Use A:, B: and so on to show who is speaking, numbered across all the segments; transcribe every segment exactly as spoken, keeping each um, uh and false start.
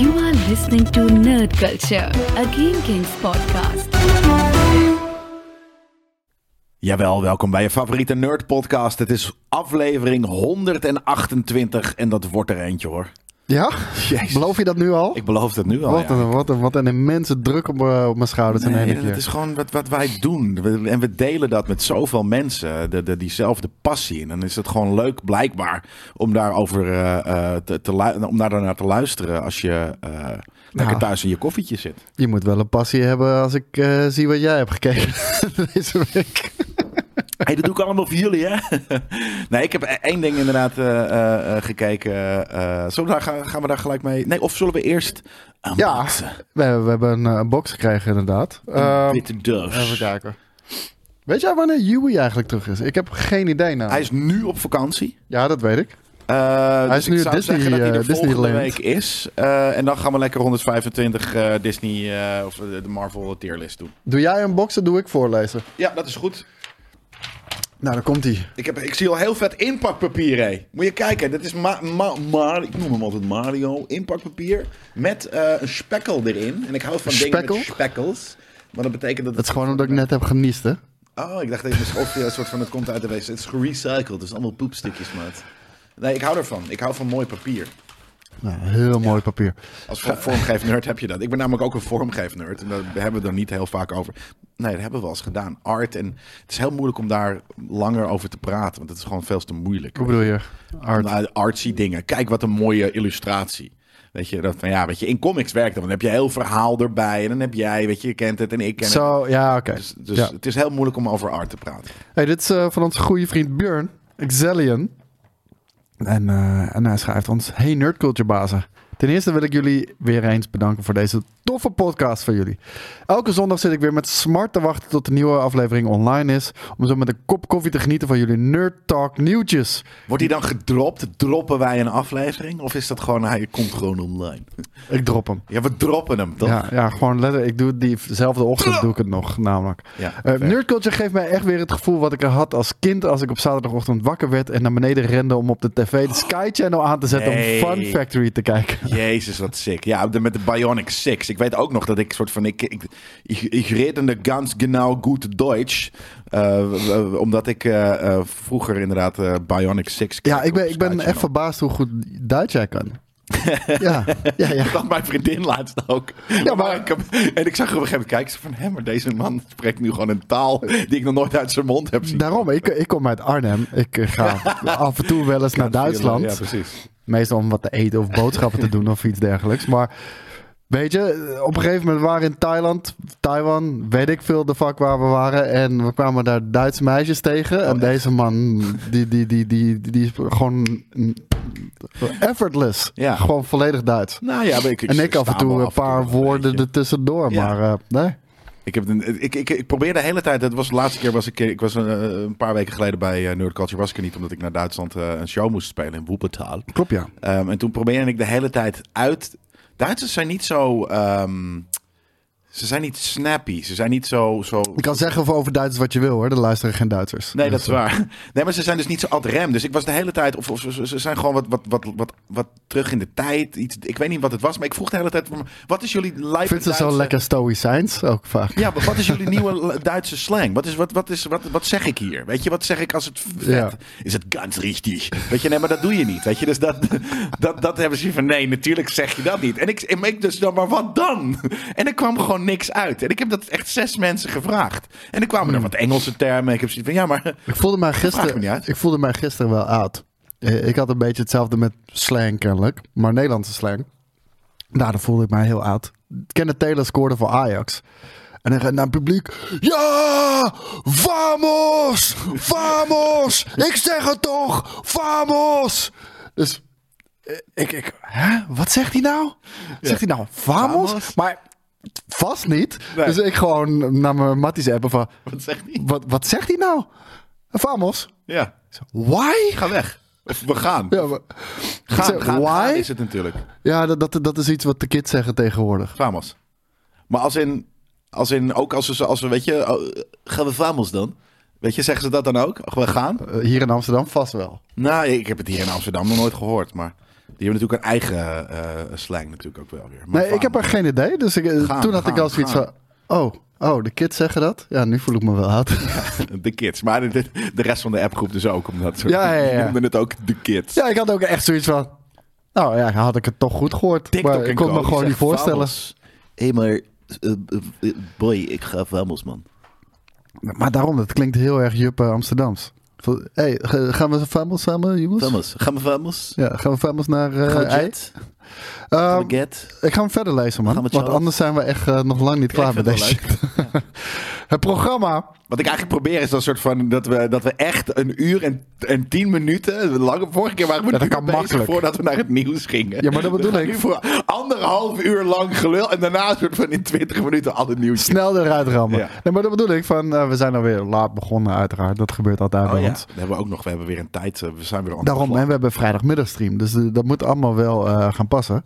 A: You are listening to Nerd Culture, a Game Kings podcast.
B: Jawel, welkom bij je favoriete nerd podcast. Het is aflevering honderdachtentwintig en dat wordt er eentje hoor.
C: Ja?
B: Jezus.
C: Beloof je dat nu al?
B: Ik beloof dat nu al,
C: Wat,
B: ja.
C: een, wat, een, wat een immense druk op, uh, op mijn schouders in
B: Nee,
C: één
B: dat
C: keer.
B: is gewoon wat, wat wij doen. We, en we delen dat met zoveel mensen. De, de, diezelfde passie. En dan is het gewoon leuk blijkbaar om daarover uh, uh, te, te lu- om daar naar te luisteren als je uh, lekker thuis in je koffietje zit.
C: Je moet wel een passie hebben als ik uh, zie wat jij hebt gekeken deze week.
B: Hey, dat doe ik allemaal voor jullie, hè? Nee, ik heb één ding inderdaad uh, uh, gekeken. Uh, zullen we daar, gaan, gaan we daar gelijk mee? Nee, of zullen we eerst unboxen?
C: Ja, we, we hebben een, een box gekregen inderdaad.
B: Een
C: Uh,
B: witte doos.
C: even kijken. Weet jij wanneer Yui eigenlijk terug is? Ik heb geen idee nou.
B: Hij is nu op vakantie.
C: Ja, dat weet ik.
B: Uh,
C: Hij
B: dus
C: is nu
B: ik zou
C: Disney,
B: zeggen dat hij er
C: uh,
B: volgende
C: Disneyland.
B: week is. Uh, en dan gaan we lekker honderdvijfentwintig uh, Disney uh, of de Marvel tierlist doen.
C: Doe jij een box, dan doe ik voorlezen.
B: Ja, dat is goed.
C: Nou, dan komt hij.
B: Ik, heb, ik zie al heel vet inpakpapier, hé. Moet je kijken, dit is ma ma ma ik noem hem altijd Mario. Inpakpapier met uh, een spekkel erin. En ik hou van dingen
C: Spekkel?
B: met spekkels. Maar dat betekent dat...
C: Dat is gewoon omdat ik net heb geniest, hè?
B: Oh, ik dacht dat je of je een soort van het komt uit de wc. Het is gerecycled, dus allemaal poepstukjes, maat. Nee, ik hou ervan. Ik hou van mooi papier.
C: Nou, heel mooi papier.
B: Als vormgeef-nerd heb je dat. Ik ben namelijk ook een vormgeef-nerd. En daar hebben we er niet heel vaak over. Nee, dat hebben we wel eens gedaan. Art. En het is heel moeilijk om daar langer over te praten. Want het is gewoon veel te moeilijk.
C: Hoe bedoel je? Art.
B: Nou, artsy dingen. Kijk wat een mooie illustratie. Weet je, dat van ja, weet je, in comics werkt dat. Dan heb je heel verhaal erbij. En dan heb jij, weet je, je kent het en ik ken
C: Zo,
B: het.
C: ja, oké. Okay.
B: Dus, dus
C: ja.
B: het is heel moeilijk om over art te praten.
C: Hey, dit is uh, van onze goede vriend Björn, Exelian. En, uh, en hij schrijft ons: Hey Nerdculture bazen. Ten eerste wil ik jullie weer eens bedanken voor deze toffe podcast van jullie. Elke zondag zit ik weer met smart te wachten tot de nieuwe aflevering online is. Om zo met een kop koffie te genieten van jullie Nerd Talk nieuwtjes.
B: Wordt die dan gedropt? Droppen wij een aflevering? Of is dat gewoon, hij komt gewoon online?
C: Ik drop hem.
B: Ja, we droppen hem, toch?
C: Ja, ja gewoon letterlijk. Ik doe het diezelfde ochtend doe ik het nog, namelijk.
B: Ja,
C: uh, Nerdculture geeft mij echt weer het gevoel wat ik er had als kind als ik op zaterdagochtend wakker werd en naar beneden rende om op de tv de Sky Channel aan te zetten
B: Nee.
C: om Fun Factory te kijken.
B: Jezus, wat sick. Ja, de, met de Bionic Six. Ik weet ook nog dat ik soort van... Ik, ik, ik, ik redende ganz genau gut Deutsch. Uh, omdat ik uh, uh, vroeger inderdaad uh, Bionic Six...
C: Ja, ik ben, ik ben
B: Sky
C: echt
B: Channel.
C: verbaasd hoe goed Duits jij kan. ja, ja, ja.
B: Dat mijn vriendin laatst ook.
C: Ja, maar...
B: ik heb, en ik zag op een gegeven moment kijken ze van... Hé, maar deze man spreekt nu gewoon een taal die ik nog nooit uit zijn mond heb zien.
C: Daarom, ik, ik kom uit Arnhem. Ik uh, ga af en toe wel eens naar Duitsland.
B: Ja, precies.
C: Meestal om wat te eten of boodschappen te doen of iets dergelijks. Maar weet je, op een gegeven moment waren we in Thailand, Taiwan, weet ik veel de fuck waar we waren. En we kwamen daar Duitse meisjes tegen.
B: Oh,
C: en deze man, die, die, die, die, die, die is gewoon effortless.
B: Ja.
C: Gewoon volledig Duits.
B: Nou ja, ik, ik,
C: en ik af en
B: sta wel
C: toe een
B: af en
C: paar
B: toe wel een
C: woorden
B: beetje.
C: er tussendoor.
B: Ja.
C: Maar uh, nee.
B: Ik, heb een, ik, ik, ik probeerde de hele tijd, dat was de laatste keer, was ik, ik was een, een paar weken geleden bij uh, Nerd Culture, was ik er niet, omdat ik naar Duitsland uh, een show moest spelen in Wuppertal.
C: Klopt, ja.
B: Um, en toen probeerde ik de hele tijd uit... Duitsers zijn niet zo... Um, ze zijn niet snappy, ze zijn niet zo... zo...
C: Je kan zeggen over Duitsers wat je wil hoor, er luisteren geen Duitsers.
B: Nee, dat
C: Dus,
B: is waar. Nee, maar ze zijn dus niet zo ad rem. Dus ik was de hele tijd... Of, of ze, ze zijn gewoon wat, wat, wat, wat, wat terug in de tijd. Iets, ik weet niet wat het was, maar ik vroeg de hele tijd... Wat is jullie live
C: Ik vind ze zo lekker stoïcijns, ook vaak.
B: Ja, maar wat is jullie nieuwe Duitse slang? Wat, is, wat, wat, is, wat, wat zeg ik hier? Weet je, wat zeg ik als het vet?
C: Ja.
B: Is het ganz richtig? Weet je, nee, maar dat doe je niet. Weet je, dus dat, dat, dat hebben ze van... Nee, natuurlijk zeg je dat niet. En ik, en ik dus dan, maar wat dan? En er kwam gewoon niks uit. En ik heb dat echt zes mensen gevraagd. En er kwamen
C: Hmm.
B: er wat Engelse termen. Ik heb zoiets van, ja, maar...
C: Ik voelde mij
B: vraag me niet
C: gisteren,
B: uit.
C: ik voelde mij gisteren wel oud. Eh, Ik had een beetje hetzelfde met slang kennelijk, maar Nederlandse slang. Nou, dan voelde ik mij heel oud. Kenneth Taylor scoorde voor Ajax. En dan gaat naar het publiek. Ja! Vamos! Vamos! Ik zeg het toch! Vamos! Dus eh, ik, ik hè? Wat zegt hij nou? Zegt hij nou vamos?
B: Vamos?
C: Maar vast niet.
B: Nee.
C: Dus ik gewoon naar mijn matties appen van...
B: Wat zegt hij?
C: Wat, wat zegt hij nou? Vamos?
B: Ja,
C: Ik zeg, Why?
B: ga weg. Of we gaan.
C: Ja, maar, ik
B: gaan,
C: zeg,
B: gaan,
C: why?
B: gaan is het natuurlijk.
C: Ja, dat, dat, dat is iets wat de kids zeggen tegenwoordig.
B: Vamos. Maar als in... Als in, ook als we, als we weet je... oh, gaan we vamos dan? Weet je, zeggen ze dat dan ook? We gaan?
C: Uh, hier in Amsterdam vast wel.
B: Nou, ik heb het hier in Amsterdam nog nooit gehoord, maar... Die hebben natuurlijk een eigen uh, slang natuurlijk ook wel weer. Maar
C: nee, ik heb er geen idee. Dus ik,
B: gaan,
C: toen had
B: gaan,
C: ik al zoiets
B: gaan.
C: van... Oh, oh, de kids zeggen dat? Ja, nu voel ik me wel oud.
B: Ja, de kids. Maar de, de rest van de appgroep dus ook. Omdat soort,
C: Ja, ja, ja.
B: Die noemden het ook de kids.
C: Ja, ik had ook echt zoiets van... Nou ja, had ik het toch goed gehoord.
B: TikTok
C: maar ik
B: en
C: kon
B: Co,
C: me
B: die
C: gewoon niet
B: zeggen
C: voorstellen.
B: Hé, hey, maar... Uh, uh, boy, ik ga vamos, man.
C: Maar daarom, dat klinkt heel erg Juppe Amsterdams. Hé, hey, gaan we vamos samen, jongens?
B: Vamos. Gaan we vamos?
C: Ja, gaan we vamos naar uh,
B: Gaan we
C: ei?
B: jet? Gaan
C: Um,
B: we get?
C: ik ga hem verder lezen, man.
B: Gaan we
C: Want
B: Charles?
C: anders zijn we echt uh, nog lang niet
B: Ja,
C: klaar
B: ik
C: met
B: vind
C: deze
B: het wel
C: shit. Het programma.
B: Wat ik eigenlijk probeer is dat soort van dat we, dat we echt een uur en, en tien minuten. Lange, vorige keer waren we
C: Ja, dat
B: een uur
C: kan
B: bezig
C: makkelijk.
B: voordat we naar het nieuws gingen.
C: Ja, maar dat
B: We
C: bedoel
B: gaan
C: ik.
B: Nu voor anderhalf uur lang gelul en daarna een soort van in twintig minuten al het nieuws.
C: Snel eruit rammen.
B: Ja.
C: Nee, maar dat bedoel ik. Van, uh, we zijn alweer laat begonnen, uiteraard. Dat gebeurt altijd
B: Oh
C: bij
B: ja,
C: ons.
B: we hebben ook nog. We hebben weer een tijd. uh, We zijn weer on
C: Daarom,
B: the
C: en
B: clock.
C: we hebben vrijdagmiddagstream. Dus uh, dat moet allemaal wel uh, gaan passen.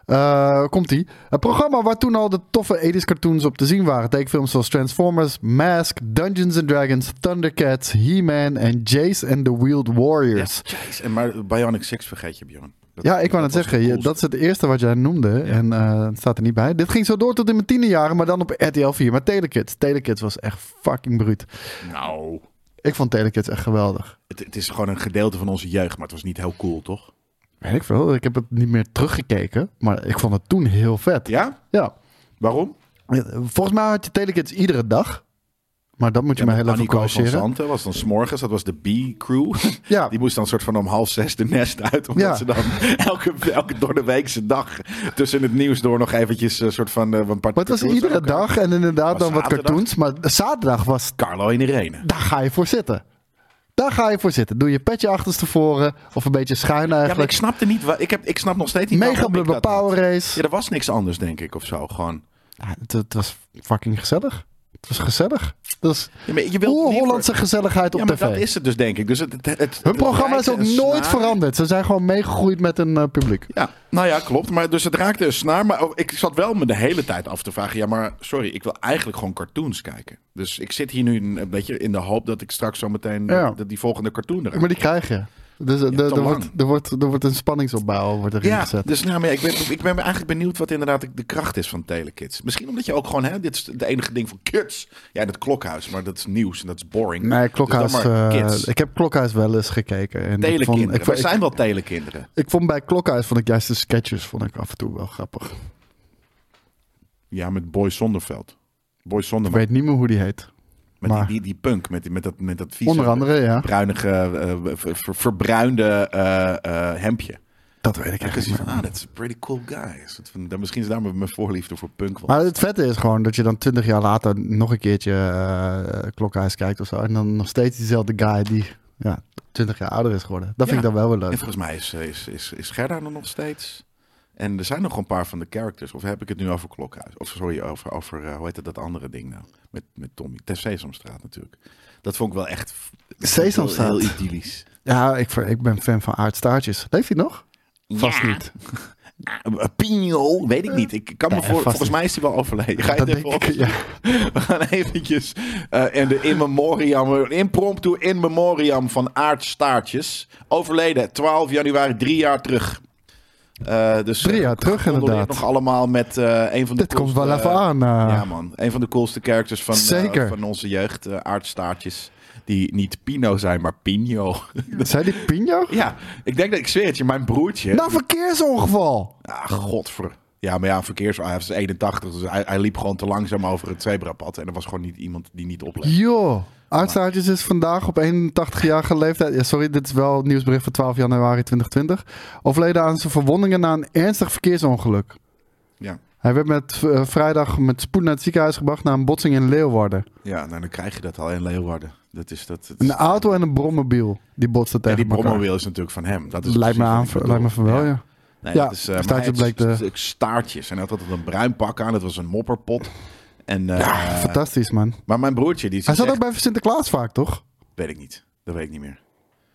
C: Uh, Komt-ie. Het programma waar toen al de toffe tachtig cartoons op te zien waren. Tekenfilms zoals Transformers, Mask, Dungeons and Dragons, Thundercats, He-Man en Jace and the Wheeled Warriors.
B: Ja, jeez. En maar Bionic Six vergeet je, Bjorn. Dat-
C: Ja, ik wou net
B: was
C: zeggen,
B: de
C: je-
B: coolste.
C: dat is het eerste wat jij noemde. En uh, het staat er niet bij. Dit ging zo door tot in mijn tienerjaren, maar dan op R T L vier. Maar Telekids. Telekids was echt fucking bruut.
B: Nou,
C: Ik vond Telekids echt geweldig.
B: het, het is gewoon een gedeelte van onze jeugd, maar het was niet heel cool, toch?
C: Weet ik veel. Ik heb het niet meer teruggekeken. Maar ik vond het toen heel vet.
B: Ja?
C: Ja.
B: Waarom?
C: Volgens mij had je Telekids iedere dag. Maar dat moet je
B: Ja,
C: mij
B: met
C: heel even
B: Annico van
C: corrigeren.
B: Zanten was dan 's morgens, dat was de B-crew.
C: Ja.
B: Die moest dan soort van om half zes de nest uit. Omdat
C: Ja.
B: ze dan elke, elke door de weekse dag tussen het nieuws door nog eventjes een soort van... Uh, een paar
C: Maar het was
B: cartoons
C: iedere
B: aan elkaar.
C: dag en inderdaad
B: Was
C: dan wat
B: zaterdag?
C: cartoons. Maar zaterdag was...
B: Carlo en Irene.
C: Daar ga je voor zitten. Daar ga je voor zitten. Doe je petje achterstevoren. Of een beetje schuin
B: Ja, maar
C: eigenlijk.
B: ik snapte niet... wa- Ik, heb, ik snap nog steeds niet
C: Mega
B: waarom ik
C: Blubber
B: dat had.
C: Power Race.
B: Ja, er was niks anders, denk ik, of zo. Gewoon...
C: Ja, het, het was fucking gezellig. Het was gezellig. Dat is
B: Ja, maar je wilt
C: oer
B: liever-
C: Hollandse gezelligheid op
B: Ja, maar
C: tv.
B: dat is het dus, denk ik. Dus het, het, het, het
C: Hun programma is ook
B: raakte een
C: nooit
B: snaar.
C: veranderd. Ze zijn gewoon meegegroeid met een uh, publiek.
B: Ja, nou ja, klopt. Maar dus het raakte een snaar. Maar ook- ik zat wel me de hele tijd af te vragen. Ja, maar sorry, ik wil eigenlijk gewoon cartoons kijken. Dus ik zit hier nu een beetje in de hoop dat ik straks zo meteen
C: Ja.
B: dat die volgende cartoon eruit.
C: Maar die krijg je. Dus uh, de-
B: te
C: er,
B: lang.
C: wordt, er, wordt, er wordt een spanningsopbouw wordt erin
B: Ja,
C: gezet.
B: dus nou, maar ja, ik, ben, ik ben eigenlijk benieuwd wat inderdaad de kracht is van Telekids. Misschien omdat je ook gewoon, hè, dit is het enige ding van kids. Ja, dat klokhuis, maar dat is nieuws en dat is boring.
C: Nee, Klokhuis.
B: Dus dan maar
C: uh,
B: kids.
C: ik heb Klokhuis wel eens gekeken. En ik vond,
B: Telekinderen.
C: ik,
B: Wij
C: vond-
B: zijn
C: ik,
B: wel telekinderen.
C: ik vond bij Klokhuis vond ik juist de sketches vond ik af en toe wel grappig.
B: Ja, met Boy Zonderveld. Boy
C: Ik
B: Zonderman.
C: weet niet meer hoe die heet.
B: Met
C: maar-
B: die, die, die punk, met, die- met, dat, met dat vieze,
C: Onder andere, ja.
B: bruinige, eh, ver- ver- verbruinde eh, eh, hemdje.
C: Dat weet ik
B: En
C: echt
B: gezien
C: niet
B: van,
C: meer.
B: ah, dat is een pretty cool guy. Is het van- dan misschien is daar mijn mijn voorliefde voor punk van.
C: Maar het vette is gewoon dat je dan twintig jaar later nog een keertje uh, Klokhuis kijkt of zo. En dan nog steeds diezelfde guy die ja, twintig jaar ouder is geworden. Dat vind
B: Ja.
C: ik dan wel weer
B: En
C: leuk.
B: volgens mij is, is, is, is Gerda er nog steeds. En er zijn nog een paar van de characters. Of heb ik het nu over Klokhuis? Of sorry, over, over uh, hoe heet het, dat andere ding nou? Met, met Tommy. Ter Sesamstraat natuurlijk. Dat vond ik wel echt
C: Sesamstraat.
B: heel, heel idyllisch.
C: Ja, ik, ik ben fan van Aart Staartjes. Leeft hij nog? Vast
B: Ja.
C: niet.
B: Uh, Pino, weet ik niet. Ik kan me
C: Nee,
B: voor,
C: vast
B: volgens
C: niet.
B: mij is hij wel overleden. Ga je
C: Dat
B: het even
C: denk ik,
B: opzoeken? We gaan eventjes uh, in de in memoriam, een impromptu in memoriam van Aart Staartjes. Overleden twaalf januari, drie jaar terug. Uh, dus,
C: Drie jaar
B: uh,
C: terug,
B: gecondoleerd
C: inderdaad.
B: nog allemaal met uh, een van de
C: Dit komt
B: coolste,
C: wel even
B: uh,
C: aan. uh.
B: Ja man, een van de coolste characters van, uh,
C: Zeker.
B: van onze jeugd. Uh, Aart Staartjes. Die niet Pino zijn, maar Pino.
C: Zei die Pino?
B: Ja, ik denk dat ik zweer het je, mijn broertje.
C: Nou, verkeersongeval.
B: Ah, godver. Ja, maar ja, verkeers... Hij is eenentachtig, dus hij, hij liep gewoon te langzaam over het zebrapad. En er was gewoon niet iemand die niet opleette.
C: Joh. Aart Staartjes is vandaag op eenentachtig-jarige leeftijd... Ja, sorry, dit is wel nieuwsbericht van twaalf januari tweeduizend twintig. Overleden aan zijn verwondingen na een ernstig verkeersongeluk.
B: Ja,
C: Hij werd met uh, vrijdag met spoed naar het ziekenhuis gebracht... na een botsing in Leeuwarden.
B: ja nou, dan krijg je dat al in Leeuwarden. Dat is dat. dat is,
C: Een auto en een brommobiel. Die botsten
B: ja,
C: tegen
B: die
C: elkaar.
B: brommobiel is natuurlijk van hem. Dat is
C: Lijkt me,
B: precies
C: aan,
B: wat ik bedoel.
C: lijkt me van wel, ja.
B: Nee,
C: Ja,
B: dat is, uh, maar
C: Staartjes
B: hij had
C: bleek de-
B: st- st- staartjes. En hij had altijd een bruin pak aan. Dat was een mopperpot. En, uh,
C: Ja, fantastisch, man.
B: Maar mijn broertje, die
C: Hij zat
B: zegt,
C: ook bij Sinterklaas vaak, toch?
B: weet ik niet. Dat weet ik niet meer.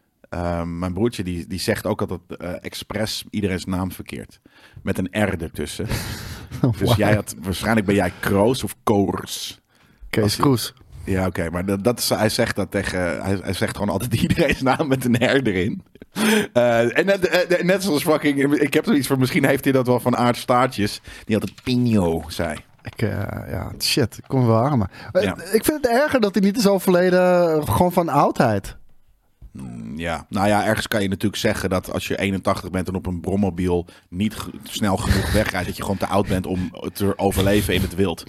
B: Um, mijn broertje die, die zegt ook altijd uh, expres iedereen's naam verkeerd. Met een R ertussen. Dus
C: Wauw.
B: jij had, waarschijnlijk ben jij Kroos of Koors.
C: Kees
B: Als-
C: Kroes.
B: Ja, oké, okay, maar dat, dat is, hij zegt dat tegen. Hij, hij zegt gewoon altijd iedereen's naam met een R erin. Uh, en net, uh, net zoals fucking... Ik heb zoiets van... Misschien heeft hij dat wel van Aard Staartjes. Die altijd Pino zei.
C: Ik, uh, ja, shit. Ik kom wel aan. Maar.
B: Ja.
C: Ik vind het erger dat hij niet is overleden gewoon van oudheid.
B: Mm, ja, nou ja, ergens kan je natuurlijk zeggen dat als je eenentachtig bent en op een brommobiel niet g- snel genoeg wegrijdt, dat je gewoon te oud bent om te overleven in het wild.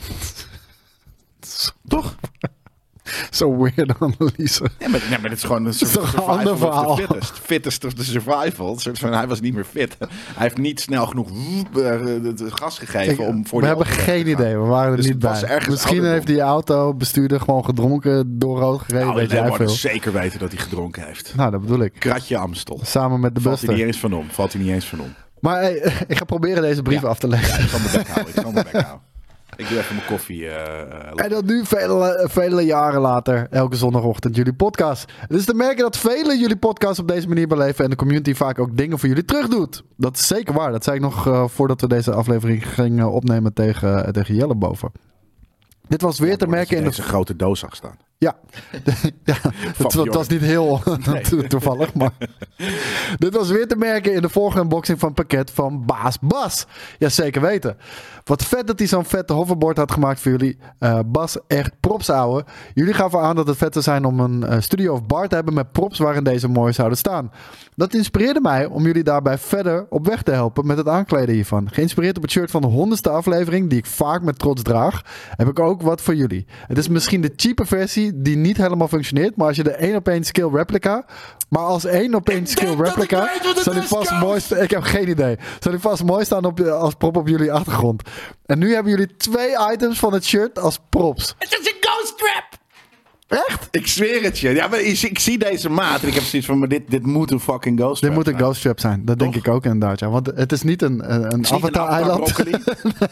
B: Toch?
C: Zo weird analyse.
B: Ja, maar, nee, maar het is gewoon een soort
C: Dat is toch een
B: survival
C: ander
B: of the
C: verhaal?
B: fittest. Fittest of the survival. Een soort van, hij was niet meer fit. Hij heeft niet snel genoeg uh, het gas gegeven
C: Ik,
B: om voor
C: we
B: die
C: hebben
B: auto weg te
C: geen
B: gaan.
C: idee. We waren er
B: Dus
C: niet
B: het was
C: bij.
B: ergens
C: Misschien
B: ouderdom.
C: heeft die autobestuurder gewoon gedronken, door rood gereden.
B: Nou,
C: weet
B: nee,
C: jij
B: we
C: veel.
B: dus zeker weten dat hij gedronken heeft.
C: Nou, dat bedoel ik.
B: Kratje Amstel.
C: Samen met de
B: Valt hij
C: buster.
B: niet eens van om. Valt hij niet eens van om.
C: Maar hey, ik ga proberen deze brief
B: Ja.
C: af te lezen.
B: Ik zal mijn bek houden. Ik zal mijn bek houden. Ik doe even mijn koffie. Uh,
C: En dan nu, vele, vele jaren later, elke zondagochtend jullie podcast. Het is te merken dat velen jullie podcast op deze manier beleven en de community vaak ook dingen voor jullie terugdoet. Dat is zeker waar. Dat zei ik nog uh, voordat we deze aflevering gingen opnemen tegen, uh, tegen Jelle boven. Dit was weer te merken in de...
B: deze grote doos zag staan.
C: Ja, ja het, het was niet heel to- toevallig, maar... Dit was weer te merken in de vorige unboxing van het pakket van Baas Bas. Ja, zeker weten. Wat vet dat hij zo'n vette hoverboard had gemaakt voor jullie. Uh, Bas, echt props, ouwe. Jullie gaven aan dat het vet zou zijn om een uh, studio of bar te hebben met props waarin deze mooi zouden staan. Dat inspireerde mij om jullie daarbij verder op weg te helpen met het aankleden hiervan. Geïnspireerd op het shirt van de honderdste aflevering, die ik vaak met trots draag, heb ik ook wat voor jullie. Het is misschien de cheape versie die niet helemaal functioneert, maar als je de één op één skill replica, maar als één op één skill replica, zal die vast mooi staan. Ik heb geen idee. Zal die vast mooi staan op, als prop op jullie achtergrond. En nu hebben jullie twee items van het shirt als props.
B: Het is een ghost trap!
C: Echt?
B: Ik zweer het je. Ja, maar ik, ik zie deze maat en ik heb zoiets van, maar dit, dit moet een fucking ghost
C: Dit
B: trap
C: moet een
B: zijn.
C: ghost trap zijn. Dat denk
B: Toch?
C: ik ook inderdaad. Ja. Want het is niet een, een, een
B: Het is niet een
C: avatar-eiland.
B: avatar-broccoli.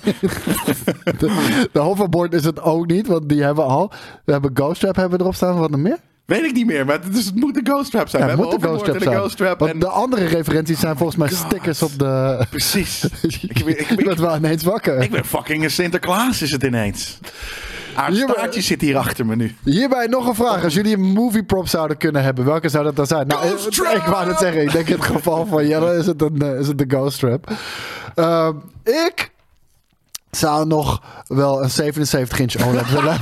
C: de, de hoverboard is het ook niet, want die hebben we al. We hebben ghost trap hebben we erop staan. Wat nog meer?
B: Weet ik niet meer, maar het, is, het moet een ghost trap zijn.
C: Ja,
B: We
C: het moet
B: hebben
C: een ghost trap
B: overboord en
C: zijn.
B: een ghost trap.
C: Want
B: En...
C: de andere referenties zijn volgens mij
B: God.
C: stickers op de...
B: Precies. ik, ik, ik,
C: Je bent wel ineens wakker.
B: ik ben fucking een Sinterklaas is het ineens. Aard
C: Hier ben-
B: Staartje zit hier achter me nu.
C: Hierbij nog een vraag. Als jullie een movie prop zouden kunnen hebben, welke zou dat dan zijn? Nou,
B: Ghost
C: ik,
B: Trap!
C: ik wou het zeggen. Ik denk in het geval van Jelle is het, een, eh, is het de Ghost Trap. Uh, ik zou nog wel een zevenenzeventig inch O L E D willen.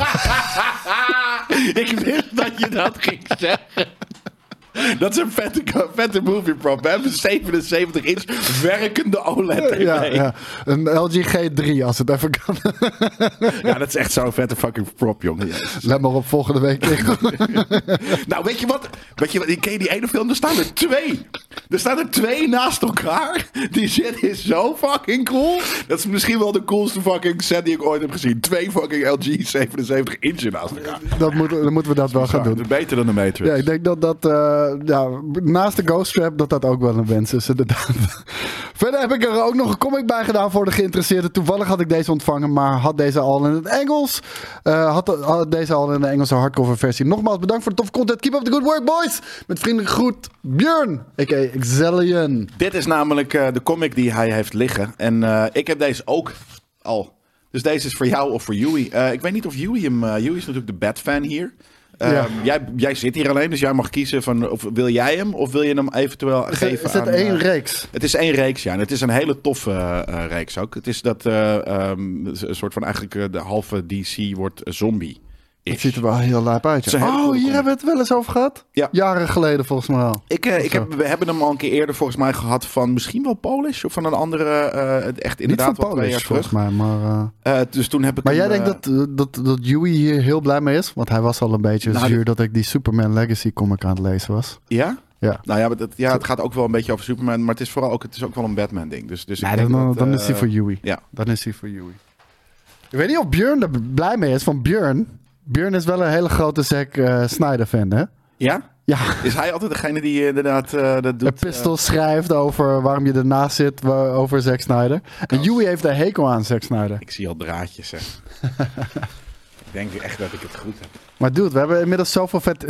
B: Ik wist dat je dat ging zeggen. Dat is een vette, vette movie prop. We hebben een zevenenzeventig inch werkende O L E D T V.
C: Ja,
B: Ja,
C: ja. Een L G G drie als het even kan.
B: dat is echt zo'n vette fucking prop, jongen. Jezus.
C: Let maar op volgende week.
B: Nou, weet je wat? Weet je wat? Ken je die ene film? Er staan er twee. Er staan er twee naast elkaar. Die shit is zo fucking cool. Dat is misschien wel de coolste fucking set die ik ooit heb gezien. Twee fucking L G zevenenzeventig inch naast elkaar.
C: Dat moet, dan moeten we dat wel gaan
B: Dat
C: doen.
B: is beter dan de Matrix.
C: Ja, ik denk dat dat, uh, ja, naast de Ghost Trap, dat dat ook wel een wens is, inderdaad. Verder heb ik er ook nog een comic bij gedaan voor de geïnteresseerden. Toevallig had ik deze ontvangen, maar had deze al in het Engels. Uh, had, had deze al in de Engelse hardcover versie. Nogmaals bedankt voor de toffe content. Keep up the good work, boys! Met vriendelijke groet, Björn, a k a. Exelion.
B: Dit is namelijk uh, de comic die hij heeft liggen. En uh, ik heb deze ook al. Dus deze is voor jou of voor Yui. Uh, ik weet niet of Yui hem... Uh, Yui is natuurlijk de Bat-fan hier. Uh,
C: Ja.
B: jij, jij zit hier alleen, dus jij mag kiezen van... Of wil jij hem of wil je hem eventueel
C: Is,
B: geven
C: is het
B: aan...
C: één
B: uh,
C: reeks?
B: Het is één reeks, ja. En het is een hele toffe uh, reeks ook. Het is dat uh, um, een soort van eigenlijk uh, de halve D C wordt uh, zombie.
C: Het ziet er wel heel lijp uit.
B: Het is
C: Ja.
B: een hele
C: Oh,
B: coole
C: hier
B: comic.
C: hebben we het wel eens over gehad?
B: Ja.
C: Jaren geleden volgens mij al.
B: Ik, uh, ik
C: zo.
B: heb, we hebben hem al een keer eerder volgens mij gehad van misschien wel Polish of van een andere, uh, echt
C: Niet
B: inderdaad
C: van
B: wel twee jaar
C: Polish
B: terug.
C: volgens mij, maar... Uh...
B: Uh, dus toen heb ik
C: Maar jij
B: hem,
C: denkt
B: uh,
C: dat, dat, dat Yui hier heel blij mee is? Want hij was al een beetje
B: Nou,
C: zuur dat ik die Superman Legacy comic aan het lezen was.
B: Ja?
C: Ja.
B: Nou ja, maar dat, ja, het gaat ook wel een beetje over Superman, maar het is vooral ook, het is ook wel een Batman ding. Dus, dus ik
C: Nee,
B: denk
C: dan,
B: dat,
C: dan
B: uh,
C: is hij voor Yui.
B: Ja.
C: Dan is hij voor Yui. Ik weet niet of Björn er blij mee is. Van Björn. Björn is wel een hele grote Zack uh, Snyder fan, hè?
B: Ja?
C: Ja.
B: Is hij altijd degene die uh, inderdaad uh, dat doet?
C: Een pistol schrijft over waarom je ernaast zit waar- over Zack Snyder. En Yui heeft een hekel aan Zack Snyder.
B: Uh, ik zie al draadjes, hè. Ik denk echt dat ik het goed heb.
C: Maar dude, we hebben inmiddels zoveel vet...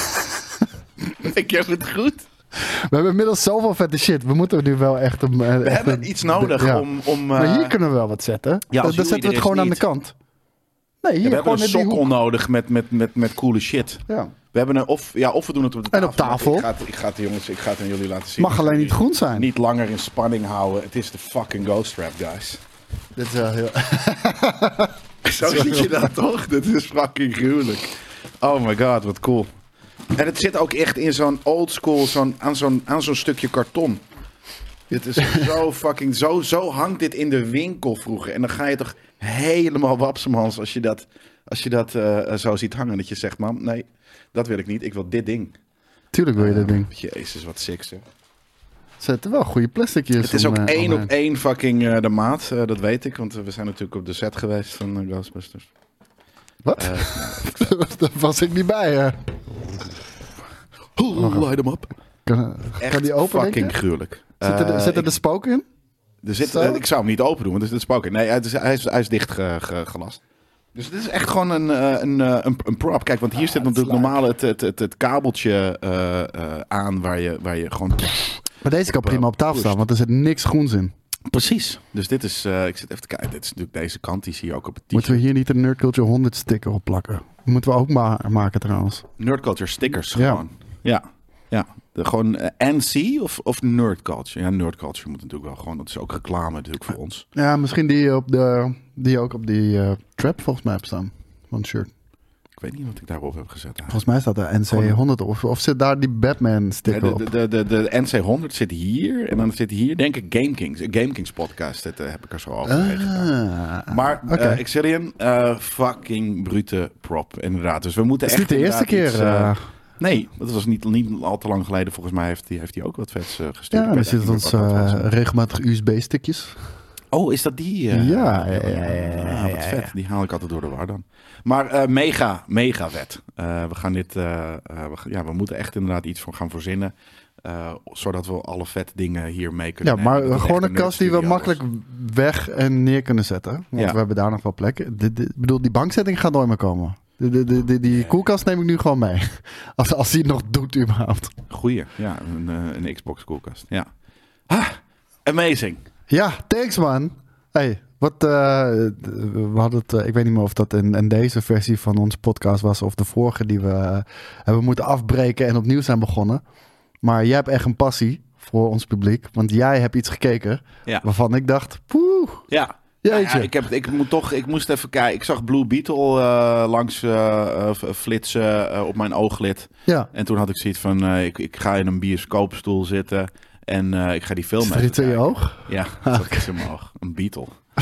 B: Ik heb het goed.
C: we hebben inmiddels zoveel vette shit. We moeten nu wel echt... Een,
B: We
C: echt
B: hebben
C: een-
B: iets nodig
C: ja.
B: om... om uh,
C: Maar hier kunnen we wel wat zetten.
B: Ja,
C: dan
B: als
C: dan
B: Yui
C: zetten we
B: er
C: het gewoon
B: is
C: aan de
B: niet.
C: kant. Nee, hier
B: we hebben
C: gewoon
B: een
C: in die
B: sokkel
C: hoek.
B: nodig met, met, met, met coole shit.
C: Ja.
B: We hebben een, of, ja, of we doen het op de
C: En
B: tafel.
C: op tafel.
B: Ik ga, het, ik ga het, jongens, ik ga het aan jullie laten zien.
C: Mag alleen niet groen zijn.
B: Niet langer in spanning houden. Het is de fucking Ghost Trap, guys.
C: Dit is wel heel...
B: Zo zie je dat toch? Dit is fucking gruwelijk. Oh my god, wat cool. En het zit ook echt in zo'n old school, zo'n, aan, zo'n, aan zo'n stukje karton. Dit is zo fucking... Zo, zo hangt dit in de winkel vroeger. En dan ga je toch helemaal wapsemans als je dat, als je dat uh, zo ziet hangen. Dat je zegt, man, nee, dat wil ik niet. Ik wil dit ding.
C: Tuurlijk wil je dat ding.
B: Jezus, wat sick, zeg.
C: Er zitten wel goede plasticjes.
B: Het is
C: om,
B: ook
C: uh,
B: één
C: om,
B: op één fucking uh, de maat. Uh, dat weet ik, want we zijn natuurlijk op de set geweest van uh, Ghostbusters.
C: Wat?
B: Uh,
C: Daar was ik niet bij. Hè.
B: Oh, light hem op.
C: Kan,
B: Echt
C: kan die open,
B: fucking
C: denk je?
B: gruwelijk.
C: Zitten er,
B: Uh,
C: zitten
B: ik-
C: er spoken in?
B: Er zit,
C: Zo?
B: eh, ik zou hem niet open doen, want er zit spoken. Nee, het is, hij, is, hij is dicht ge, ge- gelast. Dus dit is echt gewoon een, eh, een, eh, een, een prop. Kijk, want hier zit natuurlijk normaal het, het, het, het kabeltje eh, eh, aan waar je, waar je gewoon...
C: Maar deze kan prima op tafel staan, want er zit niks groens in.
B: Precies. Dus dit is... eh, ik zit even te kijken. Dit is natuurlijk deze kant. Die zie je ook op het t-shirt.
C: Moeten we hier niet een Nerd Culture honderd sticker op plakken? Moeten we ook ma- maken trouwens.
B: Nerd Culture stickers
C: Ja.
B: gewoon. Ja. Ja. De, gewoon eh, N C of, of Nerd Culture. Ja, Nerd Culture moet natuurlijk wel gewoon... Dat is ook reclame natuurlijk voor ons.
C: Ja, misschien die, op de, die ook op die uh, trap volgens mij op staan. Van het shirt.
B: Ik weet niet wat ik daarop heb gezet.
C: Volgens mij staat er N C honderd op. Of zit daar die Batman
B: Ja,
C: sticker op?
B: de, de, de, de N C honderd zit hier. En dan zit hier, denk ik, Game Kings. Een Game Kings podcast. Dat eh, heb ik er zo over gedaan.
C: Ah,
B: Maar
C: oké.
B: eh Xillian, eh fucking brute prop. Inderdaad. Dus we moeten
C: Het is
B: echt
C: niet de eerste
B: inderdaad
C: keer.
B: iets, eh,
C: uh,
B: nee, dat was niet, niet al te lang geleden. Volgens mij heeft hij heeft hij ook wat vets uh, gestuurd.
C: ja,
B: Ik
C: dan
B: weet
C: zitten
B: eigenlijk
C: ons
B: niet meer wat dat
C: uh,
B: was.
C: regelmatig U S B-stickjes.
B: Oh, is dat die? eh?
C: Ja, ja, ja, ja, ja,
B: Ah, wat
C: ja,
B: vet.
C: ja.
B: Die haal ik altijd door de war dan. Maar eh, mega, mega vet. Uh, we gaan dit... uh, uh, we, ja, we moeten echt inderdaad iets voor gaan verzinnen. Uh, zodat we alle vet dingen hier mee kunnen
C: Ja,
B: nemen.
C: maar
B: Dat het
C: gewoon
B: echt
C: een kast die we
B: nerdstudio
C: makkelijk
B: was.
C: weg en neer kunnen zetten. Want
B: Ja.
C: we hebben daar nog wel plekken. De, de, ik bedoel, die bankzetting gaat nooit meer komen. De, de, de, de- die
B: Ja.
C: koelkast neem ik nu gewoon mee. Als, als die het nog doet überhaupt.
B: Goeie, ja. Een, uh, een Xbox koelkast, ja. Ah, amazing.
C: Ja, thanks man. Hey, wat, uh, we hadden het, uh, ik weet niet meer of dat in, in deze versie van onze podcast was of de vorige die we uh, hebben moeten afbreken en opnieuw zijn begonnen. Maar jij hebt echt een passie voor ons publiek, want jij hebt iets gekeken
B: Ja.
C: waarvan ik dacht, poeh,
B: Ja.
C: jeetje.
B: Nou ja, ik, heb, ik, moet toch, ik moest even kijken. Ik zag Blue Beetle uh, langs uh, uh, flitsen uh, op mijn ooglid.
C: Ja,
B: En toen had ik zoiets van, uh, ik, ik ga in een bioscoopstoel zitten en uh, ik ga die film
C: is er
B: even
C: iets in je
B: kijken.
C: oog?
B: Ja, dat is in mijn oog. Een Beetle.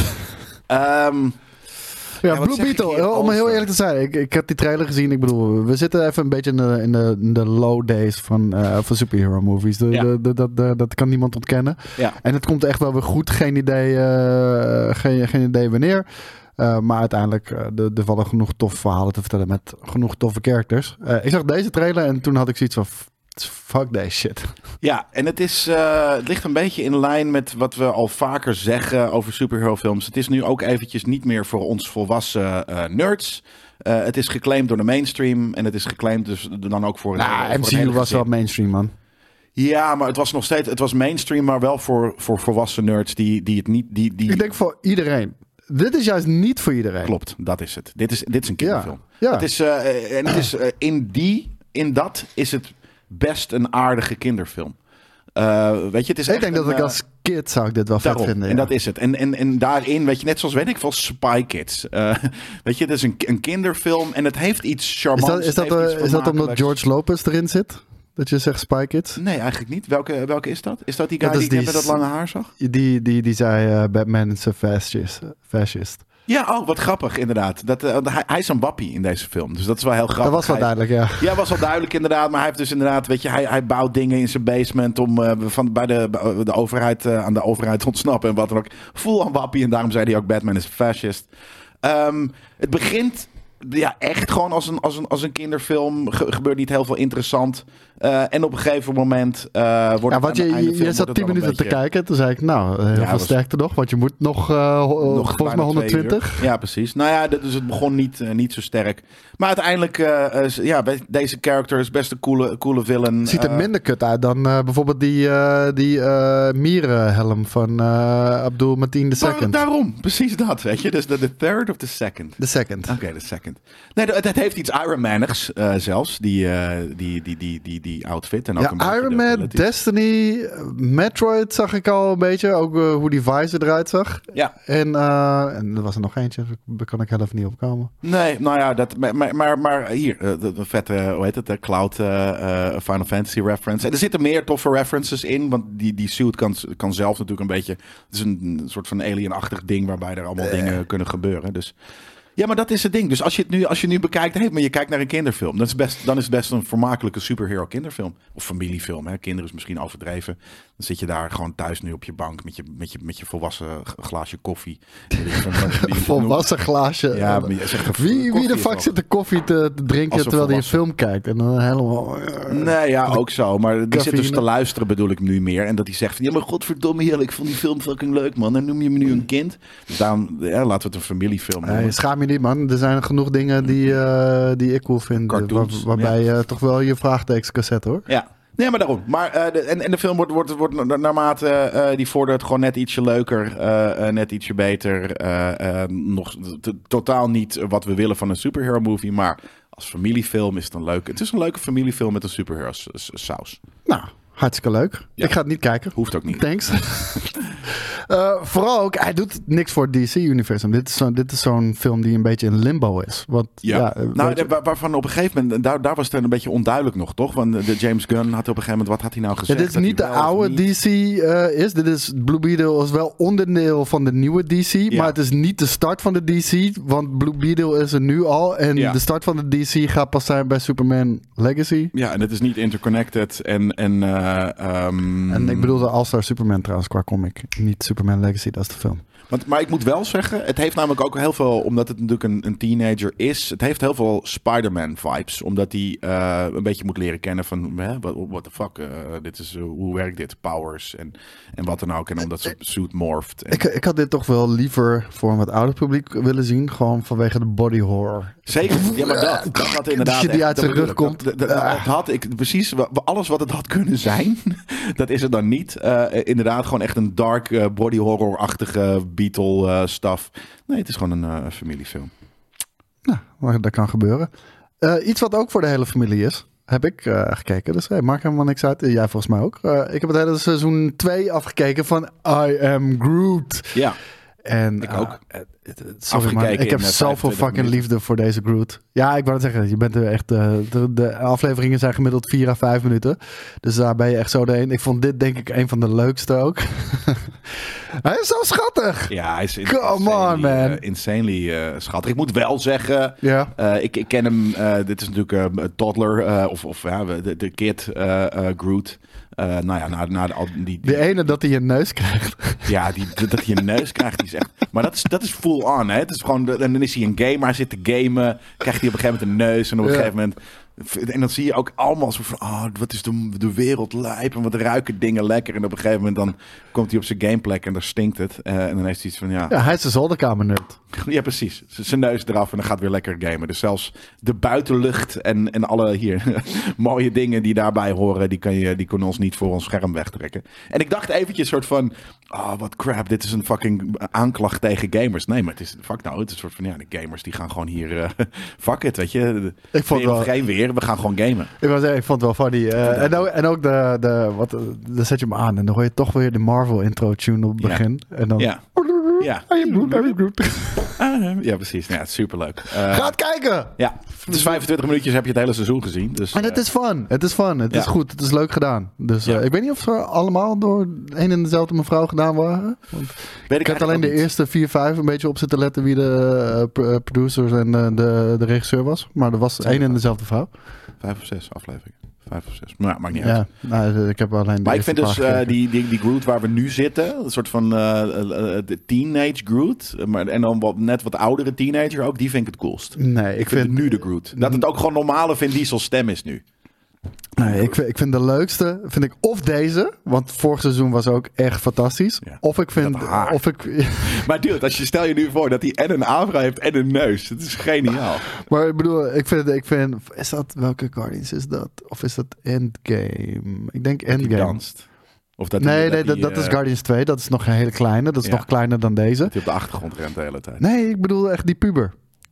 B: Ehm,
C: Ja,
B: wat
C: Blue
B: zeg ik
C: Beetle,
B: hier?
C: om heel
B: All-Star.
C: eerlijk te zijn, ik, ik heb die trailer gezien. Ik bedoel, we zitten even een beetje in de, in de, in de low days van, uh, van superhero movies. De,
B: Ja.
C: de, de, dat- de- dat kan niemand ontkennen.
B: ja.
C: En het komt echt wel weer goed. Geen idee, uh, geen, geen idee wanneer. Uh, maar uiteindelijk, uh, er er vallen genoeg toffe verhalen te vertellen met genoeg toffe characters. Uh, ik zag deze trailer en toen had ik zoiets van, f- fuck deze shit.
B: Ja, en het, is, uh, het ligt een beetje in lijn met wat we al vaker zeggen over superhero films. Het is nu ook eventjes niet meer voor ons volwassen uh, nerds. Uh, het is geclaimd door de mainstream en het is geclaimd dus dan ook voor een,
C: Nou,
B: voor een
C: M C U
B: hele
C: was
B: gezin.
C: wel mainstream, man.
B: Ja, maar het was nog steeds, het was mainstream, maar wel voor, voor volwassen nerds die, die het niet... Die, die...
C: Ik denk voor iedereen. Dit is juist niet voor iedereen.
B: Klopt, dat is het. Dit is, dit is een kinderfilm.
C: Ja, ja.
B: Het is, uh, en het is uh, in die, in dat is het best een aardige kinderfilm. Uh, weet je, het is
C: Ik
B: echt
C: denk dat
B: een,
C: ik
B: uh,
C: als kid zou ik dit wel vet
B: daarom,
C: vinden.
B: en
C: ja.
B: dat is het. En, en, en daarin, weet je, net zoals weet ik veel, Spy Kids. Uh, weet je, het is een, een kinderfilm en het heeft iets
C: Is
B: charmants.
C: dat, is dat,
B: het heeft
C: uh,
B: iets
C: is dat omdat
B: vermakelijks.
C: George Lopez erin zit? Dat je zegt Spy Kids?
B: Nee, eigenlijk niet. Welke, welke is dat? Is dat die guy
C: Dat is
B: die,
C: die
B: met dat
C: s-
B: lange haar zag?
C: Die, die, die zei uh, Batman is een fascist. fascist.
B: Ja, oh, wat grappig inderdaad. Dat, uh, hij, hij is een wappie in deze film, dus dat is wel heel grappig.
C: Dat was wel
B: Hij-
C: duidelijk, ja.
B: Ja, was wel duidelijk inderdaad. Maar hij heeft dus inderdaad, weet je, hij, hij bouwt dingen in zijn basement om uh, van, bij de, bij de overheid, uh, aan de overheid te ontsnappen en wat dan ook. Full aan wappie en daarom zei hij ook Batman is een fascist. Um, het begint ja, echt gewoon als een, als een, als een kinderfilm. Ge- gebeurt niet heel veel interessant. Uh, en op een gegeven moment uh, wordt
C: Ja,
B: het
C: want
B: aan
C: je,
B: het einde
C: je,
B: film
C: je zat
B: wordt
C: tien
B: het wel
C: minuten
B: een
C: te
B: beetje-
C: kijken. Toen zei ik, nou, heel
B: Ja,
C: veel
B: was-
C: sterkte nog. Want je moet nog, uh, ho-
B: Nog
C: volgens mij
B: bijna twee
C: honderdtwintig.
B: uur. Ja, precies. Nou ja, d- dus het begon niet, uh, niet zo sterk. Maar uiteindelijk, uh, uh, ja, be- deze character is best een coole, coole villain.
C: Ziet er
B: Uh,
C: minder kut uit dan uh, bijvoorbeeld die, uh, die uh, mierenhelm van uh, Abdul Mateen de
B: Daar-
C: Second.
B: daarom, precies dat, weet je. Dus de, de third of the second?
C: De second.
B: Oké, de second. punt. Nee, het, het heeft iets Iron Manigs uh, zelfs, die, uh, die, die, die, die, die outfit. En ook
C: ja,
B: een
C: Iron Man, Destiny, Metroid zag ik al een beetje. Ook uh, hoe die visor eruit zag.
B: Ja.
C: En, uh, en er was er nog eentje, daar kan ik heel even niet op komen.
B: Nee, nou ja, dat, maar, maar, maar hier, uh, de, de vette, hoe heet het, de Cloud uh, uh, Final Fantasy reference. En er zitten meer toffe references in, want die, die suit kan, kan zelf natuurlijk een beetje... Het is een, een soort van alien-achtig ding waarbij er allemaal uh. dingen kunnen gebeuren. Dus ja, maar dat is het ding. Dus als je het nu, als je nu bekijkt, hey, maar je kijkt naar een kinderfilm, dan is, best, dan is het best een vermakelijke superhero kinderfilm. Of familiefilm, hè. Kinderen is misschien overdreven. Dan zit je daar gewoon thuis nu op je bank met je, met je, met je volwassen glaasje koffie.
C: Volwassen glaasje.
B: Ja, maar je zegt
C: wie, wie de fuck zit de koffie te, te drinken terwijl hij een film kijkt? En dan helemaal...
B: Nee, ja, ook zo. Maar die zit dus te luisteren, bedoel ik nu meer. En dat hij zegt van, ja, maar godverdomme, heerlijk, ik vond die film fucking leuk, man. En noem je me nu een kind? Dus daarom, ja, laten we het een familiefilm noemen.
C: Nee, schaam je niet, man. Er zijn genoeg dingen die, uh, die ik cool vind.
B: Cartoons,
C: waar, waarbij je
B: ja.
C: uh, toch wel je vraagtekens kan zetten, hoor.
B: Ja. Nee, maar daarom. Maar, uh, de, en, en de film wordt, wordt, wordt naarmate uh, die vordert gewoon net ietsje leuker, uh, uh, net ietsje beter. Uh, uh, nog t- totaal niet wat we willen van een superhero movie, maar als familiefilm is het een leuke. Het is een leuke familiefilm met een superhero saus.
C: Nou, hartstikke leuk. Ja. Ik ga het niet kijken.
B: Hoeft ook niet.
C: Thanks. uh, vooral ook, hij doet niks voor het D C-universum. Dit is, zo, dit is zo'n film die een beetje in limbo is. Want,
B: ja.
C: ja,
B: nou,
C: je...
B: waar, waarvan op een gegeven moment, daar, daar was het een beetje onduidelijk nog, toch? Want de James Gunn had op een gegeven moment, wat had hij nou gezegd?
C: Ja, dit is niet de oude niet... D C uh, is. Dit is, Blue Beetle is wel onderdeel van de nieuwe D C. Ja. Maar het is niet de start van de D C. Want Blue Beetle is er nu al. En ja. de start van de D C gaat pas zijn bij Superman Legacy.
B: Ja, en het is niet interconnected. En, en, uh, um...
C: en ik bedoel de All-Star Superman trouwens qua comic. Niet Superman Legacy, dat is de film.
B: Want, maar ik moet wel zeggen, het heeft namelijk ook heel veel, omdat het natuurlijk een, een teenager is, het heeft heel veel Spider-Man vibes. Omdat hij uh, een beetje moet leren kennen van, hè, what, what the fuck, uh, dit is, uh, hoe werkt dit, powers en, en wat dan ook. En omdat zijn suit morpht. En...
C: Ik, ik had dit toch wel liever voor een wat ouder publiek willen zien, gewoon vanwege de body horror.
B: Zeker, ja, maar dat, dat had inderdaad...
C: Die echt, uit zijn rug komt.
B: Dat, dat, dat, dat had ik, precies, alles wat het had kunnen zijn, dat is het dan niet. Uh, inderdaad, gewoon echt een dark uh, body horror-achtige Beatle uh, stuff. Nee, het is gewoon een uh, familiefilm.
C: Nou, maar dat kan gebeuren. Uh, iets wat ook voor de hele familie is, heb ik uh, gekeken. Dus hey, maakt helemaal niks uit. Jij volgens mij ook. Uh, ik heb het hele seizoen twee afgekeken van I Am Groot.
B: Ja.
C: En
B: ik ook.
C: Uh, sorry man, ik heb zoveel fucking minuten. liefde voor deze Groot. Ja, ik wou het zeggen, je bent er echt, uh, de, de afleveringen zijn gemiddeld vier à vijf minuten. Dus daar ben je echt zo doorheen. Ik vond dit denk ik een van de leukste ook. Hij is zo schattig.
B: Ja, hij is
C: Come insanely, on, man.
B: Uh, insanely uh, schattig. Ik moet wel zeggen,
C: ja.
B: uh, ik, ik ken hem, uh, dit is natuurlijk uh, een toddler, uh, of, of ja, de, de kid uh, uh, Groot. Uh, nou ja, na, na de, die, die...
C: De ene dat hij een neus krijgt.
B: Ja, die, dat hij een neus krijgt, die is echt... Maar dat is, dat is full on, hè. Het is gewoon, en dan is hij een gamer, hij zit te gamen, krijgt hij op een gegeven moment een neus en op een ja. gegeven moment... En dan zie je ook allemaal zo van, oh, wat is de, de wereld lijp en wat ruiken dingen lekker. En op een gegeven moment dan komt hij op zijn gameplek en daar stinkt het. Uh, en dan heeft hij iets van, ja...
C: Ja, hij is de zolderkamer-nerd.
B: Ja, precies. Zijn neus eraf en dan gaat weer lekker gamen. Dus zelfs de buitenlucht en, en alle hier mooie dingen die daarbij horen, die, kan je, die kunnen ons niet voor ons scherm wegtrekken. En ik dacht eventjes soort van, oh, wat crap, dit is een fucking aanklacht tegen gamers. Nee, maar het is, fuck nou, het is een soort van, ja, de gamers die gaan gewoon hier, uh, fuck it, weet je.
C: Ik vond
B: weer
C: wel...
B: of geen weer, we gaan gewoon gamen.
C: Ik, was, ik vond het wel funny. Uh, en, ook, en ook de, de wat, dan zet je hem aan en dan hoor je toch weer de Marvel intro tune op het begin.
B: Ja.
C: En dan...
B: Ja. Ja.
C: I am Groot, I am Groot.
B: Ja, precies. Ja, superleuk. Uh,
C: Ga het kijken!
B: Ja, het is vijfentwintig minuutjes, heb je het hele seizoen gezien. Dus,
C: en het is fun. Het is fun. Het ja. is goed. Het is leuk gedaan. Dus ja. uh, ik weet niet of ze allemaal door een en dezelfde mevrouw gedaan waren. Want weet ik ik heb alleen de niet. eerste vier, vijf een beetje op zitten letten wie de uh, producers en uh, de, de regisseur was. Maar er was één en dezelfde vrouw.
B: Vijf of zes afleveringen. Vijf of zes. Maar ja, maakt niet
C: ja,
B: uit.
C: Nou, ik heb alleen
B: maar ik vind dus uh, die, die, die Groot waar we nu zitten, een soort van uh, uh, de teenage Groot, maar, en dan wat, net wat oudere teenager ook, die vind ik het coolst.
C: Nee, ik,
B: ik
C: vind,
B: vind nu de Groot. Dat het ook gewoon normale Vin Diesel stem is nu.
C: Nee, ik, ik vind de leukste, vind ik of deze, want vorig seizoen was ook echt fantastisch. Ja, of ik vind, of ik...
B: Maar dude, als je stel je nu voor dat hij en een afro heeft en een neus. Het is geniaal.
C: Maar ik bedoel, ik vind, ik vind, is dat, welke Guardians is dat? Of is dat Endgame? Ik denk Endgame.
B: Danst. Of dat
C: nee,
B: die,
C: nee,
B: dat,
C: dat,
B: die,
C: dat is Guardians twee. Dat is nog een hele kleine. Dat is ja. nog kleiner dan deze.
B: Dat hij op de achtergrond rent de hele tijd.
C: Nee, ik bedoel echt die puber.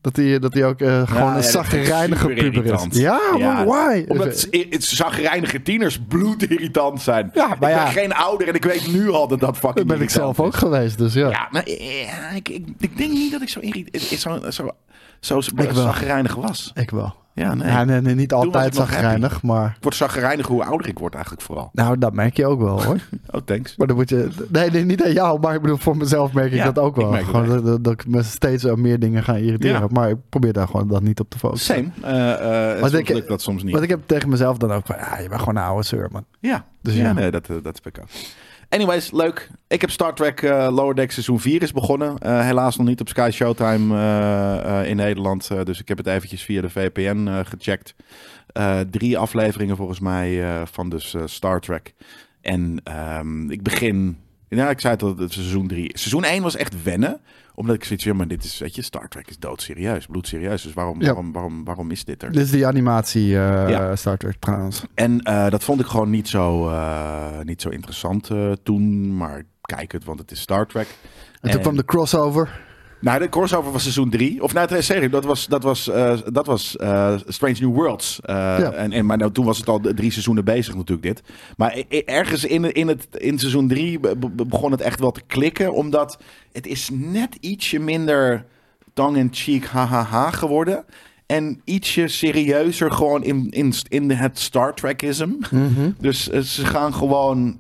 C: Dat hij dat hij ook uh, gewoon
B: ja,
C: een zagrijnige puber is. Ja,
B: ja,
C: maar why?
B: Omdat zagrijnige tieners bloedirritant zijn.
C: Ja, maar
B: ik ben
C: ja.
B: geen ouder en ik weet nu al dat dat fucking
C: Dat ben ik zelf ook
B: is.
C: geweest, dus ja.
B: Ja, maar ja, ik, ik, ik denk niet dat ik zo irrit- zo, zo, zo, zo zagrijnig was.
C: Ik wel.
B: Ja, nee.
C: Ja, nee, nee, niet altijd zagrijnig, maar...
B: Ik word zagrijnig hoe ouder ik word eigenlijk vooral.
C: Nou, dat merk je ook wel, hoor.
B: Oh, thanks.
C: Maar dan moet je... Nee, nee, niet aan jou, maar ik bedoel, voor mezelf merk ik
B: Ja,
C: dat ook wel.
B: ik merk
C: Gewoon
B: het
C: dat, dat ik me steeds aan meer dingen ga irriteren.
B: Ja.
C: Maar ik probeer daar gewoon dat niet op te focussen.
B: Same. Uh, uh, soms
C: ik-
B: lukt dat soms niet.
C: Want ik heb tegen mezelf dan ook van... Ja, je bent gewoon een oude zeur, man.
B: Ja,
C: Dus
B: dus ja,
C: ja.
B: nee, dat, uh, dat is ik ook. Anyways, leuk. Ik heb Star Trek uh, Lower Deck seizoen vier is begonnen. Uh, helaas nog niet op Sky Showtime uh, uh, in Nederland. Uh, dus ik heb het eventjes via de V P N uh, gecheckt. Uh, drie afleveringen volgens mij uh, van dus uh, Star Trek. En um, ik begin... Ja, ik zei het al, het seizoen drie. Seizoen één was echt wennen. Omdat ik zoiets van, ja, maar dit is, weet je, Star Trek is doodserieus, bloedserieus. Dus waarom,
C: Ja.
B: waarom, waarom, waarom is dit er?
C: Dit is die animatie uh,
B: Ja.
C: Star Trek trouwens.
B: En uh, dat vond ik gewoon niet zo, uh, niet zo interessant uh, toen. Maar kijk het, want het is Star Trek.
C: En toen kwam de crossover.
B: Nou, de crossover was seizoen drie. Of nou, serie, dat was, dat was, uh, dat was uh, Strange New Worlds. Uh,
C: Ja.
B: en, en, maar nou, toen was het al drie seizoenen bezig natuurlijk dit. Maar i- i- ergens in, in, het, in seizoen drie be- be- begon het echt wel te klikken. Omdat het is net ietsje minder tongue-in-cheek hahaha geworden. En ietsje serieuzer gewoon in, in, in het Star Trekism.
C: Mm-hmm.
B: Dus uh, ze gaan gewoon...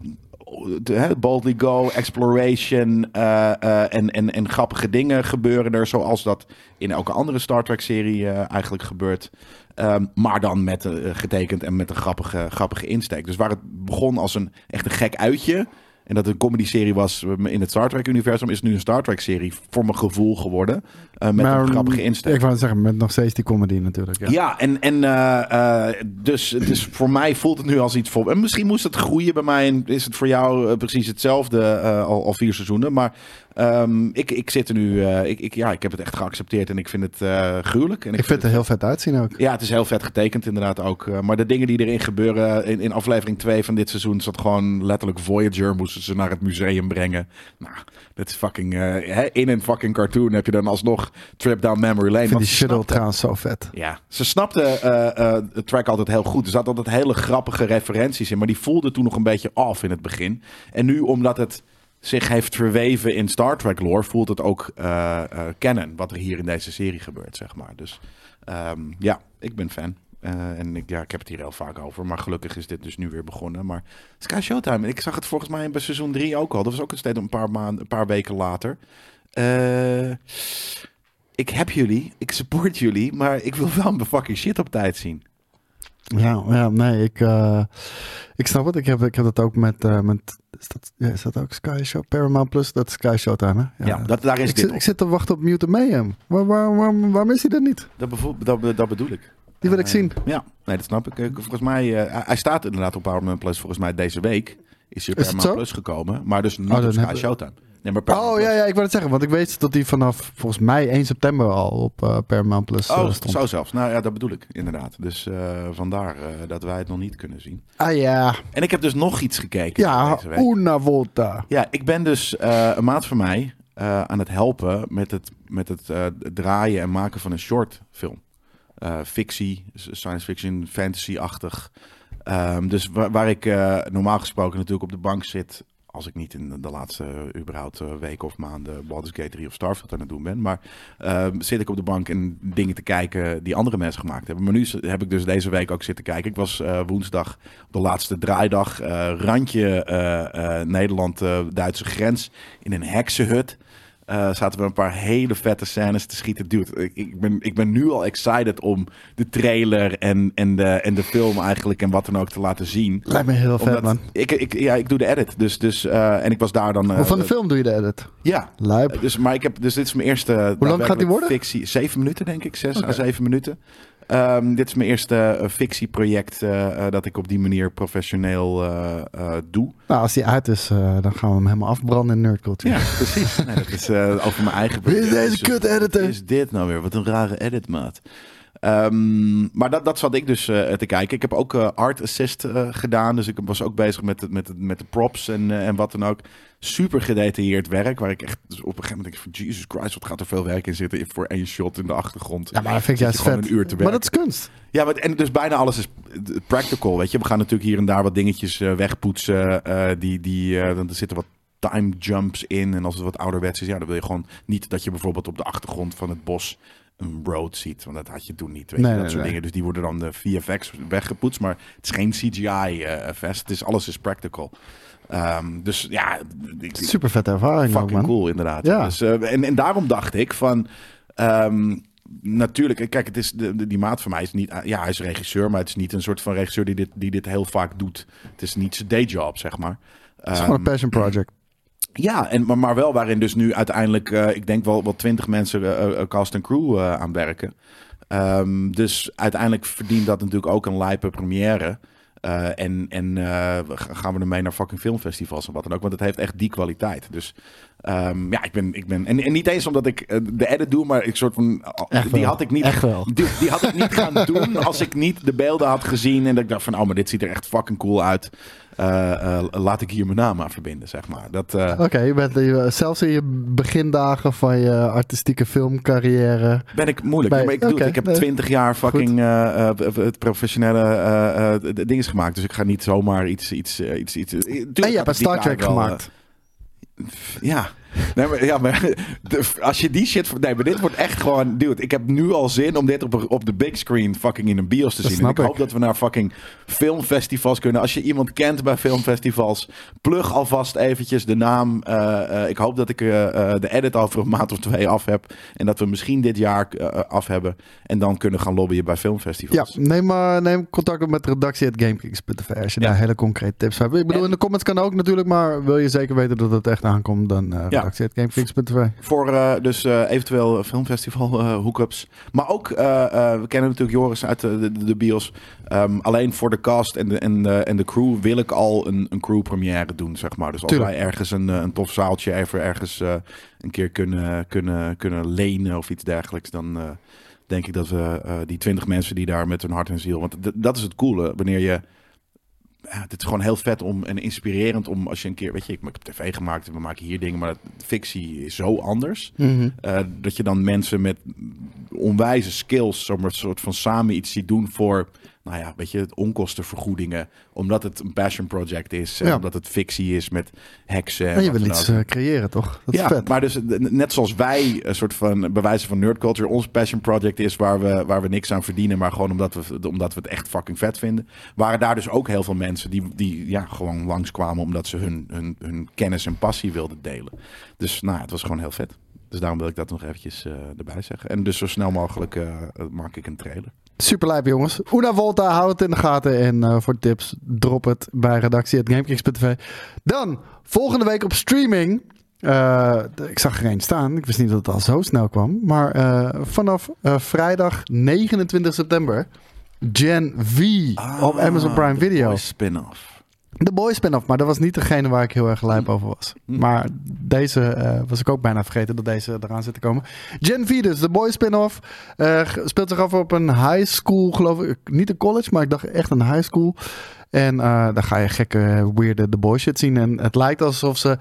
B: He, boldly go, exploration uh, uh, en, en, en grappige dingen gebeuren er, zoals dat in elke andere Star Trek serie uh, eigenlijk gebeurt. Um, maar dan met uh, getekend en met een grappige, grappige insteek. Dus waar het begon als een echt een gek uitje en dat het een comedy-serie was in het Star Trek-universum, is het nu een Star Trek-serie voor mijn gevoel geworden. Uh, met
C: Maar,
B: een grappige insteek.
C: Ik wou zeggen, met nog steeds die comedy natuurlijk. Ja,
B: Ja, en, en uh, uh, dus, dus voor mij voelt het nu als iets vol. En misschien moest het groeien bij mij en is het voor jou uh, precies hetzelfde uh, al, al vier seizoenen. Maar um, ik, ik zit er nu, uh, ik, ik, ja, ik heb het echt geaccepteerd en ik vind het uh, gruwelijk. En
C: Ik vind het er heel vet uitzien ook.
B: Ja, het is heel vet getekend inderdaad ook. Uh, maar de dingen die erin gebeuren, in, in aflevering twee van dit seizoen zat gewoon letterlijk Voyager, moesten ze naar het museum brengen. Nou, dat is fucking, uh, hè, in een fucking cartoon heb je dan alsnog Trip Down Memory Lane.
C: Ik vind
B: Want
C: die
B: ze
C: shuttle
B: snapten-
C: trouwens zo vet.
B: Ja, ze snapte uh, uh, de track altijd heel goed. Er zaten altijd hele grappige referenties in. Maar die voelde toen nog een beetje off in het begin. En nu, omdat het zich heeft verweven in Star Trek lore, voelt het ook uh, uh, canon. Wat er hier in deze serie gebeurt, zeg maar. Dus um, ja, ik ben fan. Uh, en ik, ja, ik heb het hier heel vaak over. Maar gelukkig is dit dus nu weer begonnen. Maar Sky Showtime, ik zag het volgens mij bij seizoen drie ook al. Dat was ook steeds een paar, maanden, een paar weken later. Uh, ik heb jullie, ik support jullie, maar ik wil wel een fucking shit op tijd zien.
C: Ja, ja nee, ik, uh, ik snap het. Ik heb, ik heb dat ook met, uh, met is, dat, ja, is dat ook Sky Show? Paramount Plus, dat is Sky Showtime, hè?
B: Ja, dat, daar is
C: ik,
B: dit
C: zit,
B: op.
C: ik zit te wachten op Mutant Mayhem. Waar, waar, waar, waarom is hij er niet?
B: Dat, bevo- dat, dat bedoel ik.
C: Die wil ik
B: Uh,
C: zien.
B: Ja, nee, dat snap ik. Uh, Volgens mij, uh, hij- hij staat inderdaad op Paramount Plus. Volgens mij deze week is hij op
C: Is het
B: Paramount
C: zo?
B: Plus gekomen. Maar dus niet
C: Oh, dan
B: op Sky
C: heb-
B: Showtime. Nee, maar Paramount
C: Oh ja,
B: Plus.
C: ja, ik wil het zeggen. Want ik weet dat die vanaf volgens mij één september al op uh, Paramount Plus uh,
B: Oh,
C: stond.
B: zo zelfs. Nou ja, dat bedoel ik inderdaad. Dus uh, vandaar uh, dat wij het nog niet kunnen zien.
C: Ah ja,
B: En ik heb dus nog iets gekeken
C: ja,
B: deze week.
C: una volta.
B: Ja, ik ben dus uh, een maat van mij uh, aan het helpen met het, met het uh, draaien en maken van een shortfilm. Uh, fictie, science fiction, fantasy-achtig. Um, dus waar, waar ik uh, normaal gesproken natuurlijk op de bank zit, als ik niet in de, de laatste uh, überhaupt uh, weken of maanden Baldur's Gate drie of Starfield aan het doen ben. Maar uh, zit ik op de bank en dingen te kijken die andere mensen gemaakt hebben. Maar nu heb ik dus deze week ook zitten kijken. Ik was uh, woensdag op de laatste draaidag. Uh, randje uh, uh, Nederland-Duitse grens in een heksenhut. Uh, zaten we een paar hele vette scènes te schieten. Dude, ik, ik, ben, ik ben nu al excited om de trailer en, en, de, en de film eigenlijk en wat dan ook te laten zien.
C: Lijkt me heel vet,
B: Omdat
C: man.
B: Ik, ik, ja, ik doe de edit. Dus, dus, uh, en ik was daar dan... Uh,
C: Hoe van de film doe je de edit?
B: Ja.
C: Lijp.
B: Dus, maar ik heb, dus dit is mijn eerste...
C: Hoe lang gaat die worden?
B: Fictie, zeven minuten denk ik. Zes
C: Okay.
B: à zeven minuten. Um, dit is mijn eerste uh, fictieproject uh, uh, dat ik op die manier professioneel uh, uh, doe.
C: Nou, als die uit is, uh, dan gaan we hem helemaal afbranden in nerdculture.
B: Ja, precies. Nee, dat is uh, over mijn eigen
C: Wie is
B: project.
C: deze
B: Dus,
C: kut editor?
B: Wat is dit nou weer? Wat een rare edit, maat. Um, maar dat, dat zat ik dus uh, te kijken. Ik heb ook uh, art assist uh, gedaan. Dus ik was ook bezig met, de, met, de, met de props en, uh, en wat dan ook. Super gedetailleerd werk. Waar ik echt dus op een gegeven moment denk van... Jesus Christ, wat gaat er veel werk in zitten voor één shot in de achtergrond.
C: Ja, maar dat vind ik juist
B: gewoon
C: vet.
B: een uur te werken.
C: Maar dat is kunst.
B: Ja, maar, en dus bijna alles is practical, weet je. We gaan natuurlijk hier en daar wat dingetjes uh, wegpoetsen. Uh, die, die, uh, er zitten wat time jumps in. En als het wat ouderwets is, ja, dan wil je gewoon niet dat je bijvoorbeeld op de achtergrond van het bos een road ziet. Want dat had je toen niet, weet
C: Nee,
B: je, dat
C: nee,
B: soort
C: nee.
B: dingen. Dus die worden dan de V F X weggepoetst. Maar het is geen C G I-vest. het is, alles is practical. Um, dus ja... Ik,
C: Super vette ervaring.
B: fucking
C: ook, man.
B: cool, inderdaad.
C: Ja.
B: Dus, uh, en, en daarom dacht ik van... Um, natuurlijk, kijk, het is de, de, die maat van mij is niet... Ja, hij is regisseur, maar het is niet een soort van regisseur die dit, die dit heel vaak doet. Het is niet zijn dayjob, zeg maar.
C: Het is gewoon een passion project.
B: Ja, en, maar, maar wel waarin dus nu uiteindelijk... Uh, ik denk wel wel twintig mensen uh, uh, cast en crew uh, aan werken. Um, dus uiteindelijk verdient dat natuurlijk ook een lijpe première... Uh, en en uh, gaan we ermee naar fucking filmfestivals en wat dan ook. Want het heeft echt die kwaliteit. Dus um, ja, ik ben... Ik ben en, en niet eens omdat ik uh, de edit doe, maar ik soort van...
C: Echt
B: die
C: wel.
B: had ik niet...
C: Echt wel.
B: Die, die had ik niet gaan doen als ik niet de beelden had gezien. En dat ik dacht van, oh, maar dit ziet er echt fucking cool uit. Uh, uh, laat ik hier mijn naam aan verbinden, zeg maar. Dat, uh,
C: Oké, okay, je bent uh, zelfs in je begindagen van je artistieke filmcarrière...
B: Ben ik moeilijk.
C: Bij,
B: Ja, maar ik, doe
C: okay,
B: het. ik heb
C: nee,
B: twintig jaar fucking uh, uh, het professionele uh, uh, dingen gemaakt. Dus ik ga niet zomaar iets... iets, uh, iets, iets uh,
C: en je hebt een Star Trek gemaakt.
B: Uh, ja. Nee, maar, ja, maar de, als je die shit... Nee, maar dit wordt echt gewoon... Dude, ik heb nu al zin om dit op, op de big screen fucking in een bios te
C: Dat
B: zien. En ik,
C: ik
B: hoop dat we naar fucking filmfestivals kunnen. Als je iemand kent bij filmfestivals, plug alvast eventjes de naam. Uh, uh, ik hoop dat ik uh, uh, de edit over een maand of twee af heb. En dat we misschien dit jaar uh, af hebben. En dan kunnen gaan lobbyen bij filmfestivals.
C: Ja, neem, uh, neem contact op met redactie at gamekings punt n l als je ja. daar hele concrete tips hebt. Ik bedoel, en in de comments kan ook natuurlijk, maar wil je zeker weten dat het echt aankomt, dan uh,
B: ja.
C: redactie at gamekings punt n l.
B: Voor uh, dus uh, eventueel filmfestival uh, hookups. Maar ook, uh, uh, we kennen natuurlijk Joris uit de, de, de bios. Um, alleen voor de cast en de, en, de, en de crew wil ik al een, een crew première doen, zeg maar. Dus als
C: Tuurlijk.
B: wij ergens een, een tof zaaltje even ergens uh, een keer kunnen, kunnen, kunnen lenen of iets dergelijks, dan uh, denk ik dat we uh, die twintig mensen die daar met hun hart en ziel... Want d- dat is het coole, wanneer je... Ja, het is gewoon heel vet om en inspirerend om als je een keer, weet je, ik heb tv gemaakt en we maken hier dingen, maar fictie is zo anders.
C: Mm-hmm.
B: Uh, dat je dan mensen met onwijze skills, zo'n soort van samen iets ziet doen voor, nou ja, weet je, onkostenvergoedingen, omdat het een passion project is,
C: Ja.
B: en omdat het fictie is met heksen.
C: En je
B: wat
C: wil
B: dan
C: iets
B: ook.
C: uh, creëren, toch? Dat is
B: Ja,
C: vet.
B: maar dus net zoals wij een soort van bewijzen van nerd culture, ons passion project is waar we, waar we niks aan verdienen, maar gewoon omdat we, omdat we het echt fucking vet vinden, waren daar dus ook heel veel mensen die, die ja, gewoon langskwamen omdat ze hun, hun, hun kennis en passie wilden delen. Dus nou, het was gewoon heel vet. Dus daarom wil ik dat nog eventjes uh, erbij zeggen. En dus zo snel mogelijk uh, maak ik een trailer.
C: Super lijp, jongens. Una Volta, hou het in de gaten. En uh, voor tips, drop het bij redactie at gamekings punt n l. Dan, volgende week op streaming. Uh, ik zag er één staan. Ik wist niet dat het al zo snel kwam. Maar uh, vanaf uh, vrijdag negenentwintig september. Gen V
B: Ah,
C: op Amazon Prime Video.
B: Boys spin-off.
C: De Boys spin-off, maar dat was niet degene waar ik heel erg lijp over was.
B: Mm.
C: Maar deze uh, was ik ook bijna vergeten dat deze eraan zit te komen. Gen V dus, de Boys spin-off. Uh, speelt zich af op een high school, geloof ik. Niet een college, maar ik dacht echt een high school. En uh, daar ga je gekke, weirde The Boys shit zien. En het lijkt alsof ze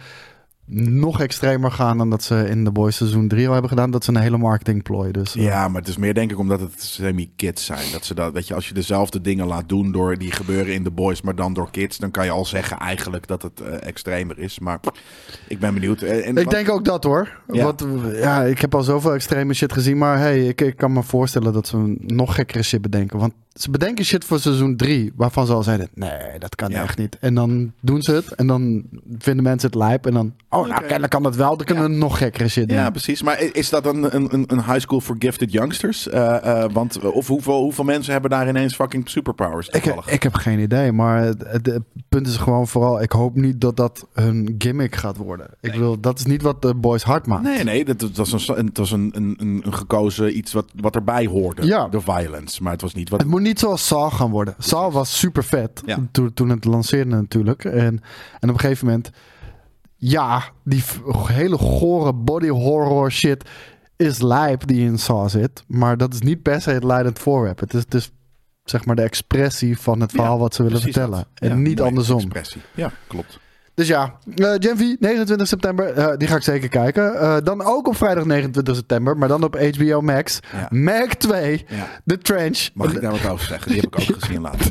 C: nog extremer gaan dan dat ze in The Boys seizoen drie al hebben gedaan. Dat ze een hele marketing plooi. Dus, uh,
B: Ja, maar het is meer denk ik omdat het semi-kids zijn. Dat ze dat, weet je, als je dezelfde dingen laat doen door die gebeuren in The Boys, maar dan door kids, dan kan je al zeggen eigenlijk dat het uh, extremer is. Maar ik ben benieuwd. En, en
C: ik
B: wat,
C: denk ook dat hoor.
B: Ja.
C: Want ja, ik heb al zoveel extreme shit gezien. Maar hey, ik, ik kan me voorstellen dat ze nog gekkere shit bedenken. Want ze bedenken shit voor seizoen drie, waarvan ze al zeiden, nee, dat kan
B: Ja.
C: echt niet. En dan doen ze het en dan vinden mensen het lijp. En dan, oh, nou,
B: Oké.
C: kennelijk kan dat wel. Dan kunnen we nog gekkere shit doen.
B: Ja, precies. Maar is dat een, een, een high school for gifted youngsters? Uh, uh, want, of hoeveel, hoeveel mensen hebben daar ineens fucking superpowers
C: Ik heb,
B: toevallig?
C: ik heb geen idee, maar het, het, het punt is gewoon vooral, ik hoop niet dat dat hun gimmick gaat worden. Ik
B: Nee.
C: bedoel, dat is niet wat de boys hard maakt.
B: Nee, nee, dat, dat was, een, het was een, een, een gekozen iets wat, wat erbij hoorde.
C: Ja.
B: De violence. Maar het was niet wat...
C: Het moet niet zoals Saw gaan worden. Saw was super vet
B: Ja.
C: toen, toen het lanceerde natuurlijk. En, en op een gegeven moment, ja, die f- hele gore body horror shit is lijp die in Saw zit. Maar dat is niet per se het leidend voorwerp. Het is, het is zeg maar de expressie van het verhaal
B: Ja,
C: wat ze willen
B: precies
C: vertellen.
B: dat.
C: En
B: Ja,
C: niet
B: mooie
C: andersom.
B: expressie. Ja, klopt.
C: Dus ja, uh, Gen V, negenentwintig september, uh, die ga ik zeker kijken. Uh, dan ook op vrijdag negenentwintig september, maar dan op H B O Max.
B: Ja.
C: Mag twee,
B: Ja.
C: The Trench.
B: Mag ik daar wat over zeggen? Die heb ik ook gezien later.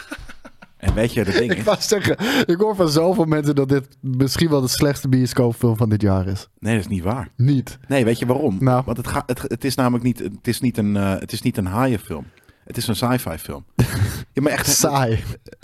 B: En weet je, de ding
C: Ik
B: is...
C: wou zeggen, ik hoor van zoveel mensen dat dit misschien wel de slechtste bioscoopfilm van dit jaar is.
B: Nee, dat is niet waar.
C: Niet.
B: Nee, weet je waarom?
C: Nou.
B: Want het, gaat, het, het is namelijk niet, het is niet een, uh, het is niet een haaienfilm. Het is een sci-fi film. Ja, maar echt
C: Saai.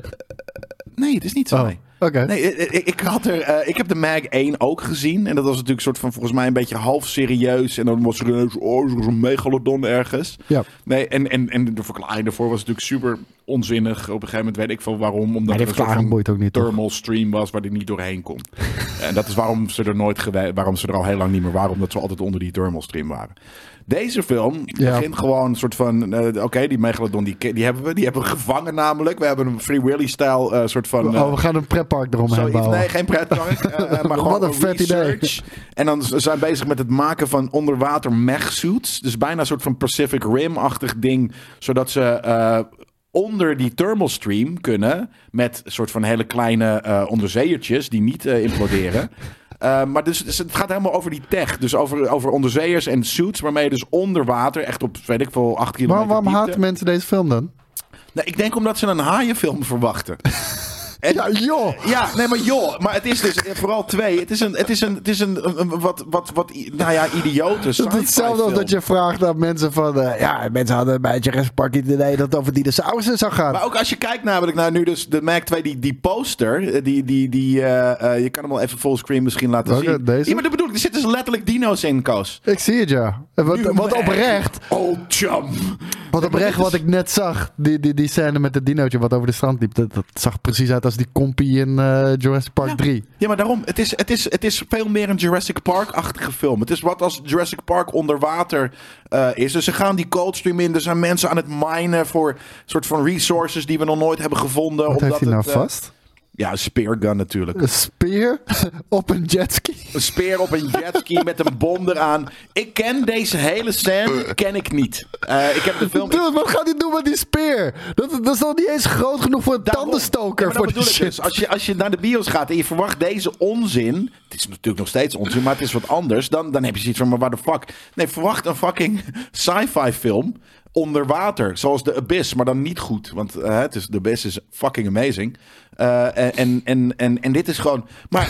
B: Nee, het is niet saai.
C: Oh, oké.
B: Nee, ik, ik, had er, uh, ik heb de Mag één ook gezien. En dat was natuurlijk soort van volgens mij een beetje half serieus. En dan was er ineens, oh, zo'n megalodon ergens.
C: Ja.
B: Nee, en, en, en de verklaring daarvoor was natuurlijk super onzinnig. Op een gegeven moment weet ik veel waarom. Omdat
C: Maar die
B: er een soort
C: verklaring
B: van
C: boeit ook niet, toch?
B: thermal stream was waar die niet doorheen kon. En dat is waarom ze er nooit geweest, waarom ze er al heel lang niet meer waren. Omdat ze altijd onder die thermal stream waren. Deze film
C: Ja.
B: begint gewoon een soort van... Uh, Oké, okay, die megalodon, die, die hebben we. Die hebben we gevangen namelijk. We hebben een Free Willy-stijl uh, soort van... Uh,
C: oh, we gaan een pretpark eromheen
B: zoiets.
C: bouwen.
B: Nee, geen pretpark. Uh, maar
C: Wat
B: gewoon
C: een vet
B: research.
C: idee.
B: En dan zijn we bezig met het maken van onderwater mech-suits. Dus bijna een soort van Pacific Rim-achtig ding. Zodat ze... Uh, onder die thermal stream kunnen met een soort van hele kleine uh, onderzeeërtjes die niet uh, imploderen. Uh, maar dus, dus het gaat helemaal over die tech. Dus over, over onderzeeërs en suits waarmee je dus onder water, echt op, weet ik veel, acht kilometer
C: Maar waarom
B: diepte.
C: haten mensen deze film dan?
B: Nou, ik denk omdat ze een haaienfilm verwachten. En,
C: Ja, joh!
B: Ja, nee, maar joh. Maar het is dus vooral twee. Het is een, het is een, het is een, een, een wat, wat, wat, nou ja, idiote
C: Het is hetzelfde als dat je vraagt aan mensen van... Uh, ja, mensen hadden bij Jurassic Park niet het idee dat het over dinosaurussen zou gaan.
B: Maar ook als je kijkt namelijk naar nu dus de Mag twee, die, die poster, die, die, die, uh, uh, je kan hem wel even fullscreen misschien laten
C: Welke?
B: zien.
C: Deze?
B: Ja, maar dat bedoel ik, er zitten dus letterlijk dino's in, Koos.
C: Ik zie het, ja. En Wat,
B: Nu
C: wat
B: Mag.
C: oprecht,
B: Oh, chum.
C: wat oprecht wat ik net zag, die, die, die scène met het dinootje wat over de strand liep, dat, dat zag precies uit als die kompie in uh, Jurassic Park
B: Ja.
C: drie.
B: Ja, maar daarom, het is, het, is, het is veel meer een Jurassic Park-achtige film. Het is wat als Jurassic Park onder water uh, is. Dus ze gaan die coldstream in. Er zijn mensen aan het minen voor soort van resources die we nog nooit hebben gevonden.
C: Wat
B: omdat
C: heeft hij nou
B: het, uh,
C: vast?
B: Ja, een speargun natuurlijk.
C: Een speer op een jetski.
B: Een speer op een jetski met een bom eraan. Ik ken deze hele scène, ken ik niet. Uh, ik heb de film...
C: Dude, wat gaat hij doen met die speer? Dat, dat is nog niet eens groot genoeg voor een
B: Daarom.
C: tandenstoker.
B: Ja, maar
C: voor
B: dat
C: die
B: bedoel ik
C: shit.
B: dus. Als je, als je naar de bios gaat en je verwacht deze onzin... Het is natuurlijk nog steeds onzin, maar het is wat anders. Dan, dan heb je zoiets van, maar waar de fuck... Nee, verwacht een fucking sci-fi film onder water. Zoals The Abyss, maar dan niet goed. Want uh, het is, The Abyss is fucking amazing. Uh, en, en, en, en dit is gewoon... Maar...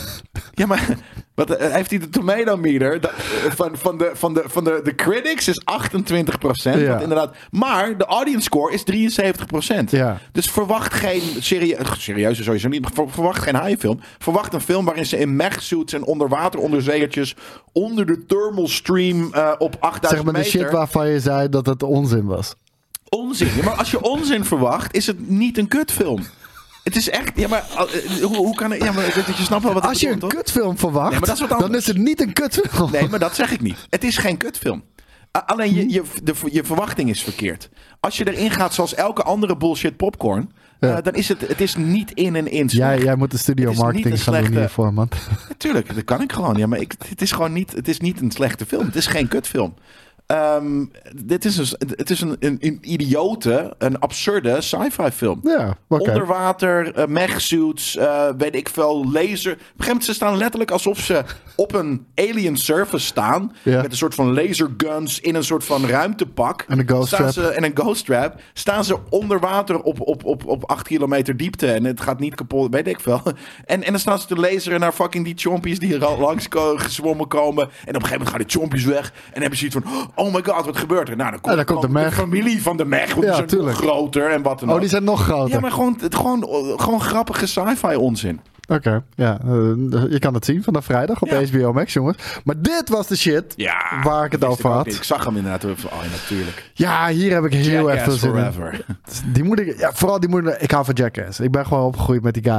B: Ja, maar wat, uh, heeft hij de tomato meter da, uh, van, van, de, van, de, van de, de critics is achtentwintig procent.
C: Ja.
B: Wat inderdaad, maar de audience score is drieënzeventig procent.
C: Ja.
B: Dus verwacht geen serie, serieuze sowieso niet, maar ver, verwacht geen haaienfilm. Verwacht een film waarin ze in mech-suits en onderwater onderzeeërtjes onder de thermal stream uh, op achtduizend
C: Zeg maar de
B: meter.
C: shit waarvan je zei dat het onzin was.
B: Onzin. Ja, maar als je onzin verwacht, is het niet een kutfilm. Het is echt... Ja, maar uh, hoe, hoe kan het... Ja, maar je snapt wel wat ik
C: Als je
B: bedoel,
C: een
B: toch?
C: kutfilm verwacht,
B: Nee, maar dat is wat
C: dan
B: anders.
C: is het niet een kutfilm.
B: Nee, maar dat zeg ik niet. Het is geen kutfilm. Uh, alleen je, je, de, je verwachting is verkeerd. Als je erin gaat zoals elke andere bullshit popcorn... Uh,
C: Ja.
B: dan is het, het is niet in en in slecht.
C: Jij, jij moet de studio
B: Het is niet
C: marketing
B: een
C: gaan doen
B: slechte-
C: hiervoor, man.
B: Natuurlijk, dat kan ik gewoon. Ja, maar ik, het is gewoon niet, het is niet een slechte film. Het is geen kutfilm. Um, dit is dus, het is een, een, een idiote, een absurde sci-fi film.
C: Ja, oké.
B: Onderwater, uh, mech-suits, uh, weet ik veel, laser. Op een gegeven moment ze staan letterlijk alsof ze op een alien surface staan.
C: Ja.
B: Met een soort van laserguns in een soort van ruimtepak.
C: En een ghost
B: Staan
C: trap.
B: ze, en een ghost trap. Staan ze onder water op, op, op, op acht kilometer diepte. En het gaat niet kapot, weet ik veel. En, en dan staan ze te laseren naar fucking die chompies die er al langs ko- gezwommen komen. En op een gegeven moment gaan die chompies weg. En dan hebben ze iets van, oh my god, wat gebeurt er? Nou, dan komt,
C: Ja, dan komt de
B: gewoon
C: mech.
B: familie van de mech. Want
C: Ja,
B: die zijn
C: tuurlijk.
B: nog groter en wat dan ook.
C: Oh, die zijn nog groter.
B: Ja, maar gewoon, het- gewoon, gewoon grappige sci-fi onzin.
C: Oké, ja. uh, je kan het zien vanaf vrijdag op
B: Ja.
C: H B O Max, jongens. Maar dit was de shit
B: Ja,
C: waar ik het
B: wist
C: over
B: ook
C: had.
B: niet. Ik zag hem inderdaad. Oh, natuurlijk.
C: Ja, hier heb ik heel
B: Jackass
C: erg veel zin in.
B: forever.
C: Die moet ik, ja, vooral die moet ik, ik hou van Jackass. Ik ben gewoon opgegroeid met die guys.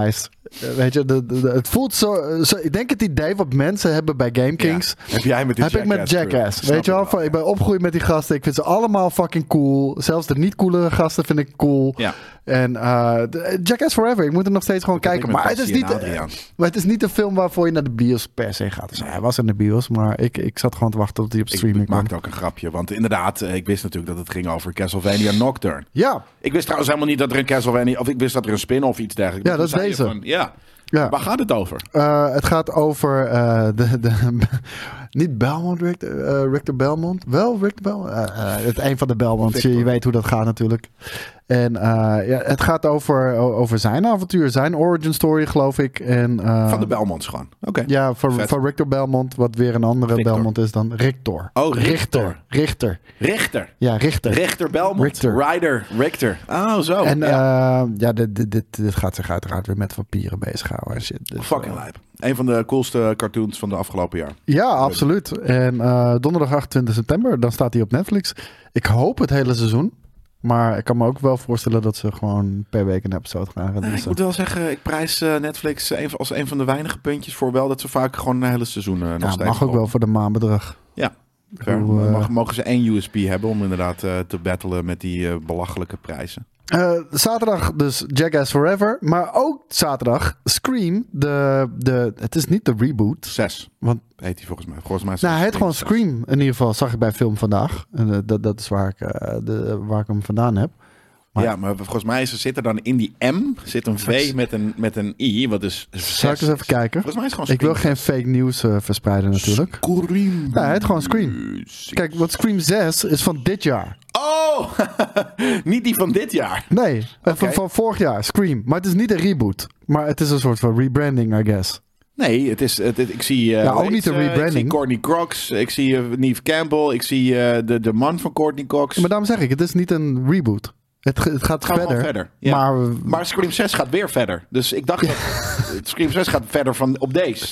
C: Uh, weet je, de, de, de, het voelt zo, zo... Ik denk het idee wat mensen hebben bij GameKings...
B: Ja. Heb jij met die
C: heb ik met Jackass.
B: Crew.
C: Weet je wel?
B: wel
C: Van, ik ben opgegroeid met die gasten. Ik vind ze allemaal fucking cool. Zelfs de niet coolere gasten vind ik cool.
B: Ja.
C: En uh, de, Jackass Forever. Ik moet er nog steeds gewoon
B: Dat
C: kijken. Maar het, is niet, maar het is niet een film waarvoor je naar de bios per se gaat. Dus hij was in de bios, maar ik, ik zat gewoon te wachten tot hij op streaming
B: kwam. Ik maakte ook een grapje. Want inderdaad, ik wist natuurlijk dat het ging over Castlevania Nocturne.
C: Ja.
B: Ik wist trouwens helemaal niet dat er een Castlevania... Of ik wist dat er een spin-off of iets dergelijks...
C: Ja, dat is deze.
B: Van, ja.
C: Ja.
B: Waar gaat het over?
C: Uh, het gaat over uh, de, de, niet Belmont, Richter, uh, Richter Belmont. Wel Richter Belmont? Uh, uh, het een van de Belmonts. Je, je weet hoe dat gaat natuurlijk. En uh, ja, het gaat over, over zijn avontuur, zijn origin story, geloof ik. En, uh,
B: van de Belmonts gewoon. Oké. Okay.
C: Ja, van, van Richter Belmont, wat weer een andere
B: Victor.
C: Belmont is dan Richter.
B: Oh, Richter.
C: Richter.
B: Richter.
C: Ja, Richter.
B: Richter Belmont.
C: Richter.
B: Rider. Richter. Oh, zo.
C: En
B: ja,
C: uh, ja dit, dit, dit, dit gaat zich uiteraard weer met vampieren bezighouden en shit. Dus,
B: fucking
C: uh,
B: lijp. Een van de coolste cartoons van de afgelopen jaar.
C: Ja, absoluut. En uh, donderdag achtentwintig september, dan staat hij op Netflix. Ik hoop het hele seizoen. Maar ik kan me ook wel voorstellen dat ze gewoon per week een episode gaan.
B: Nee, ik moet wel zeggen, ik prijs uh, Netflix als een van de weinige puntjes voor wel dat ze vaak gewoon een hele seizoen uh, nog
C: ja,
B: steeds
C: mag ook wel voor de maandbedrag.
B: Ja, ver.
C: Hoe, uh,
B: Mag, mogen ze één U S P hebben om inderdaad uh, te battelen met die uh, belachelijke prijzen.
C: Uh, zaterdag dus Jackass Forever. Maar ook zaterdag Scream. De, de, het is niet de reboot.
B: Zes.
C: Want,
B: heet hij volgens mij. Volgens mij is
C: nou, hij heet gewoon
B: zes.
C: Scream. In ieder geval zag ik bij Film Vandaag. En uh, dat, dat is waar ik, uh, de, waar ik hem vandaan heb.
B: Maar, ja, maar volgens mij is er, zit er dan in die M zit een V met een, met een I. Wat dus
C: zal ik eens even kijken?
B: Volgens mij is het gewoon
C: ik wil geen fake nieuws uh, verspreiden natuurlijk.
B: Scream.
C: Ja, hij heet gewoon Scream. Kijk, wat Scream zes is van dit jaar.
B: Oh! Niet die van dit jaar.
C: Nee,
B: okay.
C: van, van vorig jaar. Scream. Maar het is niet een reboot. Maar het is een soort van rebranding, I guess.
B: Nee, het is, het, het, ik zie... Uh,
C: ja, ook niet een rebranding.
B: Ik zie Courtney Cox, ik zie uh, Neve Campbell, ik zie uh, de, de man van Courtney Cox.
C: Ja, maar daarom zeg ik, het is niet een reboot. Het, het gaat,
B: het gaat
C: verder.
B: verder ja.
C: maar,
B: maar Scream zes gaat weer verder. Dus ik dacht dat Scream zes gaat verder van op deze.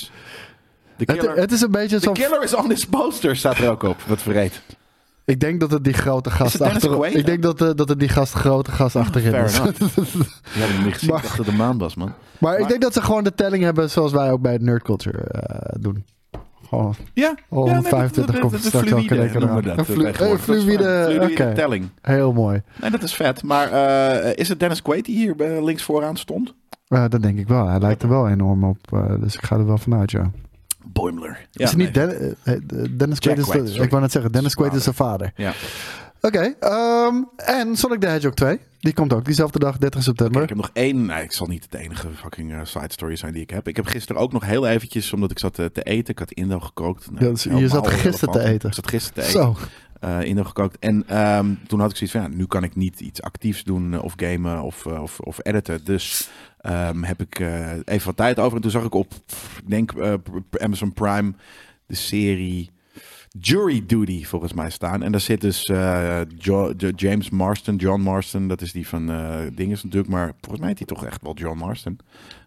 B: De killer,
C: het, het is een beetje
B: The killer is on this poster, staat er ook op. Wat verreed.
C: Ik denk dat het die grote gast achter.
B: Quaid,
C: ik denk dat, uh, dat het die gast, grote gast oh, achterin is.
B: Ja, we hebben niet gezien. Maar, ik dacht dat het een maan was, man.
C: Maar, maar ik denk dat ze gewoon de telling hebben zoals wij ook bij het Nerd Culture uh, doen. Gewoon
B: ja,
C: honderdvijfentwintig
B: ja, nee, dat, dat, dat, dat fluïde noemen we dat.
C: Een flu uh, fluïde,
B: fluïde
C: okay.
B: telling.
C: Heel mooi.
B: Nee, dat is vet. Maar uh, is het Dennis Quaid die hier uh, links vooraan stond?
C: Uh, dat denk ik wel. Hij lijkt er wel enorm op. Uh, dus ik ga er wel vanuit, ja.
B: Boimler.
C: Ja, is het niet nee. Den uh, Dennis Quaid? Is
B: Quaid
C: de, ik wou net zeggen, Dennis Quaid is zijn vader.
B: Ja.
C: Oké, okay, um, en Sonic the Hedgehog twee. Die komt ook diezelfde dag, dertig september.
B: Okay, ik heb nog één, nee, ik zal niet het enige fucking uh, side story zijn die ik heb. Ik heb gisteren ook nog heel eventjes, omdat ik zat te, te eten, ik had Indo gekookt.
C: Nee, ja, dus je zat gisteren te eten?
B: Ik zat gisteren te eten. Zo. Uh, Indo gekookt. En um, toen had ik zoiets van, ja, nu kan ik niet iets actiefs doen uh, of gamen of, uh, of, of editen. Dus um, heb ik uh, even wat tijd over. En toen zag ik op, ik denk uh, Amazon Prime, de serie Jury Duty volgens mij staan. En daar zit dus uh, jo- James Marston, John Marston. Dat is die van uh, dinges natuurlijk. Maar volgens mij heet hij toch echt wel John Marston.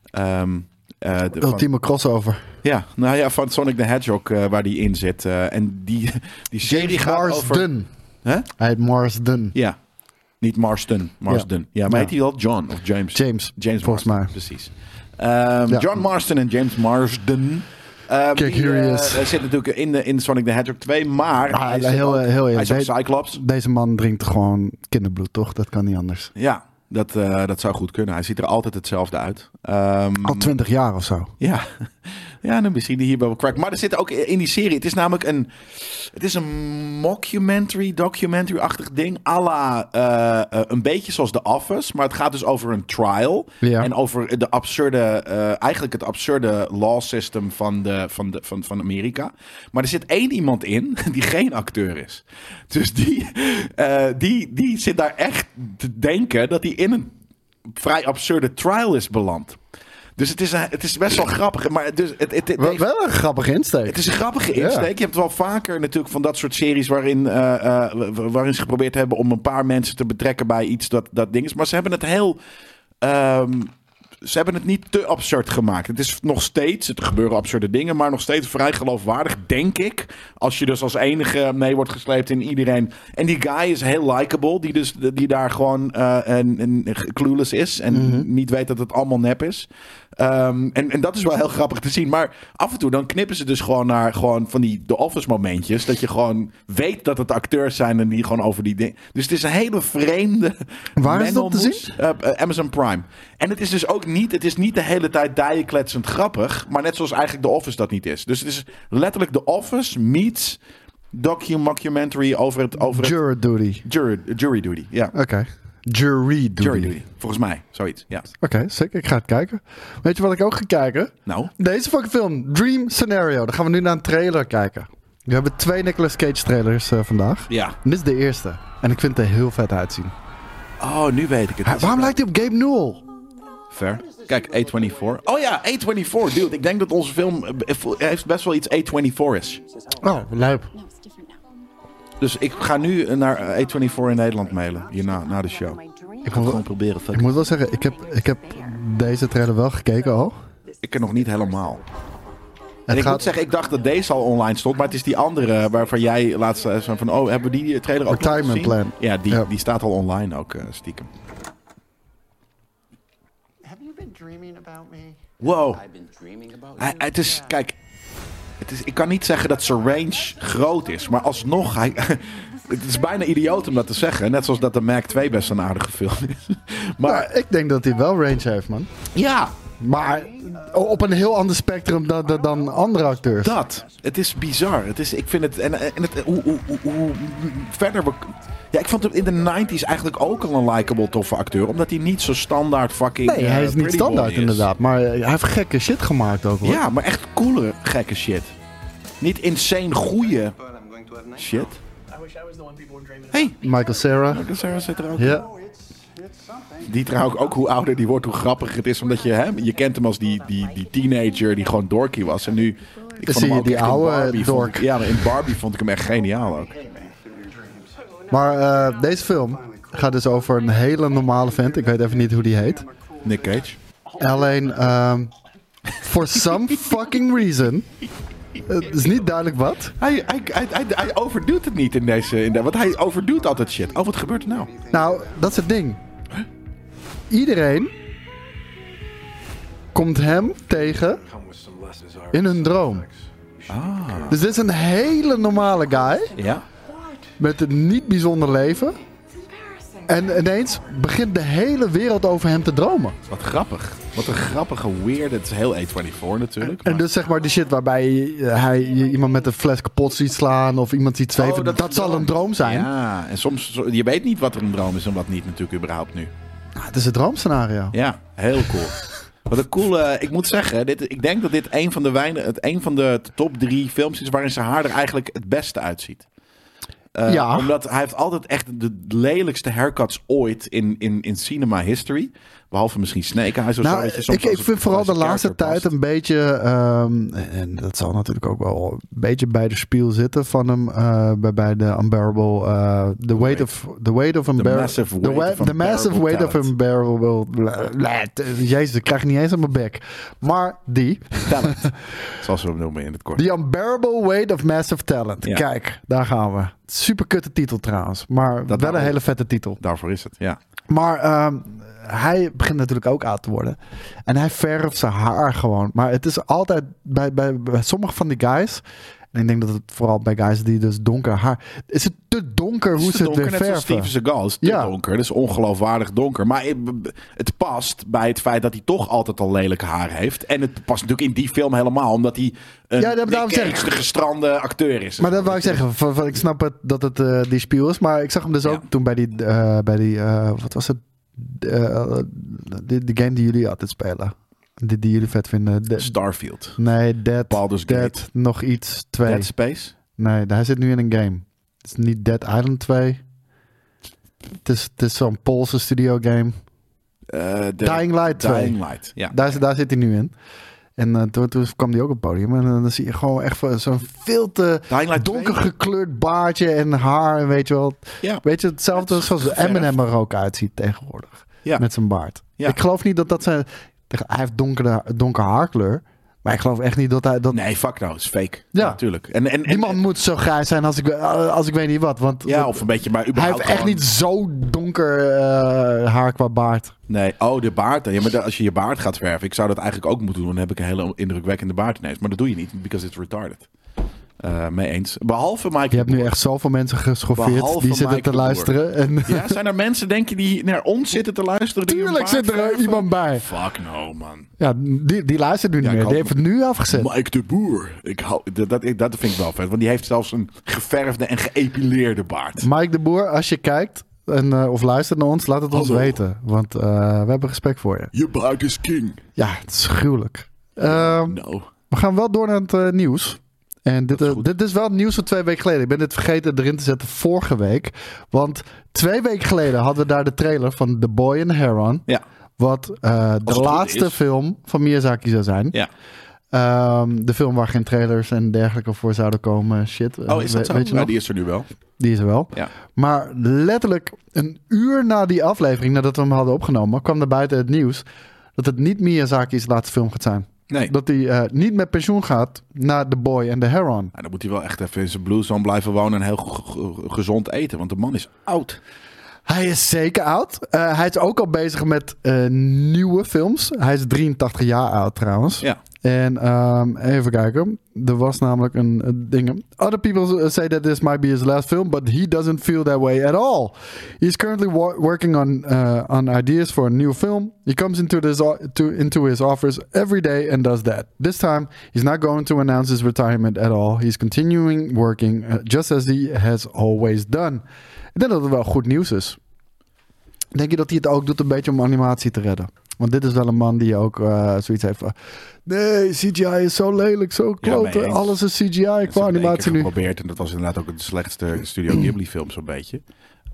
B: Um, uh, de,
C: Ultieme van, crossover.
B: Ja, nou ja, van Sonic the Hedgehog uh, waar die in zit. Uh, en die, die serie
C: James
B: gaat
C: Marsden.
B: over... Huh?
C: Hij heet Marsden.
B: Ja, niet Marston. Marsden. Ja, ja maar ja. heet hij wel John of James?
C: James,
B: James
C: volgens
B: Marston,
C: mij.
B: Precies. Um, ja. John Marston en James Marsden... Um,
C: Kijk, hier hij is.
B: Hij uh, zit natuurlijk in, de, in Sonic the Hedgehog twee, maar
C: ah,
B: hij,
C: heel,
B: ook,
C: heel
B: hij is ook Cyclops.
C: Deze man drinkt gewoon kinderbloed, toch? Dat kan niet anders.
B: Ja, dat, uh, dat zou goed kunnen. Hij ziet er altijd hetzelfde uit. Um,
C: Al twintig jaar of zo.
B: Ja, ja, dan misschien hier wel crack. Maar er zit ook in die serie, het is namelijk een, het is een mockumentary, documentary-achtig ding, à la uh, uh, een beetje zoals The Office, maar het gaat dus over een trial
C: ja.
B: en over de absurde, uh, eigenlijk het absurde law system van, de, van, de, van, van Amerika. Maar er zit één iemand in die geen acteur is. Dus die, uh, die, die zit daar echt te denken dat hij in een vrij absurde trial is beland. Dus het is, een, het is best wel grappig. Maar dus het, het, het
C: wel,
B: heeft,
C: wel een grappige insteek.
B: Het is een grappige insteek. Ja. Je hebt wel vaker natuurlijk van dat soort series waarin, uh, uh, waarin ze geprobeerd hebben om een paar mensen te betrekken bij iets dat, dat ding is. Maar ze hebben het heel um, ze hebben het niet te absurd gemaakt. Het is nog steeds, er gebeuren absurde dingen, maar nog steeds vrij geloofwaardig, denk ik. Als je dus als enige mee wordt gesleept in iedereen. En die guy is heel likable, die, dus, die daar gewoon uh, een, een clueless is en mm-hmm. niet weet dat het allemaal nep is. Um, en, en dat is wel heel grappig te zien. Maar af en toe dan knippen ze dus gewoon naar gewoon van die The Office momentjes. Dat je gewoon weet dat het acteurs zijn en die gewoon over die dingen. Dus het is een hele vreemde.
C: Waar is dat te zien?
B: Uh, uh, Amazon Prime. En het is dus ook niet, het is niet de hele tijd dijenkletsend grappig. Maar net zoals eigenlijk The Office dat niet is. Dus het is letterlijk The Office meets docu-mockumentary over het... Over
C: Jury
B: het,
C: duty.
B: Jury, jury duty, ja.
C: Oké. Okay. Jury duty.
B: Jury duty. Volgens mij, zoiets, ja.
C: Oké, okay, zeker. Ik ga het kijken. Weet je wat ik ook ga kijken?
B: Nou?
C: Deze fucking film, Dream Scenario. Dan gaan we nu naar een trailer kijken. We hebben twee Nicolas Cage trailers uh, vandaag.
B: Ja.
C: En dit is de eerste. En ik vind het er heel vet uitzien.
B: Oh, nu weet ik het.
C: Ha, waarom lijkt hij op Gabe Newell?
B: Fair. Kijk, A vierentwintig. Oh ja, A vierentwintig, dude. Ik denk dat onze film heeft best wel iets A vierentwintig is.
C: Oh, lijp.
B: Dus ik ga nu naar A vierentwintig in Nederland mailen. Hierna, na de show.
C: Ik
B: ga
C: moet,
B: gewoon proberen.
C: Ik moet wel zeggen, ik heb, ik heb deze trailer wel gekeken al.
B: Ik heb nog niet helemaal. En
C: het
B: ik
C: gaat...
B: moet zeggen, ik dacht dat deze al online stond. Maar het is die andere waarvan jij laatst zei van... Oh, hebben we die trailer ook nog gezien?
C: Plan.
B: Ja, die,
C: ja,
B: die staat al online ook, uh, stiekem. Wow. Hij, het is, kijk... Het is, ik kan niet zeggen dat zijn range groot is. Maar alsnog... Hij, het is bijna idioot om dat te zeggen. Net zoals dat de Mac twee best een aardige film is. Maar
C: nou, ik denk dat hij wel range heeft, man.
B: Ja.
C: Maar op een heel ander spectrum dan, dan, dan andere acteurs.
B: Dat. Het is bizar. Het is, ik vind het... En, en het hoe, hoe, hoe, hoe verder we... Ja, ik vond hem in de negentig eigenlijk ook al een likable toffe acteur. Omdat hij niet zo standaard fucking...
C: Nee, hij is
B: uh,
C: niet standaard inderdaad. Maar hij heeft gekke shit gemaakt ook, hoor.
B: Ja, maar echt coole gekke shit. Niet insane goeie shit. Hey,
C: Michael Cera.
B: Michael Cera zit er ook.
C: Ja.
B: Die trouwens ook hoe ouder die wordt, hoe grappiger het is. Omdat je, hè, je kent hem als die, die, die teenager die gewoon dorky was. En nu... Ik
C: vond hem ook die oude dork.
B: Ik, ja, in Barbie vond ik hem echt geniaal ook.
C: Maar uh, deze film gaat dus over een hele normale vent. Ik weet even niet hoe die heet.
B: Nick Cage.
C: Alleen, um, for some fucking reason... Het is niet duidelijk wat.
B: Hij, hij, hij, hij, hij overdoet het niet in deze... In de, want hij overdoet altijd shit. Oh, wat gebeurt er nou?
C: Nou, dat is het ding. Iedereen komt hem tegen in hun droom.
B: Ah.
C: Dus dit is een hele normale guy.
B: Ja.
C: Met een niet bijzonder leven. En ineens begint de hele wereld over hem te dromen.
B: Wat grappig. Wat een grappige weird. Het is heel A vierentwintig natuurlijk.
C: Maar... En dus zeg maar die shit waarbij hij iemand met een fles kapot ziet slaan. Of iemand ziet zweven. Oh, dat dat zal een droom zijn.
B: Ja, en soms... Je weet niet wat er een droom is en wat niet natuurlijk überhaupt nu.
C: Nou, het is een droomscenario.
B: Ja, heel cool. Wat een coole... Ik moet zeggen, dit, ik denk dat dit een van de weinig, het een van de top drie films is waarin zijn haar er eigenlijk het beste uitziet. Uh,
C: ja.
B: Omdat hij heeft altijd echt de lelijkste haircuts ooit in, in, in cinema history. Behalve misschien Snake Eyes of
C: nou,
B: zo. Weet je, soms
C: ik, ik vind vooral de laatste tijd
B: past.
C: een beetje... Um, en dat zal natuurlijk ook wel een beetje bij de spiel zitten van hem. Uh, bij, bij de Unbearable... Uh, the, weight of, the weight of Unbearable...
B: The massive weight,
C: the,
B: of,
C: the massive weight of Unbearable... Jezus, ik krijg niet eens aan mijn bek. Maar die...
B: Talent. Zoals we hem noemen in het kort.
C: The Unbearable Weight of Massive Talent. Ja. Kijk, daar gaan we. Super kutte titel trouwens. Maar dat wel een hele vette titel.
B: Daarvoor is het, ja.
C: Maar... Um, hij begint natuurlijk ook oud te worden. En hij verft zijn haar gewoon. Maar het is altijd bij, bij, bij sommige van die guys... En ik denk dat het vooral bij guys die dus donker haar... Is het te donker hoe ze het weer verven?
B: Net Steven Seagal is te ja. donker. Dat is ongeloofwaardig donker. Maar het past bij het feit dat hij toch altijd al lelijke haar heeft. En het past natuurlijk in die film helemaal. Omdat hij een
C: ja, dat
B: de gestrande acteur is.
C: Maar dat wou ik zeggen. Van, van, ik snap het, dat het uh, die spiel is. Maar ik zag hem dus ook ja. toen bij die... Uh, bij die uh, wat was het? Uh, de, de game die jullie altijd spelen. Die, die jullie vet vinden. De,
B: Starfield.
C: Nee, Dead.
B: Baldur's
C: Dead,
B: Gate.
C: Nog iets. twee.
B: Dead Space?
C: Nee, hij zit nu in een game. Het is niet Dead Island twee. Het is, het is zo'n Poolse studio game.
B: Uh,
C: Dying Light twee.
B: Dying Light, ja.
C: Daar, daar zit hij nu in. En uh, toen, toen kwam hij ook op het podium. En uh, dan zie je gewoon echt zo'n veel te donker gekleurd baardje en haar. En weet je wel.
B: Ja.
C: Weet je, hetzelfde zoals Eminem er ook uitziet tegenwoordig. Ja. Met zijn baard. Ja. Ik geloof niet dat dat zijn... Hij heeft donkere, donker haarkleur. Maar ik geloof echt niet dat hij... Dat...
B: Nee, fuck nou, het is fake.
C: Ja.
B: Ja, natuurlijk. En, en, en,
C: Die man moet zo grijs zijn als ik, als ik weet niet wat. Want
B: ja, of een beetje, maar
C: hij
B: überhaupt
C: heeft echt
B: gewoon-
C: niet zo donker uh, haar qua baard.
B: Nee, oh, de baard. Ja, maar als je je baard gaat verven, ik zou dat eigenlijk ook moeten doen. Dan heb ik een hele indrukwekkende baard ineens. Maar dat doe je niet, because it's retarded. Uh, mee eens. Behalve Mike.
C: Je hebt nu echt zoveel mensen geschoffeerd
B: Behalve
C: die zitten
B: Mike
C: te
B: de Boer.
C: luisteren. En
B: Ja, zijn er mensen, denk je, die naar ons zitten te luisteren? Die hun
C: tuurlijk
B: baard
C: zit er
B: verven?
C: iemand bij.
B: Fuck no, man.
C: Ja, die, die luistert nu niet
B: Ja, ik
C: meer. Die
B: hoop-
C: heeft het nu afgezet.
B: Mike de Boer. Ik hou, dat, dat, dat vind ik wel vet. Want die heeft zelfs een geverfde en geëpileerde baard.
C: Mike de Boer, als je kijkt en, uh, of luistert naar ons, laat het ons
B: Hallo.
C: weten. Want uh, we hebben respect voor je.
B: Je baard is king.
C: Ja, het is gruwelijk. Uh,
B: No.
C: we gaan wel door naar het uh, nieuws. En dit,
B: Dat is
C: uh,
B: goed.
C: dit is wel het nieuws van twee weken geleden. Ik ben dit vergeten erin te zetten vorige week. Want twee weken geleden hadden we daar de trailer van The Boy and the Heron.
B: Ja.
C: Wat uh, de
B: het goed
C: laatste
B: is.
C: film van Miyazaki zou zijn.
B: Ja.
C: Um, de film waar geen trailers en dergelijke voor zouden komen. Shit. Uh,
B: Oh, is dat
C: we-
B: zo?
C: Weet je
B: Ja,
C: nog?
B: die is er nu wel.
C: Die is er wel.
B: Ja.
C: Maar letterlijk een uur na die aflevering, nadat we hem hadden opgenomen, kwam er buiten het nieuws dat het niet Miyazaki's laatste film gaat zijn.
B: Nee.
C: Dat hij uh, niet met pensioen gaat naar The Boy and the Heron.
B: Ja, dan moet hij wel echt even in zijn Blue Zone blijven wonen en heel ge- ge- gezond eten. Want de man is oud.
C: Hij is zeker oud. Uh, hij is ook al bezig met uh, nieuwe films. Hij is drieëntachtig jaar oud trouwens.
B: Ja.
C: En um, even kijken. Er was namelijk een, een ding. Other people say that this might be his last film, but he doesn't feel that way at all. He's currently wo- working on uh, on ideas for a new film. He comes into this o- to, into his office every day and does that. This time, he's not going to announce his retirement at all. He's continuing working uh, just as he has always done. Ik denk dat het wel goed nieuws is. Denk je dat hij het ook doet een beetje om animatie te redden? Want dit is wel een man die ook uh, zoiets heeft van... Nee, C G I is zo lelijk, zo klote.
B: mee eens.
C: Alles is C G I qua
B: Dat is
C: animatie nu.
B: geprobeerd en dat was inderdaad ook de slechtste Studio Ghibli film zo'n beetje.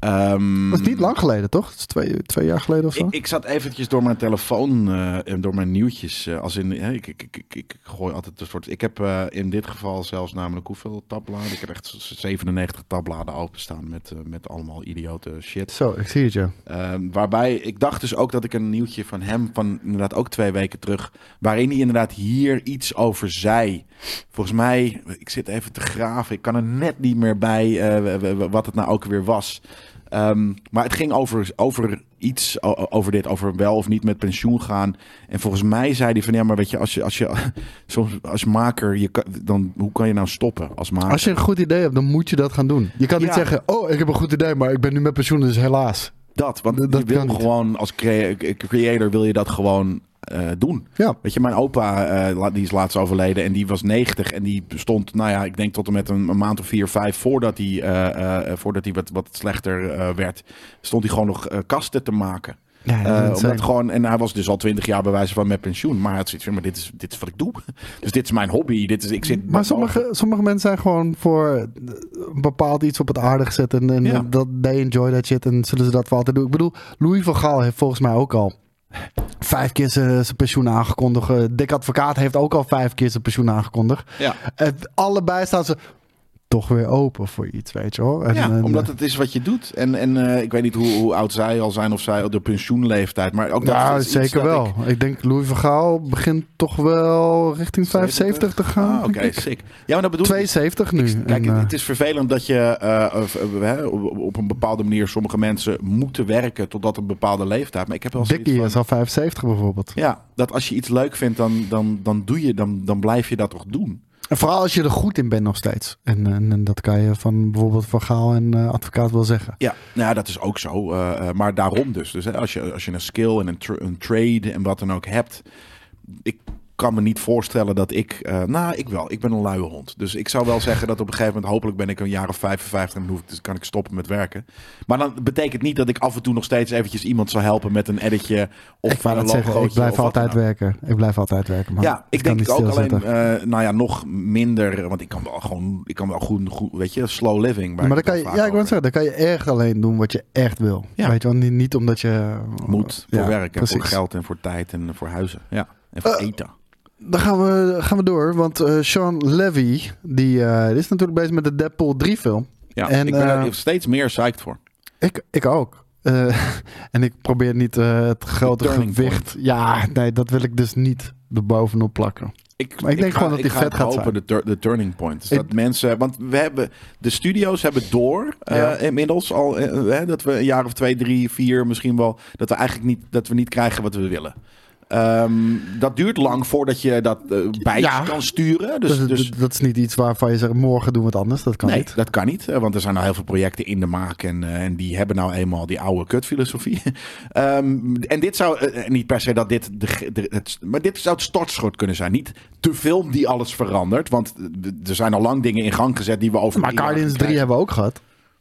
B: Um,
C: Dat is niet lang geleden, toch? Dat is twee, twee jaar geleden of zo.
B: Ik, ik zat eventjes door mijn telefoon uh, en door mijn nieuwtjes. Uh, als in, uh, ik, ik, ik, ik, ik gooi altijd een soort... Ik heb uh, in dit geval zelfs namelijk hoeveel tabbladen? Ik heb echt zevenennegentig tabbladen openstaan met, uh, met allemaal idiote shit.
C: Zo, ik zie het, ja.
B: Uh, waarbij, ik dacht dus ook dat ik een nieuwtje van hem, van inderdaad ook twee weken terug, waarin hij inderdaad hier iets over zei. Volgens mij, ik zit even te graven, ik kan er net niet meer bij uh, wat het nou ook weer was. Um, maar het ging over, over iets, over dit, over wel of niet met pensioen gaan. En volgens mij zei hij van, ja, maar weet je, als je, als je soms als maker, je kan, dan, hoe kan je nou stoppen als maker?
C: Als je een goed idee hebt, dan moet je dat gaan doen. Je kan niet
B: Ja.
C: zeggen, oh, ik heb een goed idee, maar ik ben nu met pensioen, dus helaas.
B: Dat, want
C: Dat
B: je wil
C: kan niet.
B: gewoon, als crea- creator wil je dat gewoon uh, doen.
C: Ja.
B: Weet je, mijn opa, uh, die is laatst overleden en die was negentig en die stond, nou ja, ik denk tot en met een, een maand of vier, vijf voordat hij, uh, uh, voordat hij wat, wat slechter uh, werd, stond hij gewoon nog uh, kasten te maken.
C: Ja,
B: Uh,
C: dat is
B: omdat
C: insane.
B: gewoon, en hij was dus al twintig jaar bij wijze van met pensioen. Maar hij had zoiets van, maar dit is, dit is wat ik doe. Dus dit is mijn hobby. Dit is, ik zit
C: Maar sommige, sommige mensen zijn gewoon voor een bepaald iets op het aarde gezet. En, en
B: Ja.
C: dat they enjoy that shit. En zullen ze dat voor altijd doen. Ik bedoel, Louis van Gaal heeft volgens mij ook al vijf keer zijn zijn pensioen aangekondigd. Uh, Dick Advocaat heeft ook al vijf keer zijn pensioen aangekondigd.
B: Ja.
C: Het, allebei staan ze toch weer open voor iets, weet je wel. En,
B: Ja,
C: en,
B: omdat het is wat je doet. En, en uh, ik weet niet hoe, hoe oud zij al zijn of zij op de pensioenleeftijd. Maar ook dat
C: ja,
B: is iets
C: zeker
B: dat
C: wel.
B: ik-
C: Ik... denk Louis van Gaal begint toch wel richting vijfenzeventig te gaan.
B: Ah, Oké,
C: denk ik.
B: sick. Ja, maar dat bedoel ik.
C: tweeënzeventig nu.
B: Kijk,
C: En, uh,
B: het is vervelend dat je uh, of, uh, hè, op, op een bepaalde manier sommige mensen moeten werken totdat een bepaalde leeftijd. Maar ik heb wel zoiets
C: Dickie
B: van,
C: is al vijfenzeventig bijvoorbeeld.
B: ja, dat als je iets leuk vindt, dan, dan, dan doe je, dan, dan blijf je dat toch doen.
C: En vooral als je er goed in bent nog steeds. En, en, en dat kan je van bijvoorbeeld Van Gaal en uh, Advocaat wel zeggen.
B: Ja, nou ja, dat is ook zo. Uh, uh, maar daarom dus. Dus hè, als, je, als je een skill en een, tra- een trade en wat dan ook hebt. Ik kan me niet voorstellen dat ik... Uh, nou, ik wel. Ik ben een luie hond. Dus ik zou wel zeggen dat op een gegeven moment... hopelijk ben ik een jaar of vijfenvijftig en dan hoef ik, dus kan ik stoppen met werken. Maar dan betekent niet dat ik af en toe nog steeds eventjes iemand zal helpen met een editje of
C: Ik wou
B: een
C: dat zeggen, ik
B: logootje
C: blijf
B: of wat
C: altijd
B: dan ook.
C: werken. Ik blijf altijd werken. Man.
B: Ja, ik
C: kan
B: denk
C: niet
B: ook alleen,
C: stilzitten.
B: uh, nou ja, nog minder, want ik kan wel gewoon, ik kan wel goed, goed weet je, slow living. waar
C: Maar
B: ik
C: dan
B: het
C: kan
B: wel
C: je, ja,
B: vaak
C: ik wil
B: over
C: zeggen, dan kan je echt alleen doen wat je echt wil.
B: Ja.
C: Weet je wel, niet, niet omdat je...
B: moet voor
C: Ja,
B: werk en
C: precies.
B: voor geld en voor tijd en voor huizen. Ja, en voor
C: Uh,
B: eten.
C: Dan gaan we, gaan we door, want uh, Sean Levy, die, uh, die is natuurlijk bezig met de Deadpool drie film.
B: Ja,
C: en,
B: ik ben
C: uh,
B: er steeds meer psyched voor.
C: Ik, ik ook. Uh, en ik probeer niet uh, het grote gewicht... Point. Ja, nee, dat wil ik dus niet erbovenop plakken.
B: Ik,
C: maar ik, ik denk
B: ga,
C: gewoon dat die vet gaat zijn.
B: De, tur- de turning point. Dus ik, dat mensen, want we hebben de studio's hebben door uh, ja. inmiddels al uh, dat we een jaar of twee, drie, vier misschien wel dat we eigenlijk niet dat we niet krijgen wat we willen. Um, dat duurt lang voordat je dat uh, bij ja. kan sturen. Dus,
C: dat,
B: dus,
C: dat is niet iets waarvan je zegt morgen doen we het anders. Dat kan
B: nee,
C: niet.
B: dat kan niet. Want er zijn nou heel veel projecten in de maak. En, uh, en die hebben nou eenmaal die oude kutfilosofie. um, en dit zou uh, niet per se dat dit... De, de, het, maar dit zou het startschot kunnen zijn. Niet de film die alles verandert. Want er zijn al lang dingen in gang gezet die we over...
C: Maar Guardians drie hebben we ook gehad.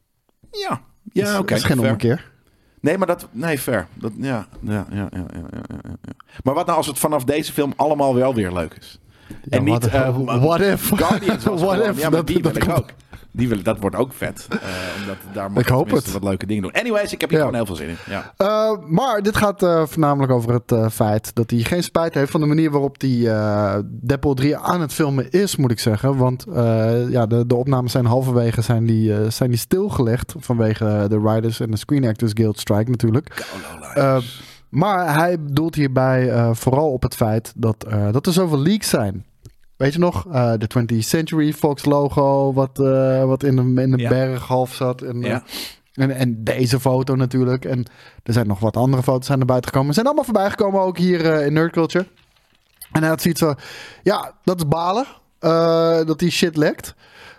B: Ja, ja oké.
C: Okay, dat is geen ommekeer.
B: Nee, maar dat... Nee, fair. Dat, ja, ja, ja, ja, ja, ja, ja. Maar wat nou als het vanaf deze film allemaal wel weer leuk is?
C: Ja, en niet... Uh, what if?
B: Guardians was
C: what
B: gewoon,
C: if?
B: Ja, maar
C: dat,
B: die
C: dat
B: wil ik
C: komt.
B: ook. Die wil, dat wordt ook vet. Uh, omdat daar mag
C: ik hoop het.
B: wat leuke dingen doen. Anyways, ik heb hier
C: ja.
B: gewoon heel veel zin in. Ja.
C: Uh, maar dit gaat uh, voornamelijk over het uh, feit dat hij geen spijt heeft van de manier waarop hij uh, Deadpool drie aan het filmen is, moet ik zeggen. Want uh, ja, de, de opnames zijn halverwege zijn die, uh, zijn die stilgelegd vanwege de Writers en de Screen Actors Guild strike natuurlijk. Uh, maar hij doelt hierbij uh, vooral op het feit dat, uh, dat er zoveel leaks zijn. Weet je nog? Uh, de twentieth Century Fox logo, wat, uh, wat in de, in de ja. berg half zat. En,
B: ja.
C: uh, en, en deze foto natuurlijk. En er zijn nog wat andere foto's aan naar buiten gekomen. Ze zijn allemaal voorbij gekomen, ook hier uh, in Nerd Culture. En hij had zoiets van, ja, dat is balen. Uh, dat die shit lekt.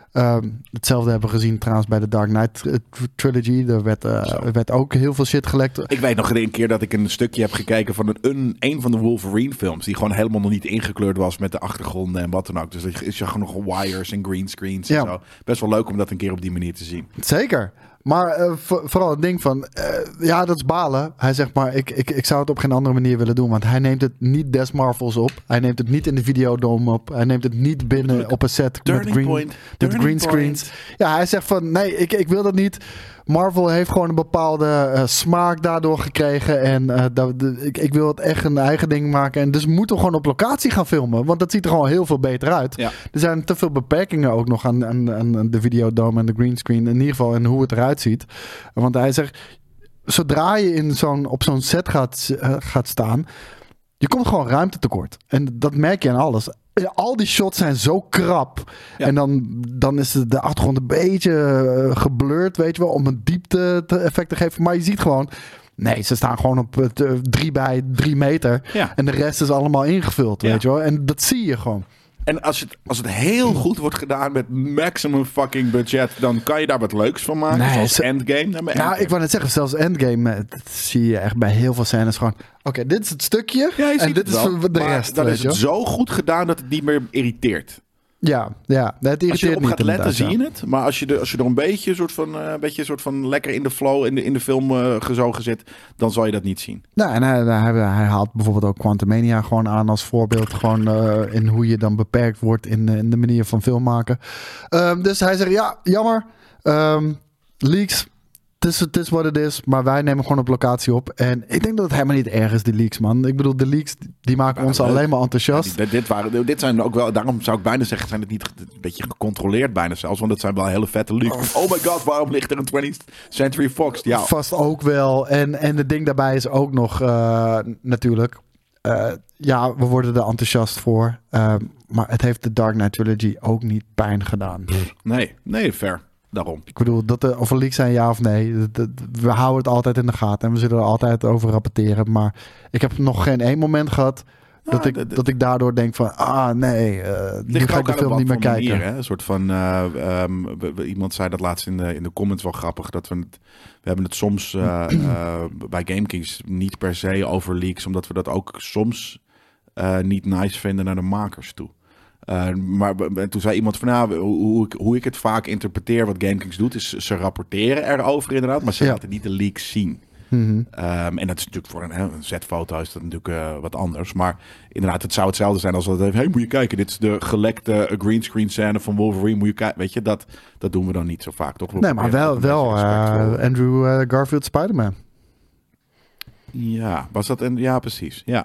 C: Um, hetzelfde hebben we gezien trouwens bij de Dark Knight Trilogy. Er werd, uh, er werd ook heel veel shit gelekt.
B: Ik weet nog een keer dat ik een stukje heb gekeken van een, een, een van de Wolverine films. Die gewoon helemaal nog niet ingekleurd was met de achtergronden en wat dan ook. Dus er is ja nog wires en greenscreens ja. en zo. Best wel leuk om dat een keer op die manier te zien.
C: Zeker. Maar uh, vo- vooral het ding van, uh, ja, dat is balen. Hij zegt maar, ik, ik, ik zou het op geen andere manier willen doen. Want hij neemt het niet des Marvels op. Hij neemt het niet in de Videodome op. Hij neemt het niet binnen op een set met, green, met greenscreens. Ja, hij zegt van, nee, ik, ik wil dat niet. Marvel heeft gewoon een bepaalde uh, smaak daardoor gekregen. En uh, dat, de, ik, ik wil het echt een eigen ding maken. En dus moeten we gewoon op locatie gaan filmen. Want dat ziet er gewoon heel veel beter uit. Ja. Er zijn te veel beperkingen ook nog aan, aan, aan de Videodome en de greenscreen. In ieder geval en hoe het eruit ziet. Want hij zegt, zodra je in zo'n, op zo'n set gaat, uh, gaat staan, je komt gewoon ruimtetekort. En dat merk je aan alles. Al die shots zijn zo krap. Ja. En dan, dan is de achtergrond een beetje uh, geblurred, weet je wel, om een diepte te effect te geven. Maar je ziet gewoon, nee, ze staan gewoon op uh, drie bij drie meter. Ja. En de rest is allemaal ingevuld, ja. weet je wel. En dat zie je gewoon.
B: En als het, als het heel goed wordt gedaan met maximum fucking budget, dan kan je daar wat leuks van maken. Nee, zoals ze, Endgame. Nou,
C: nou Endgame. Ik wou net zeggen, zelfs Endgame, dat zie je echt bij heel veel scènes gewoon. Oké, okay, dit is het stukje ja, en dit is wel, de rest.
B: Dan is
C: je?
B: het zo goed gedaan dat het niet meer irriteert.
C: Ja, ja, het irriteert
B: als je erop
C: niet
B: gaat letten, zie je
C: ja.
B: het. Maar als je, de, als je er een beetje, soort van, uh, een beetje soort van lekker in de flow, in de, in de film uh, gezogen zit, dan zal je dat niet zien.
C: Nou, en hij, hij, hij haalt bijvoorbeeld ook Quantumania gewoon aan als voorbeeld. Gewoon uh, in hoe je dan beperkt wordt in, in de manier van film maken. Um, dus hij zegt, ja, jammer. Um, leaks. Het is wat het is, maar wij nemen gewoon op locatie op. En ik denk dat het helemaal niet erg is, die leaks, man. Ik bedoel, de leaks, die maken ja, ons leuk. alleen maar enthousiast.
B: Ja, dit, dit, waren, dit zijn ook wel, daarom zou ik bijna zeggen, zijn het niet een beetje gecontroleerd bijna zelfs, want het zijn wel hele vette leaks. Oh, oh my god, waarom ligt er een twentieth Century Fox? Ja.
C: Vast ook wel. En, en het ding daarbij is ook nog, uh, natuurlijk, uh, ja, we worden er enthousiast voor. Uh, maar het heeft de Dark Knight Trilogy ook niet pijn gedaan.
B: Nee, nee, fair. Daarom.
C: Ik bedoel, dat er, of er leaks zijn, ja of nee. Dat, dat, we houden het altijd in de gaten en we zullen er altijd over rapporteren. Maar ik heb nog geen één moment gehad dat, ah, ik, de, de, dat ik daardoor denk van, ah nee, uh, nu ga ik de film niet meer kijken.
B: Manier, hè? Een soort van, uh, um, we, we, iemand zei dat laatst in de, in de comments wel grappig, dat we het, we hebben het soms uh, uh, bij GameKings niet per se over leaks, omdat we dat ook soms uh, niet nice vinden naar de makers toe. Uh, maar toen zei iemand van, nou, hoe, hoe, ik, hoe ik het vaak interpreteer wat GameKings doet, is ze rapporteren erover inderdaad, maar ze ja. laten niet de leaks zien. Mm-hmm. Um, en dat is natuurlijk voor een, hè, een zetfoto is dat natuurlijk uh, wat anders. Maar inderdaad, het zou hetzelfde zijn als dat even, hey, moet je kijken, dit is de gelekte greenscreen scène van Wolverine, moet je kijken, weet je, dat, dat doen we dan niet zo vaak, toch? We
C: nee, maar wel, wel uh, Andrew uh, Garfield Spider-Man.
B: Ja, was dat een, ja, precies, ja.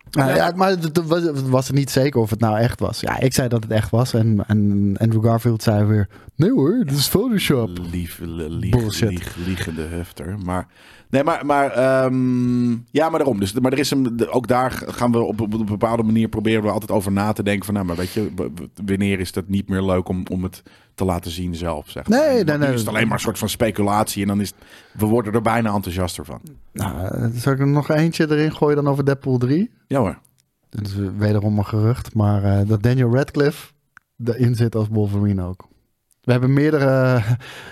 C: Nou, ja, maar het het was, het was het niet zeker of het nou echt was. Ja, ik zei dat het echt was. En, en Andrew Garfield zei weer... Nee hoor, het is Photoshop.
B: Lief, lieg,
C: Bullshit.
B: lieg, liegende hufter. Maar, nee, maar, maar um, ja, maar daarom. Dus, maar er is een, ook daar gaan we op, op een bepaalde manier proberen we altijd over na te denken. Van, nou, maar weet je, wanneer is dat niet meer leuk om, om het te laten zien zelf? Zeg maar.
C: Nee, nee,
B: nee.
C: nee.
B: Nu is het alleen maar een soort van speculatie. En dan is het, we worden er bijna enthousiaster van.
C: Nou, zal ik er nog eentje erin gooien dan over Deadpool drie?
B: Ja hoor.
C: Dat is wederom een gerucht. Maar uh, dat Daniel Radcliffe erin zit als Wolverine ook. We hebben meerdere...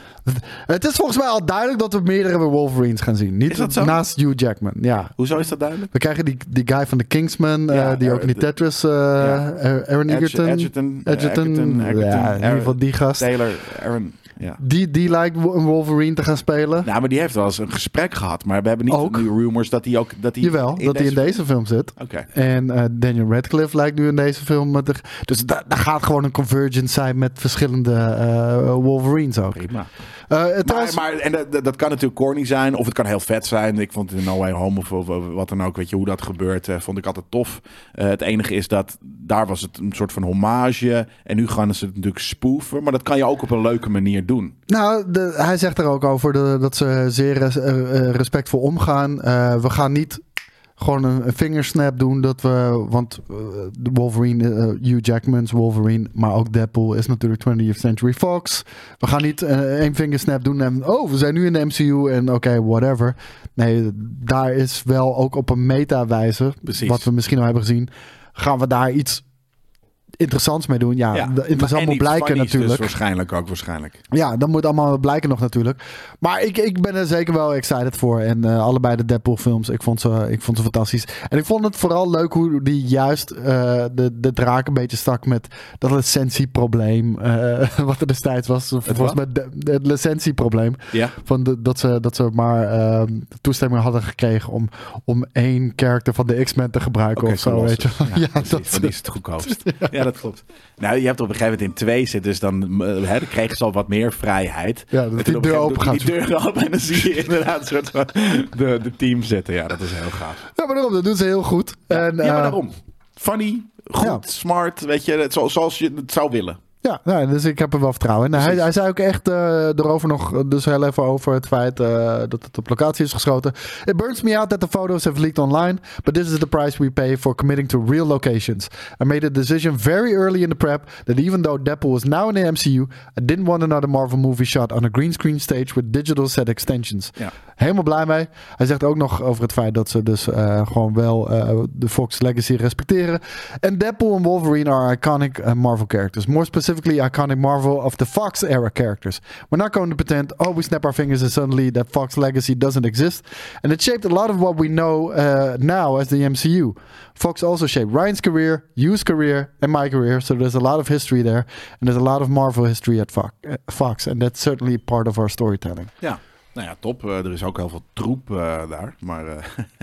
C: Het is volgens mij al duidelijk dat we meerdere Wolverines gaan zien. Niet
B: Is dat zo?
C: naast Hugh Jackman. Ja.
B: Hoezo is dat duidelijk?
C: We krijgen die, die guy van de Kingsman,
B: Ja,
C: uh, die
B: er-
C: ook in die
B: de-
C: Tetris, uh,
B: ja.
C: Aaron Egerton.
B: Edgerton.
C: Edgerton,
B: Egerton, Egerton,
C: ja, in ieder geval die gast.
B: Taylor, Aaron. Ja.
C: Die, die lijkt een Wolverine te gaan spelen.
B: Nou, maar die heeft wel eens een gesprek gehad. Maar we hebben niet
C: Ook.
B: nu rumors dat hij ook... Dat hij
C: Jawel, dat hij in deze film zit.
B: Oké.
C: En uh, Daniel Radcliffe lijkt nu in deze film. Met de, dus daar daar gaat gewoon een convergence zijn met verschillende uh, Wolverines ook.
B: Prima.
C: Uh, het
B: Maar,
C: trouwens-
B: maar en dat, dat kan natuurlijk corny zijn, of het kan heel vet zijn. Ik vond het in No Way Home of, of, of wat dan ook, weet je, hoe dat gebeurt, uh, vond ik altijd tof. Uh, het enige is dat daar was het een soort van hommage en nu gaan ze het natuurlijk spoeven, maar dat kan je ook op een leuke manier doen.
C: Nou, de, hij zegt er ook over de, dat ze zeer res- uh, uh, respectvol omgaan. Uh, we gaan niet gewoon een, een vingersnap doen. Dat we, want uh, de Wolverine, uh, Hugh Jackman's Wolverine, maar ook Deadpool is natuurlijk twentieth Century Fox. We gaan niet uh, één vingersnap doen en oh, we zijn nu in de M C U en oké, okay, whatever. Nee, daar is wel ook op een meta-wijze,
B: Precies.
C: wat we misschien al hebben gezien, gaan we daar iets interessants mee doen. Ja,
B: Ja,
C: de- interessant
B: maar- en
C: moet
B: iets
C: blijken
B: funnies
C: natuurlijk.
B: Dus waarschijnlijk ook, waarschijnlijk.
C: Ja, dat moet allemaal blijken nog natuurlijk. Maar ik, ik ben er zeker wel excited voor. En uh, allebei de Deadpool films, ik vond, ze, ik vond ze fantastisch. En ik vond het vooral leuk hoe die juist uh, de, de draak een beetje stak met dat licentieprobleem. Uh, wat er destijds was. Volgens mij de- de- het licentieprobleem.
B: Ja.
C: Van de, dat, ze, dat ze maar uh, toestemming hadden gekregen om, om één karakter van de X-Men te gebruiken
B: Oké,
C: of zo. Weet je.
B: Ja,
C: Ja,
B: precies,
C: dat-
B: want die is het goedkoopst. Ja. dat klopt. Nou, je hebt op een gegeven moment in twee zitten, dus dan, uh, hè, dan kregen ze al wat meer vrijheid.
C: Ja, dat
B: En
C: die
B: toen op
C: deur
B: een
C: open
B: gegeven
C: gaat.
B: moment doe je Die deur open en dan zie je inderdaad een soort van de, de team zitten. Ja, dat is heel gaaf.
C: Ja, maar daarom, dat doen ze heel goed. En,
B: ja, maar
C: uh,
B: daarom. Funny, goed,
C: Ja.
B: smart, weet je, het zo- zoals je het zou willen.
C: Ja, nou, dus ik heb er wel vertrouwen in. Nou, hij,
B: Precies.
C: hij zei ook echt uh, erover nog, uh, dus heel even over het feit uh, dat het op locatie is geschoten. It burns me out that the photos have leaked online, but this is the price we pay for committing to real locations. I made a decision very early in the prep that even though Deadpool is now in the M C U, I didn't want another Marvel movie shot on a green screen stage with digital set extensions.
B: Ja.
C: Helemaal blij mee. Hij zegt ook nog over het feit dat ze dus uh, gewoon wel uh, de Fox legacy respecteren. En Deadpool en Wolverine are iconic uh, Marvel characters. More specifically, iconic Marvel of the Fox era characters. We're not going to pretend, oh, we snap our fingers and suddenly that Fox legacy doesn't exist. And it shaped a lot of what we know uh, now as the M C U. Fox also shaped Ryan's career, Hugh's career, and my career. So there's a lot of history there. And there's a lot of Marvel history at Fo- uh, Fox. And that's certainly part of our storytelling.
B: Ja. Nou ja, top. Uh, er is ook heel veel troep uh, daar. Maar, uh,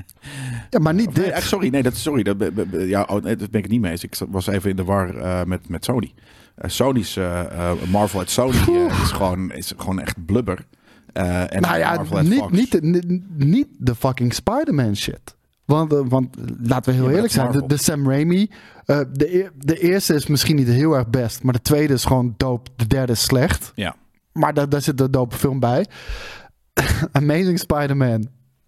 C: Ja, maar niet
B: of nee,
C: dit.
B: echt, sorry, nee, dat, sorry. Dat, be- be- be- ja, oh, nee, dat ben ik het niet mee eens. Ik was even in de war uh, met, met Sony. Uh, Sony's uh, uh, Marvel at Sony uh, is, gewoon, is gewoon echt blubber. Uh, en
C: Nou ja,
B: Marvel at
C: niet,
B: Fox.
C: niet, de- niet, niet de fucking Spider-Man shit. Want, uh, want laten we heel
B: Ja, maar
C: eerlijk
B: dat is
C: zijn. De,
B: Marvel.
C: de Sam Raimi. Uh, de, e- de eerste is misschien niet heel erg best. Maar de tweede is gewoon dope. De derde is slecht.
B: Ja.
C: Maar daar, daar zit een dope film bij. Amazing Spider-Man.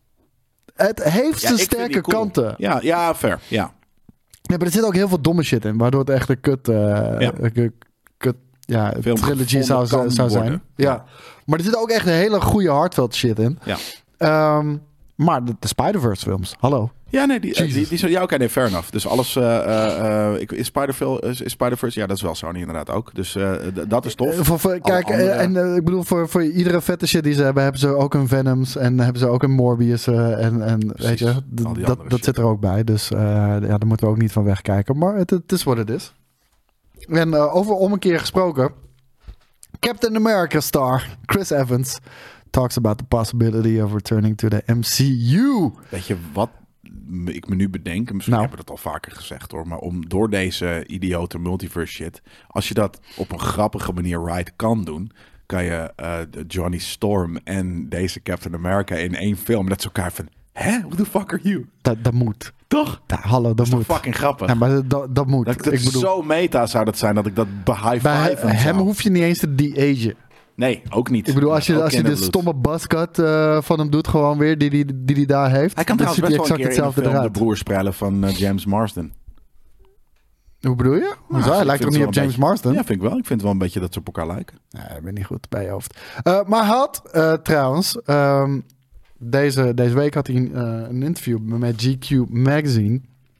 C: Het heeft
B: Ja,
C: zijn
B: ik vind
C: sterke
B: die cool.
C: kanten.
B: Ja, ja, fair. Ja.
C: Ja, maar er zit ook heel veel domme shit in. Waardoor het echt een kut... Uh,
B: Ja.
C: een kut ja,
B: Film
C: trilogy zou,
B: gevonden kan
C: zou zijn.
B: worden.
C: Ja.
B: Ja.
C: Maar er zit ook echt een hele goede heartfelt shit in.
B: Ja.
C: Um, maar de, de Spider-Verse films, hallo.
B: Ja, nee, die,
C: Jesus.
B: die, die, die ja, oké, nee, fair enough. Dus alles, uh, uh, uh, ik- is Spider-Verse, is, is Spider-Verse, ja, dat is wel Sony inderdaad ook. Dus uh, d- dat is tof.
C: Eh, voor, voor- kijk,
B: andere-
C: eh, en uh, ik bedoel, voor, voor iedere vette shit die ze hebben, hebben ze ook een Venoms en hebben ze ook een Morbius. Uh, en en weet je, d-
B: al die
C: dat,
B: andere
C: dat
B: shit.
C: zit er ook bij. Dus uh, ja, daar moeten we ook niet van wegkijken. Maar het, het is wat het is. En uh, over om een keer gesproken. Captain America star Chris Evans talks about the possibility of returning to the M C U.
B: Weet je wat me- ik me nu bedenk? Misschien
C: Nou.
B: hebben we het al vaker gezegd hoor. Maar om door deze idiote multiverse shit. Als je dat op een grappige manier right kan doen. Kan je uh, de Johnny Storm en deze Captain America in één film. Dat ze elkaar van Hè? Who the fuck are you?
C: Dat, dat moet.
B: Toch?
C: Ja, hallo, dat,
B: Dat is
C: moet.
B: toch fucking grappig?
C: Ja, maar dat, dat moet.
B: Dat, dat
C: ik bedoel,
B: zo meta zou dat zijn dat ik dat high
C: bij
B: five
C: hem, hem hoef je niet eens te de-agen.
B: Nee, ook niet.
C: Ik bedoel, als je,
B: Ook
C: als je de
B: kinderbloed.
C: stomme buzzcut uh, van hem doet, gewoon weer, die hij die, die, die daar heeft.
B: Hij kan
C: dan
B: trouwens
C: ziet
B: best
C: hij
B: wel een
C: exact
B: keer in de
C: hetzelfde
B: film de
C: eruit.
B: broers spellen van uh, James Marsden.
C: Hoe bedoel je? Hoezo?
B: Ja,
C: Hij
B: ik
C: lijkt
B: vind
C: toch niet
B: het
C: op
B: wel
C: James
B: een
C: Marsden?
B: Ja, vind ik wel. Ik vind wel een beetje dat ze op elkaar lijken.
C: Nee, ik ben niet goed bij je hoofd. Uh, maar hij had uh, trouwens, um, deze, deze week had hij een, uh, een interview met G Q Magazine.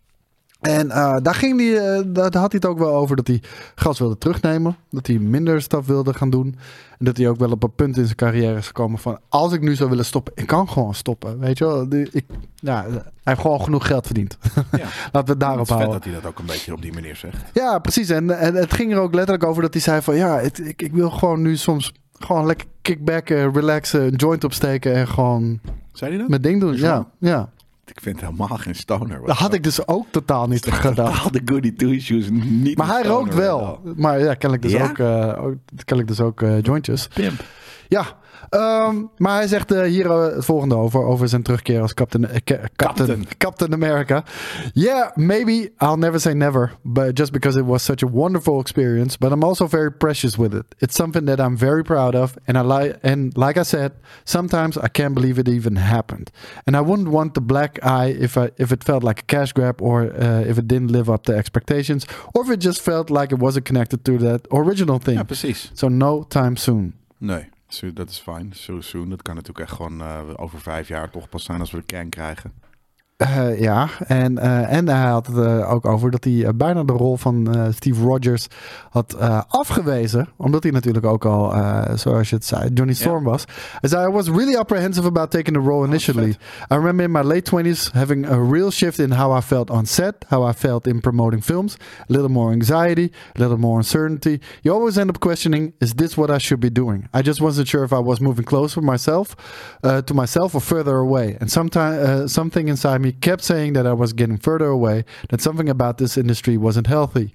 C: En uh, daar, ging hij, uh, daar had hij het ook wel over dat hij gas wilde terugnemen. Dat hij minder staf wilde gaan doen. En dat hij ook wel op een punt in zijn carrière is gekomen van... als ik nu zou willen stoppen, ik kan gewoon stoppen. Weet je wel? Die, ik, ja, hij heeft gewoon genoeg geld verdiend.
B: Ja.
C: Laten we het daarop
B: Het is vet
C: houden.
B: dat hij dat ook een beetje op die manier zegt.
C: Ja, precies. En, en het ging er ook letterlijk over dat hij zei van... ja, het, ik, ik wil gewoon nu soms gewoon lekker kickbacken, relaxen, een joint opsteken... en gewoon
B: Zei hij dat?
C: mijn ding doen.
B: Zo.
C: Ja, ja.
B: Ik vind helemaal geen stoner.
C: Dat had ik dus ook totaal niet gedacht.
B: Al de goody two-shoes niet.
C: Maar
B: een
C: hij
B: stoner
C: rookt wel. Maar ja, kennelijk dus
B: Ja?
C: ook, uh, ook, kennelijk dus ook uh, jointjes.
B: Pimp.
C: Ja, um, maar hij zegt uh, hier uh, het volgende over. Over zijn terugkeer als Captain, uh, Captain,
B: Captain.
C: Captain America. Yeah, maybe I'll never say never. But just because it was such a wonderful experience. But I'm also very precious with it. It's something that I'm very proud of. And, I li- and like I said, sometimes I can't believe it even happened. And I wouldn't want the black eye if, I, if it felt like a cash grab. Or uh, if it didn't live up to expectations. Or if it just felt like it wasn't connected to that original thing.
B: Ja, precies.
C: So no time soon.
B: Nee, so, dat is fijn. So soon. Dat kan natuurlijk echt gewoon uh, over vijf jaar toch pas zijn als we de can krijgen.
C: Uh, ja, en, uh, en hij had het uh, ook over dat hij uh, bijna de rol van uh, Steve Rogers had uh, afgewezen. Omdat hij natuurlijk ook al, uh, zoals je het zei, Johnny Storm ja. was. Hij zei, I was really apprehensive about taking the role initially. Oh, I remember in my late twenties having a real shift in how I felt on set, how I felt in promoting films. A little more anxiety, a little more uncertainty. You always end up questioning, is this what I should be doing? I just wasn't sure if I was moving closer myself, uh, to myself or further away. And sometime, uh, something inside me kept saying that I was getting further away, that something about this industry wasn't healthy.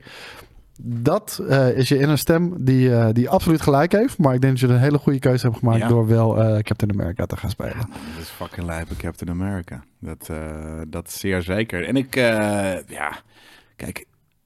C: Dat uh, is je inner stem die, uh, die absoluut gelijk heeft. Maar ik denk dat je een hele goede keuze hebt gemaakt ja. door wel uh, Captain America te gaan spelen.
B: Ja, dat is fucking lijpe Captain America. Dat, uh, dat zeer zeker. En ik, uh, ja, kijk,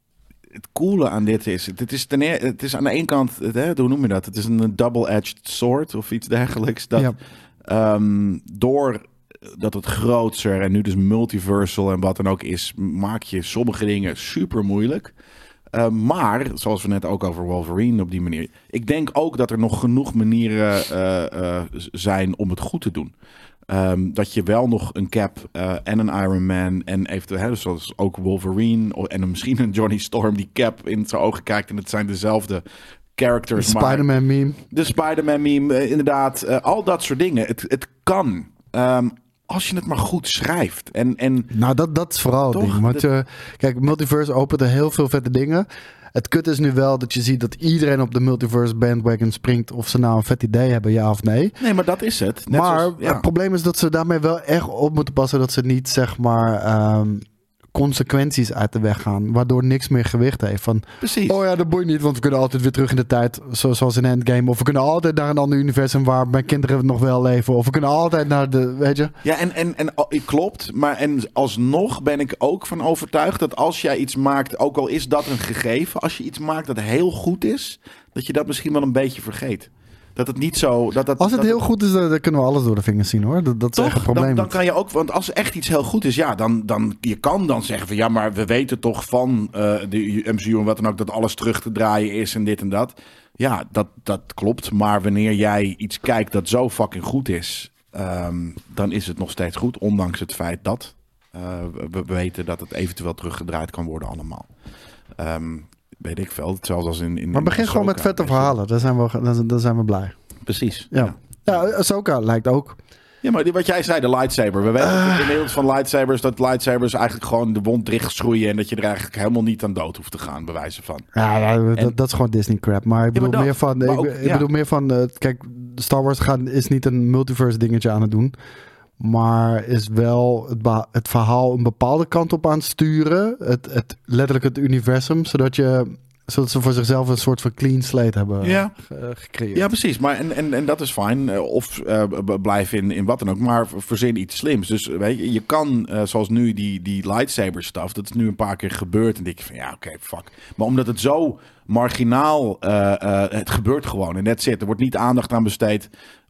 B: het coole aan dit is, het is, ten eer, het is aan de ene kant, hè, hoe noem je dat? Het is een double-edged sword of iets dergelijks. Dat ja. um, door dat het grootser en nu dus multiversal en wat dan ook is, maak je sommige dingen super moeilijk. Uh, maar, zoals we net ook over Wolverine op die manier. Ik denk ook dat er nog genoeg manieren uh, uh, zijn om het goed te doen. Um, dat je wel nog een Cap uh, en een Iron Man en eventueel, hè, zoals ook Wolverine en misschien een Johnny Storm die Cap in zijn ogen kijkt en het zijn dezelfde characters.
C: De Spider-Man meme.
B: De Spider-Man meme, uh, inderdaad. Uh, al dat soort dingen. Het, het kan. Um, Als je het maar goed schrijft. En, en
C: nou, dat, dat is vooral het ding. Want, uh, kijk, Multiverse opent er heel veel vette dingen. Het kut is nu wel dat je ziet dat iedereen op de Multiverse bandwagon springt. Of ze nou een vet idee hebben, ja of nee.
B: Nee, maar dat is het. Net
C: maar
B: zoals, ja.
C: het probleem is dat ze daarmee wel echt op moeten passen. Dat ze niet, zeg maar, um, consequenties uit de weg gaan. Waardoor niks meer gewicht heeft. Van,
B: precies.
C: Oh ja, dat boeit niet, want we kunnen altijd weer terug in de tijd. Zoals in Endgame. Of we kunnen altijd naar een ander universum waar mijn kinderen nog wel leven. Of we kunnen altijd naar de, weet je.
B: Ja, en, en, en klopt. Maar en alsnog ben ik ook van overtuigd dat als jij iets maakt, ook al is dat een gegeven. Als je iets maakt dat heel goed is, dat je dat misschien wel een beetje vergeet. Dat het niet zo... Dat, dat,
C: als het
B: dat
C: heel
B: het,
C: goed is, dan kunnen we alles door de vingers zien, hoor. Dat, dat is
B: toch,
C: echt een probleem.
B: Dan, dan kan je ook... Want als echt iets heel goed is, ja, dan... dan je kan dan zeggen van... Ja, maar we weten toch van uh, de M C U en wat dan ook... dat alles terug te draaien is en dit en dat. Ja, dat, dat klopt. Maar wanneer jij iets kijkt dat zo fucking goed is... Um, dan is het nog steeds goed. Ondanks het feit dat... Uh, we weten dat het eventueel teruggedraaid kan worden allemaal. Um, Weet ik veel. Hetzelfde als in... in
C: maar begin
B: in
C: gewoon met vette verhalen. Daar zijn we, daar, daar zijn we blij.
B: Precies.
C: Ja. Ja, Ahsoka lijkt ook.
B: Ja, maar wat jij zei, de lightsaber. We weten uh. inmiddels van lightsabers dat lightsabers eigenlijk gewoon de wond dicht schroeien en dat je er eigenlijk helemaal niet aan dood hoeft te gaan, bij wijze van.
C: Ja, ja dat, en, dat is gewoon Disney crap. Maar ik bedoel ja, maar meer van... Ik, ook, ik ja. bedoel meer van... Uh, kijk, Star Wars gaat, is niet een multiverse dingetje aan het doen. Maar is wel het, ba- het verhaal een bepaalde kant op aan het sturen. Het, het, letterlijk het universum. Zodat je Zodat ze voor zichzelf een soort van clean slate hebben
B: Ja.
C: ge- gecreëerd.
B: Ja, precies. Maar en, en, en dat is fijn. Uh, Of uh, b- blijf in, in wat dan ook. Maar verzin iets slims. Dus weet je, je kan, uh, zoals nu die, die lightsaber stuff. Dat is nu een paar keer gebeurd. En dan denk je van ja, oké, okay, fuck. Maar omdat het zo marginaal, uh, uh, het gebeurt gewoon. En that's it. Er wordt niet aandacht aan besteed.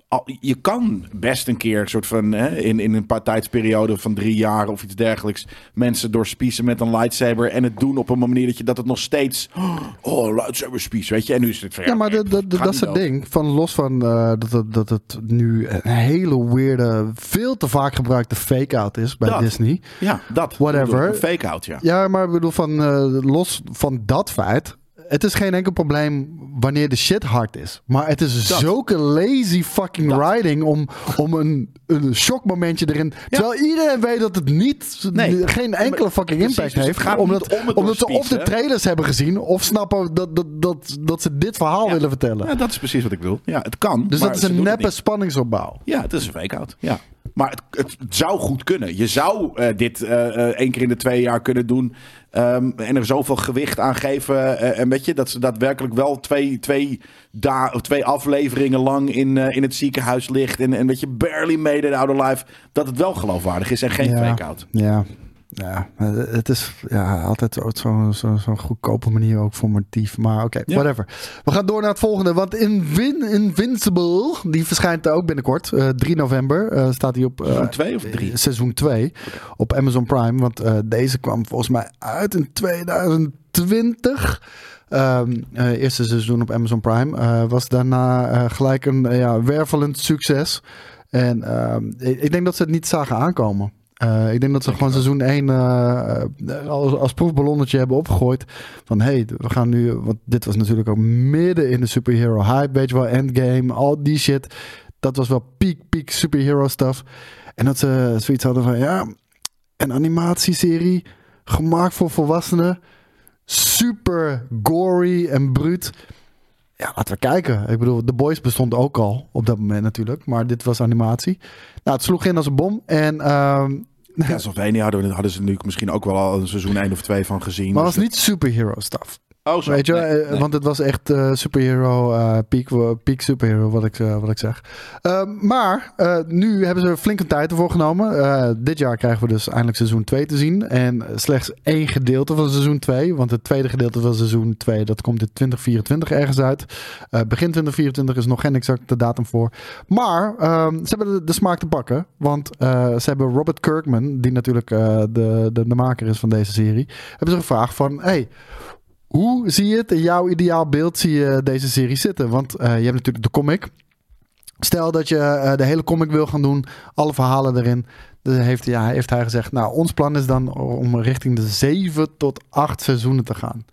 B: Je kan best een keer soort van hè, in, in een paar tijdsperiode van drie jaar of iets dergelijks mensen doorspiezen met een lightsaber en het doen op een manier dat je dat het nog steeds oh lightsaber spies, weet je, en nu is het van,
C: Ja,
B: ja,
C: maar
B: okay,
C: de, de, de,
B: gaat
C: dat is
B: niet
C: het
B: over.
C: ding. Van los van uh, dat, het, dat het nu een hele weirde, veel te vaak gebruikte fake-out is bij
B: Dat.
C: Disney.
B: Ja, dat.
C: Whatever.
B: Een fake-out, ja.
C: Ja, maar ik bedoel, van uh, los van dat feit. Het is geen enkel probleem wanneer de shit hard is. Maar het is
B: Dat.
C: zulke lazy fucking
B: Dat.
C: writing om, om een, een shockmomentje erin. Terwijl iedereen weet dat het niet,
B: Nee.
C: geen enkele fucking
B: Precies,
C: impact
B: dus het
C: heeft.
B: gaat
C: Omdat,
B: niet om het
C: omdat ze of de
B: doorspiezen.
C: trailers hebben gezien of snappen dat, dat, dat, dat ze dit verhaal
B: Ja.
C: willen vertellen.
B: Ja, dat is precies wat ik bedoel. Ja, het kan.
C: Dus
B: maar
C: dat is
B: ze
C: een
B: doen het
C: neppe
B: niet.
C: spanningsopbouw.
B: Ja, het is een fake-out. Ja. Maar het, het zou goed kunnen. Je zou uh, dit uh, uh, één keer in de twee jaar kunnen doen. Um, en er zoveel gewicht aan geven. Uh, en weet je, dat ze daadwerkelijk wel twee, twee, da- of twee afleveringen lang in, uh, in het ziekenhuis ligt. En, en weet je, barely made it out alive. Dat het wel geloofwaardig is en geen
C: Ja.
B: fake-out.
C: Ja. Ja, het is ja, altijd zo'n zo, zo, zo goedkope manier ook voor motief. Maar oké, okay,
B: Ja.
C: whatever. We gaan door naar het volgende. Want Invin- Invincible, die verschijnt ook binnenkort. Uh, drie november uh, staat hij op... Uh,
B: Seizoen twee of drie?
C: Seizoen twee. Okay. Op Amazon Prime. Want uh, deze kwam volgens mij uit in twintig twintig. Um, uh, eerste seizoen op Amazon Prime. Uh, was daarna uh, gelijk een uh, ja, wervelend succes. En uh, ik, ik denk dat ze het niet zagen aankomen. Uh, ik denk dat ze gewoon seizoen één uh, als, als proefballonnetje hebben opgegooid. Van hé, hey, we gaan nu... Want dit was natuurlijk ook midden in de superhero hype. Weet je wel, Endgame, al die shit. Dat was wel peak, peak superhero stuff. En dat ze zoiets hadden van... Ja, een animatieserie gemaakt voor volwassenen. Super gory en bruut. Ja, laten we kijken. Ik bedoel, The Boys bestond ook al op dat moment natuurlijk. Maar dit was animatie. Nou, het sloeg in als een bom. En... Uh,
B: Castlevania hadden, hadden ze nu misschien ook wel al een seizoen één of twee van gezien.
C: Maar
B: Dus
C: het was niet superhero stuff.
B: Oh, zo.
C: Weet je,
B: Nee,
C: uh,
B: nee.
C: want het was echt uh, superhero, uh, peak, peak superhero, wat ik, uh, wat ik zeg. Uh, maar uh, nu hebben ze flink een tijd ervoor genomen. Uh, dit jaar krijgen we dus eindelijk seizoen twee te zien. En slechts één gedeelte van seizoen twee. Want het tweede gedeelte van seizoen twee, dat komt in twintig vierentwintig ergens uit. Uh, begin twintig vierentwintig is nog geen exacte datum voor. Maar uh, ze hebben de, de smaak te pakken. Want uh, ze hebben Robert Kirkman, die natuurlijk uh, de, de, de maker is van deze serie, hebben ze gevraagd van... Hey, hoe zie je het in jouw ideaal beeld zie je deze serie zitten? Want uh, je hebt natuurlijk de comic. Stel dat je uh, de hele comic wil gaan doen, alle verhalen erin. Dan heeft, ja, heeft hij gezegd, nou, ons plan is dan om richting de zeven tot acht seizoenen te gaan.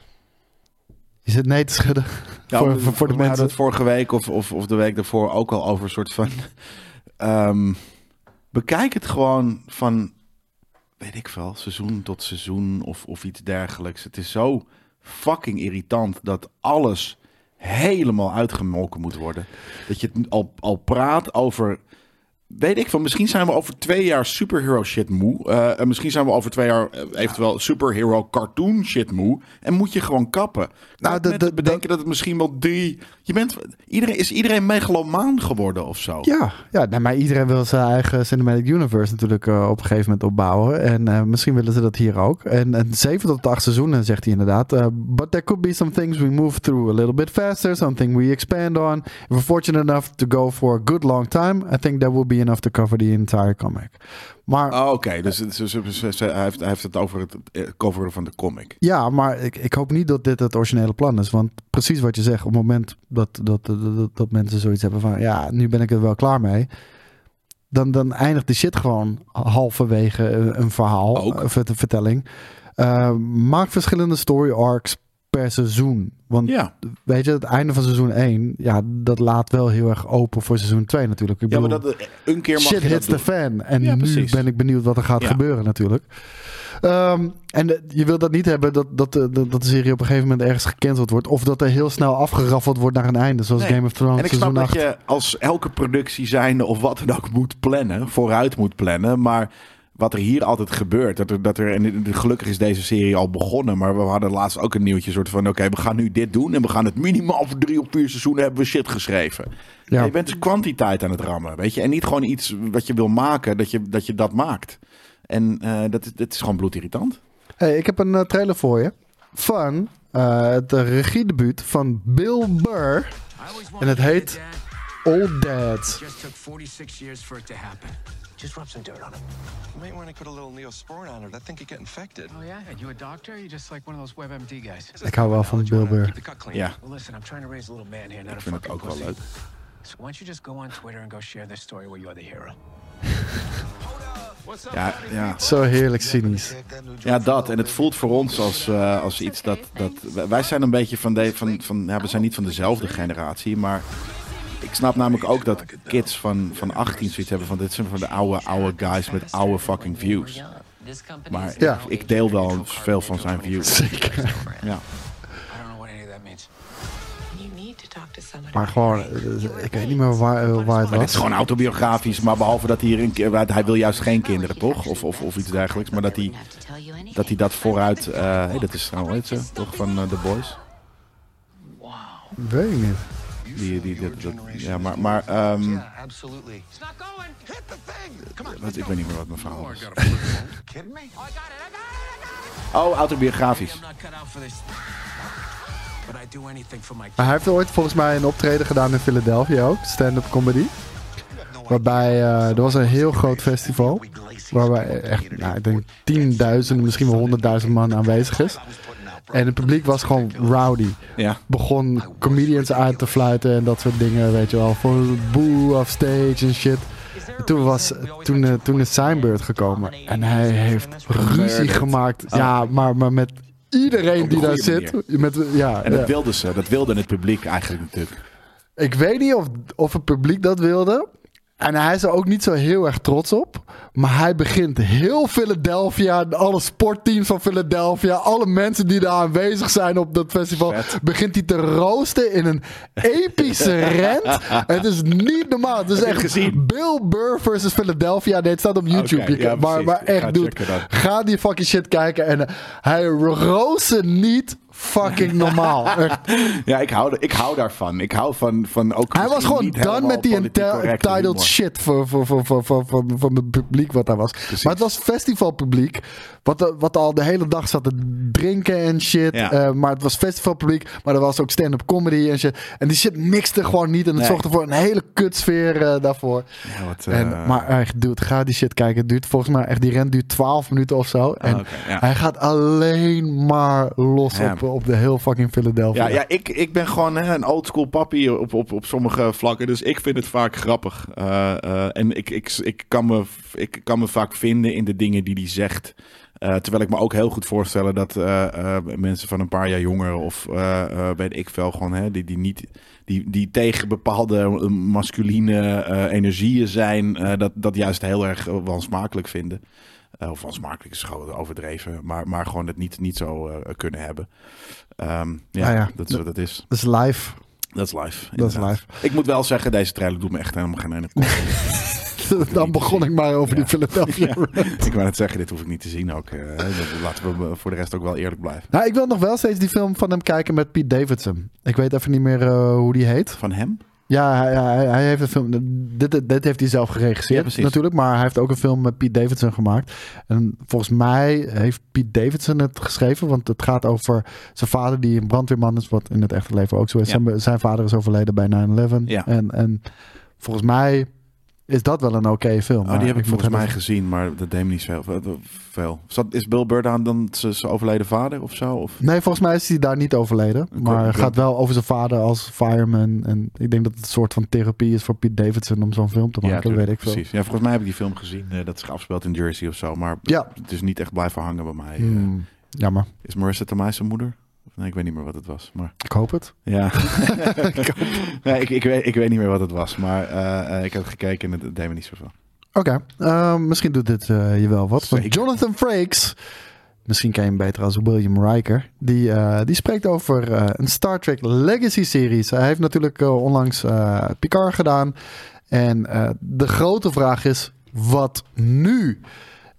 C: Je zit nee te schudden
B: Ja,
C: voor, voor, voor de
B: we
C: mensen.
B: hadden het vorige week of, of, of de week daarvoor ook al over een soort van... um, bekijk het gewoon van, weet ik veel, seizoen tot seizoen of, of iets dergelijks. Het is zo fucking irritant dat alles helemaal uitgemolken moet worden. Dat je het al, al praat over... Weet ik van, misschien zijn we over twee jaar superhero shit moe. Uh, en misschien zijn we over twee jaar uh, eventueel superhero cartoon shit moe. En moet je gewoon kappen. Nou,
C: de-
B: met
C: de-
B: het bedenken dat het misschien wel drie... Je bent, iedereen, is iedereen megalomaan geworden of zo?
C: Ja, ja nee, maar iedereen wil zijn eigen cinematic universe natuurlijk uh, op een gegeven moment opbouwen. En uh, misschien willen ze dat hier ook. En, en zeven tot acht seizoenen, zegt hij inderdaad. Uh, but there could be some things we move through a little bit faster. Something we expand on. If we're fortunate enough to go for a good long time, I think that will be enough to cover the entire comic. Maar...
B: Oh, oké, okay. Dus het, ze, ze, ze, ze, hij, heeft, hij heeft het over het uh, coveren van de comic.
C: Ja, maar ik, ik hoop niet dat dit het originele plan is. Want precies wat je zegt, op het moment dat, dat, dat, dat, dat mensen zoiets hebben van... ja, nu ben ik er wel klaar mee. Dan, dan eindigt de shit gewoon halverwege een verhaal,
B: Ook.
C: een vertelling. Uh, maak verschillende story arcs per seizoen. Want
B: Ja.
C: weet je, het einde van seizoen één... ja, dat laat wel heel erg open voor seizoen twee natuurlijk. Ik
B: Ja, maar
C: bedoel,
B: dat, een keer mag
C: shit
B: je
C: hits
B: dat
C: the fan. En
B: Ja,
C: nu
B: precies.
C: ben ik benieuwd wat er gaat
B: Ja.
C: gebeuren natuurlijk. Um, en de, je wilt dat niet hebben dat, dat, de, dat de serie op een gegeven moment ergens gecanceld wordt. Of dat er heel snel afgeraffeld wordt naar een einde. Zoals
B: Nee.
C: Game of Thrones
B: En ik snap
C: seizoen
B: dat
C: acht.
B: je als elke productie zijnde of wat dan ook moet plannen, vooruit moet plannen. Maar wat er hier altijd gebeurt. Dat er, dat er, en gelukkig is deze serie al begonnen. Maar we hadden laatst ook een nieuwtje. Soort van, oké, okay, we gaan nu dit doen. En we gaan het minimaal voor drie of vier seizoenen hebben we shit geschreven. Ja. Je bent dus kwantiteit aan het rammen. Weet je? En niet gewoon iets wat je wil maken. Dat je dat, je dat maakt. En uh, dat, dat is gewoon bloedirritant.
C: Hey, ik heb een uh, trailer voor je. Van uh, het regiedebuut van Bill Burr. En het heet Old Dads.
D: Just took forty-six years for it to happen. Just rub some dirt on him.
E: You might want to put a little Neosporin on it. I think you get infected.
D: Oh yeah? And you a doctor? Or you just like one of those WebMD guys?
C: Ik hou wel van Bill Burr.
B: Ja.
D: Well, listen, I'm trying to raise a little man here, not
B: Ik
D: a
B: vind het
D: fucking
B: ook wel
D: pussy.
B: leuk.
D: So why don't you just go on Twitter and go share this story where you're the hero?
B: Ja, ja.
C: Zo heerlijk cynisch.
B: Ja, dat. En het voelt voor ons als, uh, als iets dat, dat... Wij zijn een beetje van... De, van, van ja, we zijn niet van dezelfde generatie, maar... Ik snap namelijk ook dat kids van, van achttien zoiets hebben van... Dit zijn van de oude, oude guys met oude fucking views. Maar
C: Ja.
B: ik deel wel veel van zijn views.
C: Zeker.
B: Ja.
D: I don't know what any of that means.
C: Maar gewoon, uh, ik weet niet meer waar, uh, waar het
B: Maar dit is
C: was.
B: gewoon autobiografisch. Maar behalve dat hij hier een keer... Hij wil juist geen kinderen, toch? Of, of, of iets dergelijks. Maar dat hij dat, hij dat vooruit... Uh, hey, dat is, hoe heet ze? Toch? Van uh, The Boys?
C: Weet ik niet.
B: Die, die, dat, dat, ja, maar... maar um,
E: Yeah, absolutely.
D: It's not going.
E: Hit the thing! Come on.
B: wat, ik weet niet meer wat mijn verhaal
D: Oh, I
B: was.
D: got a flip phone.
E: Kidding me?
D: Oh, I got it, I got it, I got it!
B: Oh, autobiografisch.
D: I'm not cut out for this. But I do anything for my
C: Maar hij heeft ooit volgens mij een optreden gedaan in Philadelphia ook. Stand-up comedy. Waarbij uh, er was een heel groot festival. Waarbij echt, nou, ik denk tienduizenden, misschien wel honderdduizend man aanwezig is. En het publiek was gewoon rowdy.
B: Ja.
C: Begon comedians uit te fluiten en dat soort dingen, weet je wel. Voor boo off stage en shit. En toen, was, toen, uh, toen is zijn beurt gekomen. En hij heeft ruzie gemaakt. Ja, maar, maar met iedereen
B: Op
C: die
B: een
C: daar
B: goede
C: zit. Met, ja,
B: En dat
C: ja.
B: wilden ze. Dat wilde het publiek eigenlijk natuurlijk.
C: Ik weet niet of, of het publiek dat wilde. En hij is er ook niet zo heel erg trots op. Maar hij begint heel Philadelphia, alle sportteams van Philadelphia, alle mensen die daar aanwezig zijn op dat festival,
B: Vet.
C: begint hij te roosten in een epische rent. Het is niet normaal. Het is
B: Heb je
C: echt
B: het gezien?
C: Bill Burr versus Philadelphia. Nee, het staat op YouTube.
B: Oké,
C: Je-
B: ja,
C: maar,
B: precies.
C: maar
B: Ik ga
C: echt, dude,
B: checken dan.
C: ga die fucking shit kijken. En uh, hij roostte niet fucking normaal. Echt.
B: Ja, ik hou, ik hou daarvan. Ik hou van, van ook...
C: Hij was
B: misschien
C: gewoon
B: niet
C: done
B: helemaal
C: met die
B: politiek
C: enti-
B: correcte
C: entitled
B: humor.
C: shit voor, voor, voor, voor, voor, voor, van het publiek wat daar was. Maar het was festivalpubliek. Wat, wat al de hele dag zat te drinken en shit.
B: Ja.
C: Uh, maar het was festivalpubliek. Maar er was ook stand-up comedy en shit. En die shit mixte gewoon niet. En het
B: Nee.
C: zorgde voor een hele kutsfeer uh, daarvoor.
B: Ja, wat, uh,
C: En, maar echt, dude, ga die shit kijken. Het duurt volgens mij echt, die rent duurt twaalf minuten of zo. En
B: oké, ja.
C: hij gaat alleen maar los
B: Ja.
C: op, op de heel fucking Philadelphia.
B: Ja, ja ik, ik ben gewoon hè, een oldschool papi op, op, op sommige vlakken. Dus ik vind het vaak grappig. Uh, uh, en ik, ik, ik, kan me, ik kan me vaak vinden in de dingen die hij zegt. Uh, terwijl ik me ook heel goed voorstellen dat uh, uh, mensen van een paar jaar jonger of uh, uh, weet ik veel gewoon, hè, die, die, niet, die, die tegen bepaalde masculine uh, energieën zijn, uh, dat, dat juist heel erg uh, wansmakelijk vinden. Uh, of wansmakelijk is gewoon overdreven, maar, maar gewoon het niet, niet zo uh, kunnen hebben. Um, ja,
C: Ah ja.
B: dat is wat het is.
C: Dat is live.
B: Dat is live.
C: Dat is
B: inderdaad. Ik moet wel zeggen, deze trailer doet me echt helemaal geen ene kop.
C: Dan begon ik maar over die Philadelphia.
B: Ja, ik wou net zeggen, dit hoef ik niet te zien ook. Uh, laten we voor de rest ook wel eerlijk blijven.
C: Nou, ik wil nog wel steeds die film van hem kijken met Pete Davidson. Ik weet even niet meer uh, hoe die heet.
B: Van hem?
C: Ja, hij, hij, hij heeft een film. Dit, dit heeft hij zelf
B: Ja,
C: geregisseerd,
B: precies.
C: natuurlijk. Maar hij heeft ook een film met Pete Davidson gemaakt. En volgens mij heeft Pete Davidson het geschreven. Want het gaat over zijn vader, die een brandweerman is. Wat in het echte leven ook zo is.
B: Ja.
C: Zijn, zijn vader is overleden bij nine eleven.
B: Ja.
C: En, en volgens mij is dat wel een oké film.
B: Oh,
C: Maar
B: die heb ik
C: moet
B: volgens mij
C: even-
B: gezien, maar dat deed me niet zo veel. Zat, is Bill Burr dan, dan zijn overleden vader of zo? Of?
C: Nee, volgens mij is hij daar niet overleden.
B: Ik
C: Maar
B: hoop-
C: het
B: ik
C: gaat
B: hoop-
C: wel over zijn vader als fireman. En ik denk dat het een soort van therapie is voor Pete Davidson om zo'n film te maken. dat
B: tuurlijk,
C: weet ik veel.
B: precies. Ja, volgens mij heb ik die film gezien. Uh, dat is afgespeeld in Jersey of zo. Maar
C: Ja.
B: het is niet echt blijven hangen bij mij. Uh,
C: Hmm, jammer.
B: Is Marissa Tomei zijn moeder? Nee, ik weet niet meer wat het was. Maar
C: Ik hoop het.
B: ja, nee, ik, ik, weet, ik weet niet meer wat het was. Maar uh, uh, ik heb gekeken en het deed me niet zoveel.
C: Oké, okay. uh, misschien doet dit uh, je wel wat. Want
B: Zeker.
C: Jonathan Frakes, misschien ken je hem beter als William Riker, die, uh, die spreekt over uh, een Star Trek Legacy series. Hij heeft natuurlijk uh, onlangs uh, Picard gedaan. En uh, de grote vraag is, wat nu?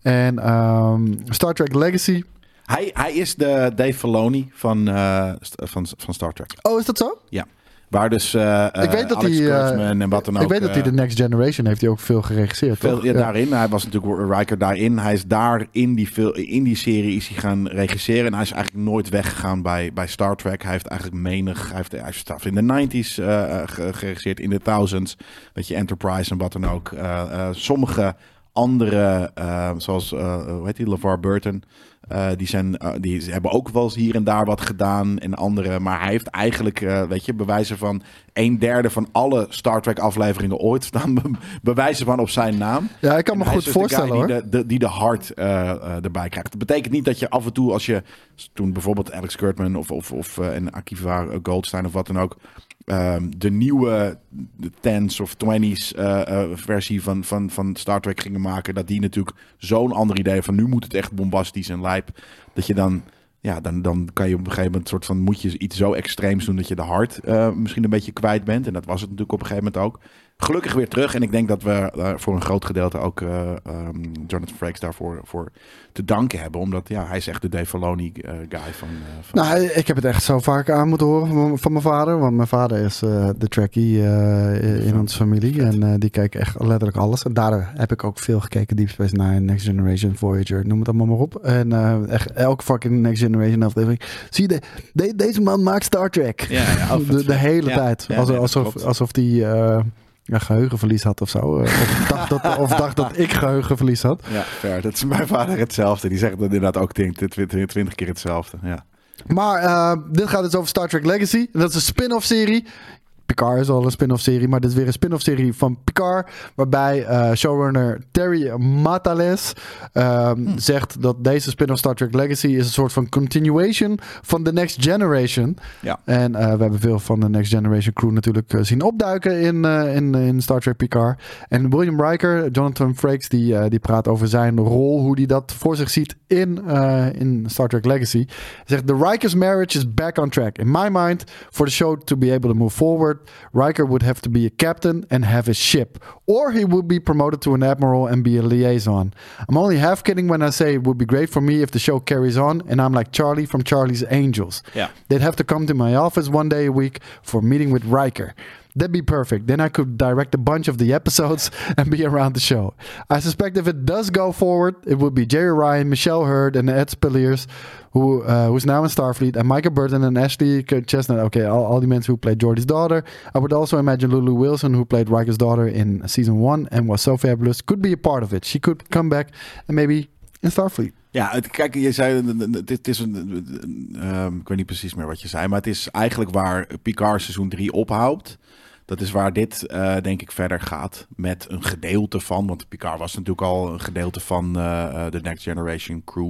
C: En um, Star Trek Legacy.
B: Hij, hij is de Dave Filoni van, uh, van, van Star Trek.
C: Oh, is dat zo?
B: Ja. Waar dus uh,
C: ik weet dat
B: Alex
C: hij,
B: Kurtzman en wat dan ook.
C: Ik weet dat hij de Next Generation heeft hij ook veel geregisseerd.
B: Veel,
C: toch?
B: ja,
C: Ja.
B: Daarin. Hij was natuurlijk Riker daarin. Hij is daar in die, fil- in die serie is hij gaan regisseren. En hij is eigenlijk nooit weggegaan bij, bij Star Trek. Hij heeft eigenlijk menig... Hij heeft, hij heeft in de nineties uh, geregisseerd. In de thousands. Weet je, Enterprise en wat dan ook. Uh, uh, sommige andere... Uh, zoals, uh, hoe heet die? LeVar Burton... Uh, die, zijn, uh, die hebben ook wel eens hier en daar wat gedaan en andere. Maar hij heeft eigenlijk, uh, weet je, bewijzen van een derde van alle Star Trek afleveringen ooit staan be- bewijzen van op zijn naam.
C: Ja, ik kan me
B: En hij
C: goed
B: is dus
C: voorstellen
B: de guy
C: hoor.
B: Die de, de, die de hart uh, uh, erbij krijgt. Dat betekent niet dat je af en toe als je, toen bijvoorbeeld Alex Kurtzman of, of, of uh, en Akiva Goldstein of wat dan ook. Um, de nieuwe tens of twenties uh, uh, versie van, van, van Star Trek gingen maken. Dat die natuurlijk zo'n ander idee van nu moet het echt bombastisch en lijp. Dat je dan, ja, dan, dan kan je op een gegeven moment soort van moet je iets zo extreems doen dat je de hart uh, misschien een beetje kwijt bent. En dat was het natuurlijk op een gegeven moment ook. Gelukkig weer terug. En ik denk dat we uh, voor een groot gedeelte ook uh, um, Jonathan Frakes daarvoor voor te danken hebben. Omdat ja, hij is echt de Dave Filoni uh, guy van, uh, van...
C: Nou, ik heb het echt zo vaak aan moeten horen van, mijn- van mijn vader. Want mijn vader is uh, de Trekkie uh, in onze familie. En uh, die kijkt echt letterlijk alles. En daar heb ik ook veel gekeken. Deep Space Nine, Next Generation, Voyager, noem het allemaal maar op. En uh, echt elke fucking Next Generation aflevering. Zie je, de, de, deze man maakt Star Trek.
B: Ja, ja,
C: de, de hele
B: ja,
C: tijd.
B: ja,
C: Alsof,
B: nee, dat
C: alsof,
B: klopt.
C: alsof die... Uh, ja, geheugenverlies had of zo. Of dacht dat, of dacht dat ik geheugenverlies had.
B: Ja, fair. Dat is mijn vader hetzelfde. Die zegt dat inderdaad ook twintig keer hetzelfde. Ja.
C: Maar uh, dit gaat dus over Star Trek Legacy. En dat is een spin-off serie. Picard is al een spin-off serie, maar dit is weer een spin-off serie van Picard. Waarbij uh, showrunner Terry Matales uh, hmm. zegt dat deze spin-off Star Trek Legacy is een soort van continuation van The Next Generation.
B: Ja.
C: En uh, we hebben veel van de Next Generation crew natuurlijk uh, zien opduiken in, uh, in, in Star Trek Picard. En William Riker, Jonathan Frakes, die, uh, die praat over zijn rol, hoe hij dat voor zich ziet in, uh, in Star Trek Legacy. Hij zegt, the Riker's marriage is back on track. In my mind, for the show to be able to move forward, Riker would have to be a captain and have his ship. Or he would be promoted to an admiral and be a liaison. I'm only half kidding when I say it would be great for me if the show carries on and I'm like Charlie from Charlie's Angels.
B: Yeah.
C: They'd have to come to my office one day a week for a meeting with Riker. That'd be perfect. Then I could direct a bunch of the episodes and be around the show. I suspect if it does go forward, it would be Jerry Ryan, Michelle Hurd and Ed Spilliers, who uh, who's now in Starfleet, and Micah Burton and Ashley Chestnut. Okay, all, all the men who played Geordi's daughter. I would also imagine Lulu Wilson, who played Riker's daughter in season one and was so fabulous, could be a part of it. She could come back and maybe in Starfleet.
B: Ja, het, kijk, je zei, het is een, um, ik weet niet precies meer wat je zei, maar het is eigenlijk waar Picard seizoen drie ophoudt. Dat is waar dit, uh, denk ik, verder gaat met een gedeelte van, want Picard was natuurlijk al een gedeelte van de uh, uh, Next Generation crew.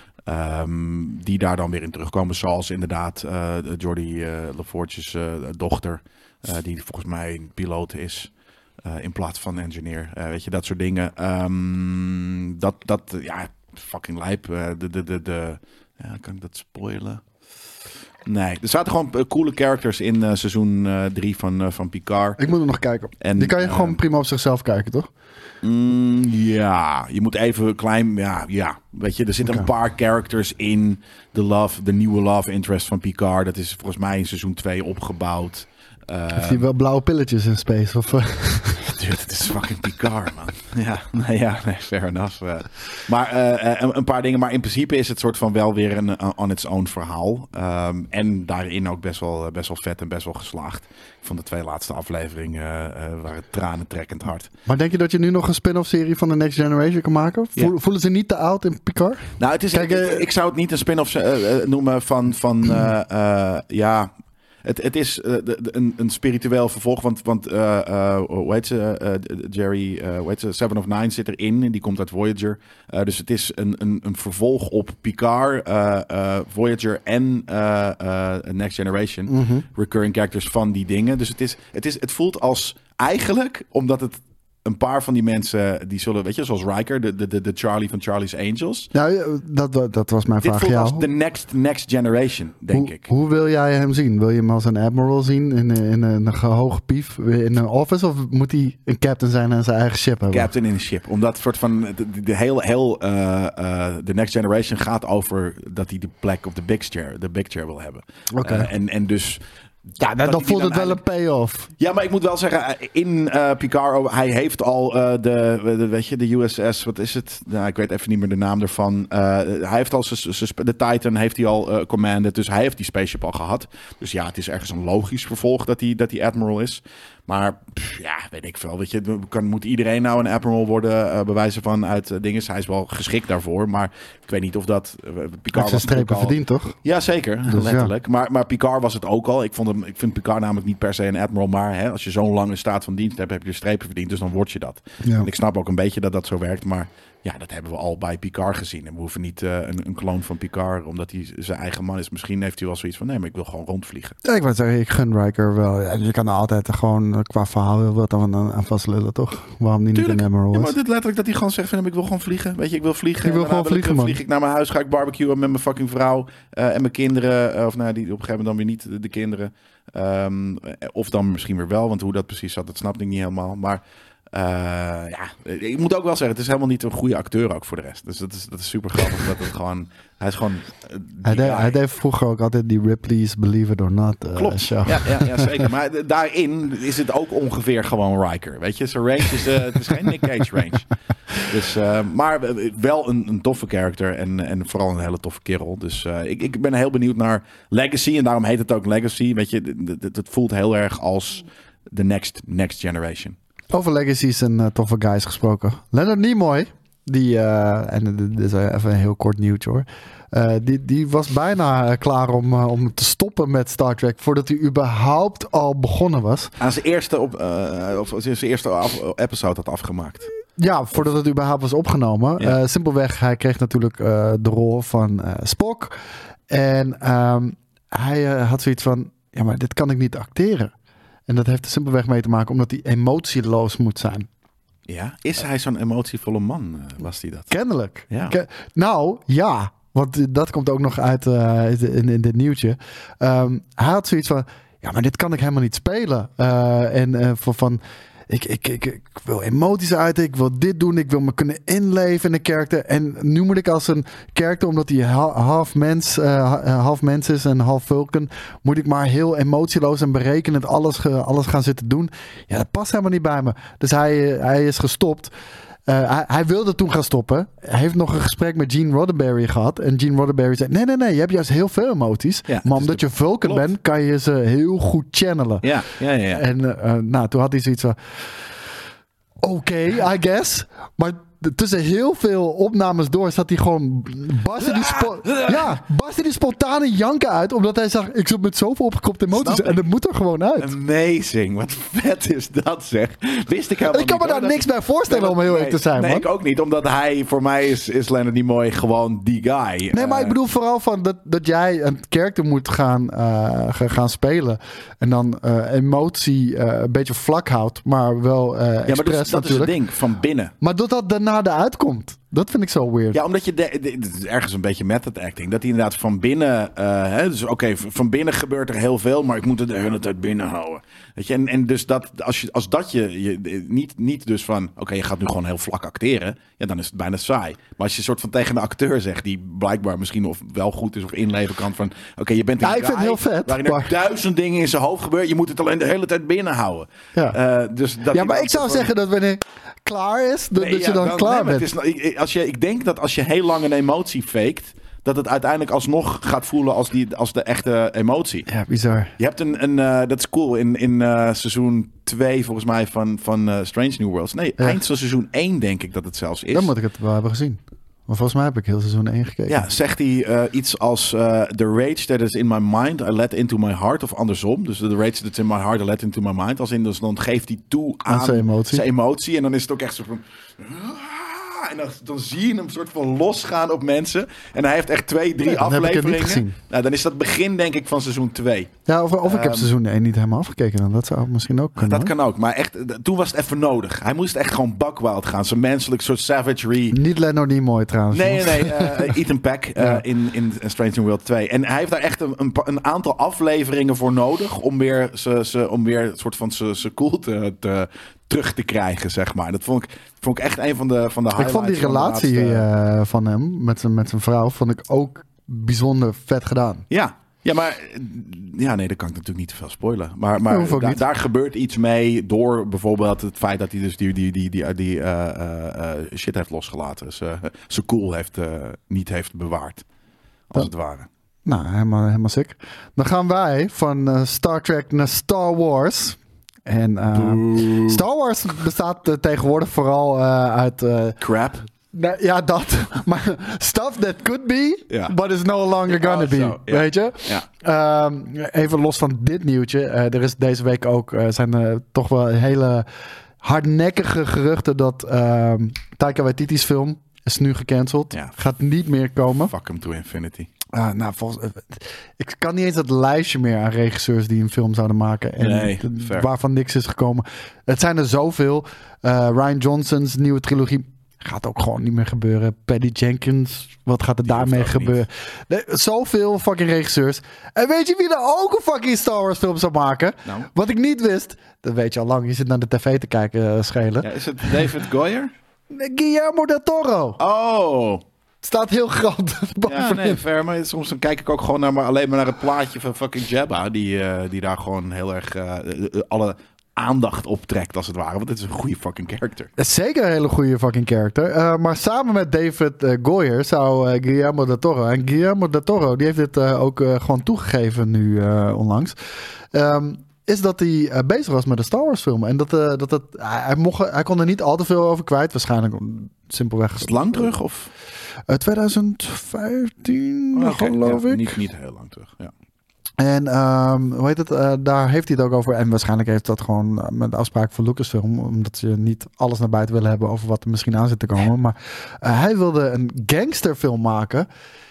B: Um, die daar dan weer in terugkomen, zoals inderdaad uh, Geordi uh, LaForge's uh, dochter, uh, die volgens mij een piloot is. Uh, in plaats van engineer, uh, weet je, dat soort dingen. Um, dat, dat, ja, fucking lijp. Uh, de, de, de, de, ja, kan ik dat spoilen? Nee, er zaten gewoon uh, coole characters in uh, seizoen drie uh, van, uh, van Picard.
C: Ik moet er nog kijken.
B: En,
C: die kan je
B: uh,
C: gewoon prima op zichzelf kijken, toch?
B: Mm, ja, je moet even klein, ja, ja. Weet je, er zitten okay. een paar characters in de love, de nieuwe love interest van Picard. Dat is volgens mij in seizoen twee opgebouwd. Uh,
C: Heeft hij wel blauwe pilletjes in space? Of, uh?
B: Dude, het is fucking Picard, man. Ja, nee, ja, nee, fair enough. Uh, maar uh, een, een paar dingen. Maar in principe is het soort van wel weer een on its own verhaal. Um, en daarin ook best wel, best wel vet en best wel geslaagd. Ik vond de twee laatste afleveringen uh, waren tranentrekkend hard.
C: Maar denk je dat je nu nog een spin-off serie van The Next Generation kan maken? Voel, ja. Voelen ze niet te oud in Picard?
B: Nou, het is, Kijk, ik, uh, ik zou het niet een spin-off uh, uh, noemen van, van uh, uh, ja... Het, het is uh, de, de, een, een spiritueel vervolg, want, want uh, uh, hoe heet ze, uh, Jerry, uh, hoe heet ze, Seven of Nine zit erin en die komt uit Voyager. Uh, dus het is een, een, een vervolg op Picard, uh, uh, Voyager en uh, uh, Next Generation.
C: Mm-hmm.
B: Recurring characters van die dingen. Dus het, is, het, is, het voelt als eigenlijk, omdat het een paar van die mensen die zullen, weet je, zoals Riker, de, de, de, de Charlie van Charlie's Angels.
C: Nou, dat, dat, dat was mijn
B: Dit
C: vraag.
B: voelt
C: jou.
B: als de next, next generation, denk
C: hoe,
B: ik.
C: Hoe wil jij hem zien? Wil je hem als een admiral zien in, in een hoge pief in een office? Of moet hij een captain zijn en zijn eigen ship hebben?
B: Captain in a ship. Omdat soort van de, de, de heel, heel uh, uh, de next generation gaat over dat hij de plek op de big chair, de big chair wil hebben.
C: Oké. Okay.
B: Uh, en, en dus.
C: Ja, nou, dan voelt het wel een payoff.
B: Ja, maar ik moet wel zeggen, in uh, Picard, hij heeft al uh, de, de, weet je, de U S S, wat is het? Nou, ik weet even niet meer de naam ervan. Uh, hij heeft al de Titan, heeft hij al uh, commanded, dus hij heeft die spaceship al gehad. Dus ja, het is ergens een logisch vervolg dat hij, dat hij admiral is. Maar pff, ja, weet ik veel. Weet je, kan, moet iedereen nou een admiral worden, uh, bewijzen van uit uh, dingen? Hij is wel geschikt daarvoor, maar ik weet niet of dat. Uh, Picard
C: was strepen
B: al...
C: verdiend, toch?
B: Ja, zeker,
C: dus
B: letterlijk.
C: Ja.
B: Maar, maar Picard was het ook al. Ik, vond hem, ik vind Picard namelijk niet per se een admiral, maar hè, als je zo'n lange staat van dienst hebt, heb je strepen verdiend, dus dan word je dat.
C: Ja.
B: En ik snap ook een beetje dat dat zo werkt, maar ja, dat hebben we al bij Picard gezien. En we hoeven niet uh, een, een kloon van Picard, omdat hij zijn eigen man is. Misschien heeft hij wel zoiets van, nee, maar ik wil gewoon rondvliegen.
C: Ja, ik wou zeggen, ik gun Riker wel. Ja, je kan er altijd gewoon qua verhaal heel wat aan, aan vastlullen, toch? Waarom die niet een admiral is?
B: Ja, maar dit letterlijk dat hij gewoon zegt van, ik wil gewoon vliegen. Weet je, ik wil vliegen.
C: Ik wil gewoon
B: wil
C: vliegen,
B: ik,
C: man.
B: vlieg ik naar mijn huis, ga ik barbecuen met mijn fucking vrouw uh, en mijn kinderen. Uh, of nou, die op een gegeven moment dan weer niet de, de kinderen. Um, of dan misschien weer wel, want hoe dat precies zat, dat snapte ik niet helemaal. Maar Uh, ja, ik moet ook wel zeggen, het is helemaal niet een goede acteur ook voor de rest. Dus dat is, dat is super grappig. dat het gewoon, hij is gewoon... Uh,
C: hij, deed, hij deed vroeger ook altijd die Ripley's Believe It or Not uh,
B: Klopt,
C: show.
B: Ja, ja, ja, zeker. Maar d- daarin is het ook ongeveer gewoon Riker. Weet je, zijn range is, uh, het is geen Nick Cage range. Dus, uh, maar wel een, een toffe character en, en vooral een hele toffe kerel. Dus uh, ik, ik ben heel benieuwd naar Legacy en daarom heet het ook Legacy. Weet je, het voelt heel erg als de next, next generation.
C: Over legacies en uh, toffe guys gesproken. Leonard Nimoy, die, uh, en dit is even een heel kort nieuwtje hoor. Uh, die, die was bijna klaar om, uh, om te stoppen met Star Trek voordat hij überhaupt al begonnen was.
B: Aan zijn eerste, op, uh, of zijn eerste af, episode had afgemaakt.
C: Ja, voordat het überhaupt was opgenomen. Ja. Uh, simpelweg, hij kreeg natuurlijk uh, de rol van uh, Spock. En um, hij uh, had zoiets van, ja maar dit kan ik niet acteren. En dat heeft er simpelweg mee te maken omdat hij emotieloos moet zijn.
B: Ja, is hij zo'n emotievolle man, was hij dat?
C: Kennelijk.
B: Ja.
C: Ke- nou, ja. Want dat komt ook nog uit uh, in, in dit nieuwtje. Um, hij had zoiets van, ja, maar dit kan ik helemaal niet spelen. Uh, en uh, voor van... Ik, ik, ik, ik wil emoties uiten, ik wil dit doen, ik wil me kunnen inleven in een karakter. En nu moet ik als een karakter, omdat hij half mens, uh, half mens is en half Vulcan, moet ik maar heel emotieloos en berekenend alles, ge, alles gaan zitten doen. Ja, dat past helemaal niet bij me. Dus hij, hij is gestopt. Uh, hij, hij wilde toen gaan stoppen. Hij heeft nog een gesprek met Gene Roddenberry gehad. En Gene Roddenberry zei, nee, nee, nee, je hebt juist heel veel emoties. Ja, maar omdat de... je Vulcan bent, kan je ze heel goed channelen.
B: Ja, ja, ja. ja.
C: En uh, nou, toen had hij zoiets van, oké, okay, I guess. Maar tussen heel veel opnames door zat hij gewoon barstte die, spo- ja, barstte die spontane janken uit. Omdat hij zag, ik zit met zoveel opgekropte emoties. En dat moet er gewoon uit.
B: Amazing. Wat vet is dat, zeg. Wist ik helemaal
C: Ik kan
B: niet,
C: me daar
B: hoor.
C: niks bij voorstellen, nee, om heel
B: nee,
C: eerlijk te zijn,
B: nee,
C: man.
B: ik ook niet. Omdat hij, voor mij is, is Leonard Nimoy gewoon die guy.
C: Nee, maar
B: uh,
C: ik bedoel vooral van dat, dat jij een character moet gaan, uh, gaan spelen. En dan uh, emotie uh, een beetje vlak houdt. Maar wel uh,
B: ja, maar
C: expres
B: dus, dat
C: natuurlijk.
B: is het ding, van binnen.
C: Maar dat dat daarna eruit komt. Dat vind ik zo weird.
B: Ja, omdat je... De, de, het is ergens een beetje method acting. Dat hij inderdaad van binnen... Uh, hè, dus oké, okay, van binnen gebeurt er heel veel... maar ik moet het de hele tijd binnen houden. Weet je? En, en dus dat, als, je, als dat je... je niet, niet dus van... Oké, okay, je gaat nu gewoon heel vlak acteren... Ja, dan is het bijna saai. Maar als je een soort van tegen de acteur zegt... die blijkbaar misschien of wel goed is of inleven kan van... Oké, okay, je bent een
C: ja, ik
B: guy
C: vind het heel vet,
B: waarin er
C: maar...
B: duizend dingen in zijn hoofd gebeuren... je moet het alleen de hele tijd binnenhouden.
C: Ja,
B: uh, dus dat
C: ja maar ik zou
B: van...
C: zeggen dat wanneer klaar is... dat,
B: Nee,
C: dat
B: ja,
C: je dan,
B: dan
C: klaar
B: nee,
C: bent.
B: Het is, ik, als je, ik denk dat als je heel lang een emotie faked... dat het uiteindelijk alsnog gaat voelen als, die, als de echte emotie.
C: Ja, bizar.
B: Je hebt een... een uh, dat is cool. In, in uh, seizoen twee volgens mij van, van uh, Strange New Worlds. Nee,
C: ja.
B: eind van seizoen één denk ik dat het zelfs is.
C: Dan moet ik het wel hebben gezien. Maar volgens mij heb ik heel seizoen één gekeken.
B: Ja, zegt hij uh, iets als... Uh, the rage that is in my mind, I let into my heart. Of andersom. Dus the rage that's in my heart, I let into my mind. Als in, dus dan geeft hij toe aan,
C: aan zijn emotie.
B: zijn emotie. En dan is het ook echt zo van... En dan, dan zie je hem soort van losgaan op mensen. En hij heeft echt twee, drie
C: Ja, dan heb ik het niet
B: afleveringen.
C: gezien.
B: Nou, dan is dat begin, denk ik, van seizoen twee.
C: Ja, of, of ik heb
B: Ehm,
C: seizoen één niet helemaal afgekeken. Dan. Dat zou misschien ook kunnen.
B: Dat
C: hoor.
B: kan ook. Maar echt, eh, toen was het even nodig. Hij moest echt gewoon buckwild gaan. Zijn menselijk soort savagery.
C: Niet Leonard Nimoy trouwens.
B: Nee, nee, nee. eh, Ethan Peck eh,
C: Ja.
B: in, in Strange New World twee. En hij heeft daar echt een, een, pa- een aantal afleveringen voor nodig om weer ze, ze, om weer een soort van zijn cool te, te, terug te krijgen, zeg maar. Dat vond ik, vond ik echt een van de, van de
C: Ik
B: highlights.
C: vond die
B: van de
C: relatie
B: laatste-
C: eh, van hem met zijn, met zijn vrouw vond ik ook bijzonder vet gedaan.
B: Ja. Ja, maar eh, ja, nee, dat kan ik natuurlijk niet te veel spoilen. Maar,
C: Dat
B: maar
C: hoeft ook
B: da-
C: niet.
B: daar gebeurt iets mee door bijvoorbeeld het feit dat hij dus die, die, die, die, die eh, eh, eh, shit heeft losgelaten. Ze zijn cool heeft, eh, niet heeft bewaard, als
C: Ja.
B: het ware.
C: Nou, helemaal, helemaal sick. Dan gaan wij van eh, Star Trek naar Star Wars. En eh, Star Wars bestaat eh, tegenwoordig vooral eh, uit... eh,
B: Crap.
C: nou, ja, dat. Maar stuff that could be,
B: Ja.
C: but is no longer
B: Ja,
C: gonna be.
B: zo, ja.
C: Weet je?
B: Ja.
C: Ehm, even los van dit nieuwtje. eh, er is deze week ook... eh, zijn er toch wel hele hardnekkige geruchten dat ehm Taika Waititi's film is nu gecanceld.
B: Ja.
C: Gaat niet meer komen.
B: Fuck him to infinity.
C: Ah, nou, volgens, ik kan niet eens het lijstje meer aan regisseurs die een film zouden maken. En
B: Nee,
C: d-
B: fair.
C: waarvan niks is gekomen. Het zijn er zoveel. Uh, Ryan Johnson's nieuwe trilogie gaat ook gewoon niet meer gebeuren. Patty Jenkins, wat gaat er
B: Die
C: daarmee
B: hoeft ook
C: gebeuren? Nee, zoveel fucking regisseurs. En weet je wie er ook een fucking Star Wars film zou maken?
B: Nou.
C: Wat ik niet wist, dat weet je al lang. Je zit naar de tv te kijken, uh, schelen.
B: Ja, is het David Goyer?
C: Guillermo del Toro.
B: Oh.
C: Het staat heel groot
B: Ja,
C: bovenin.
B: nee, fair. Maar soms dan kijk ik ook gewoon naar, maar alleen maar naar het plaatje van fucking Jabba. Die, eh, die daar gewoon heel erg eh, eh, alle aandacht optrekt, als het ware. Want het is een goede fucking character.
C: Dat is zeker een hele goede fucking character. Uh, maar samen met David uh, Goyer zou uh, Guillermo del Toro... En Guillermo del Toro, die heeft dit uh, ook uh, gewoon toegegeven nu uh, onlangs... Um, is dat hij uh, bezig was met een Star Wars film. En dat, uh, dat het, hij, hij, mocht, hij kon er niet al te veel over kwijt. Waarschijnlijk simpelweg...
B: Is het lang terug? Of?
C: Uh, twintig vijftien,
B: Oh, okay.
C: geloof
B: Ja,
C: ik.
B: Niet, niet heel lang terug, ja.
C: En um, hoe heet het? Uh, daar heeft hij het ook over. En waarschijnlijk heeft dat gewoon uh, met de afspraak van Lucasfilm. Omdat ze niet alles naar buiten willen hebben over wat er misschien aan zit te komen. Maar uh, hij wilde een gangsterfilm maken.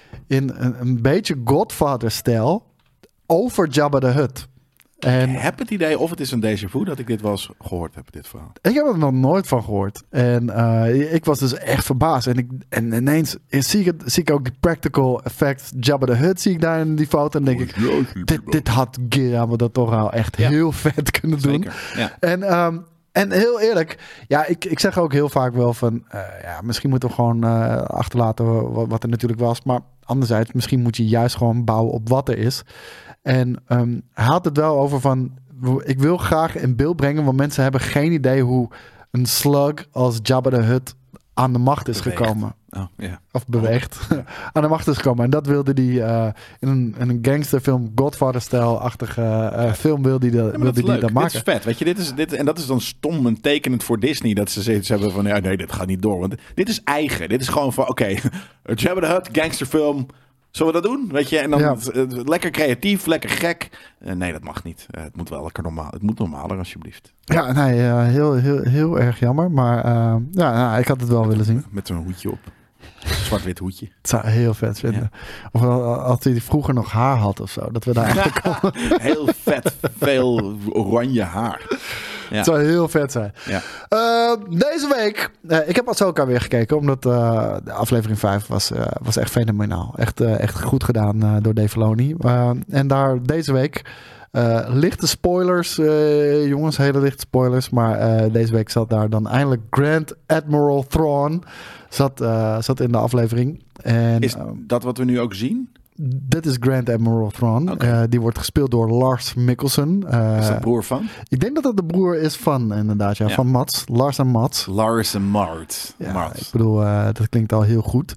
C: In een, een beetje Godfather-stijl. Over Jabba the Hutt. En
B: Ik heb het idee, of het is een déjà vu, dat ik dit wel eens gehoord heb, dit verhaal.
C: ik heb er nog nooit van gehoord. En uh, ik was dus echt verbaasd. En, ik, en ineens zie ik, het, zie ik ook die practical effects. Jabba the Hutt zie ik daar in die foto. En denk ik, dit, dit had Guillermo del Toro echt
B: Ja.
C: heel vet kunnen doen.
B: Zeker, ja.
C: En, um, en heel eerlijk, ja, ik, ik zeg ook heel vaak wel van... Uh, ja, misschien moeten we gewoon uh, achterlaten wat, wat er natuurlijk was. Maar anderzijds, misschien moet je juist gewoon bouwen op wat er is. En um, hij had het wel over van... Ik wil graag in beeld brengen, want mensen hebben geen idee hoe een slug als Jabba the Hutt aan de macht is
B: Beweegt.
C: gekomen.
B: Oh, ja.
C: Of beweegt. aan de macht is gekomen. En dat wilde hij uh, in, een, in een gangsterfilm, Godfather-stijl-achtige uh, film wilde hij dat,
B: Ja, maar
C: wilde
B: dat is
C: hij
B: leuk.
C: dat maken.
B: Dit is vet. Weet je, dit is, dit, en dat is dan stom en tekenend voor Disney. Dat ze zoiets hebben van, ja, nee, dit gaat niet door. Want dit is eigen. Dit is gewoon van, oké, okay, Jabba the Hutt, gangsterfilm. Zullen we dat doen? Weet je, en dan
C: Ja.
B: het, het, lekker creatief, lekker gek. Uh, nee, dat mag niet. Uh, het moet wel lekker normaal. Het moet normaler, alsjeblieft.
C: Ja, nee, uh, heel, heel, heel erg jammer. Maar uh, ja, nou, ik had het wel willen zien.
B: Met zo'n hoedje op. Zwart-wit hoedje.
C: Het zou heel vet vinden. Of als hij vroeger nog haar had of zo. Dat we daar eigenlijk
B: Heel vet, veel oranje haar. Ja.
C: Het zou heel vet zijn.
B: Ja.
C: Uh, deze week, uh, ik heb Ahsoka weer gekeken, omdat uh, de aflevering vijf was, uh, was echt fenomenaal. Echt, uh, echt goed gedaan uh, door Dave Filoni. Uh, en daar deze week, uh, lichte spoilers, uh, jongens, hele lichte spoilers. Maar uh, deze week zat daar dan eindelijk Grand Admiral Thrawn zat, uh, zat in de aflevering. En,
B: Is
C: uh,
B: dat wat we nu ook zien?
C: dit is Grand Admiral Thrawn.
B: Okay.
C: Uh, die wordt gespeeld door Lars Mikkelsen. Uh,
B: Is dat broer van?
C: ik denk dat dat de broer is van, inderdaad, ja,
B: Ja.
C: van Mats. Lars en Mats.
B: Lars en Mart.
C: Ja,
B: Mart.
C: ik bedoel, uh, dat klinkt al heel goed.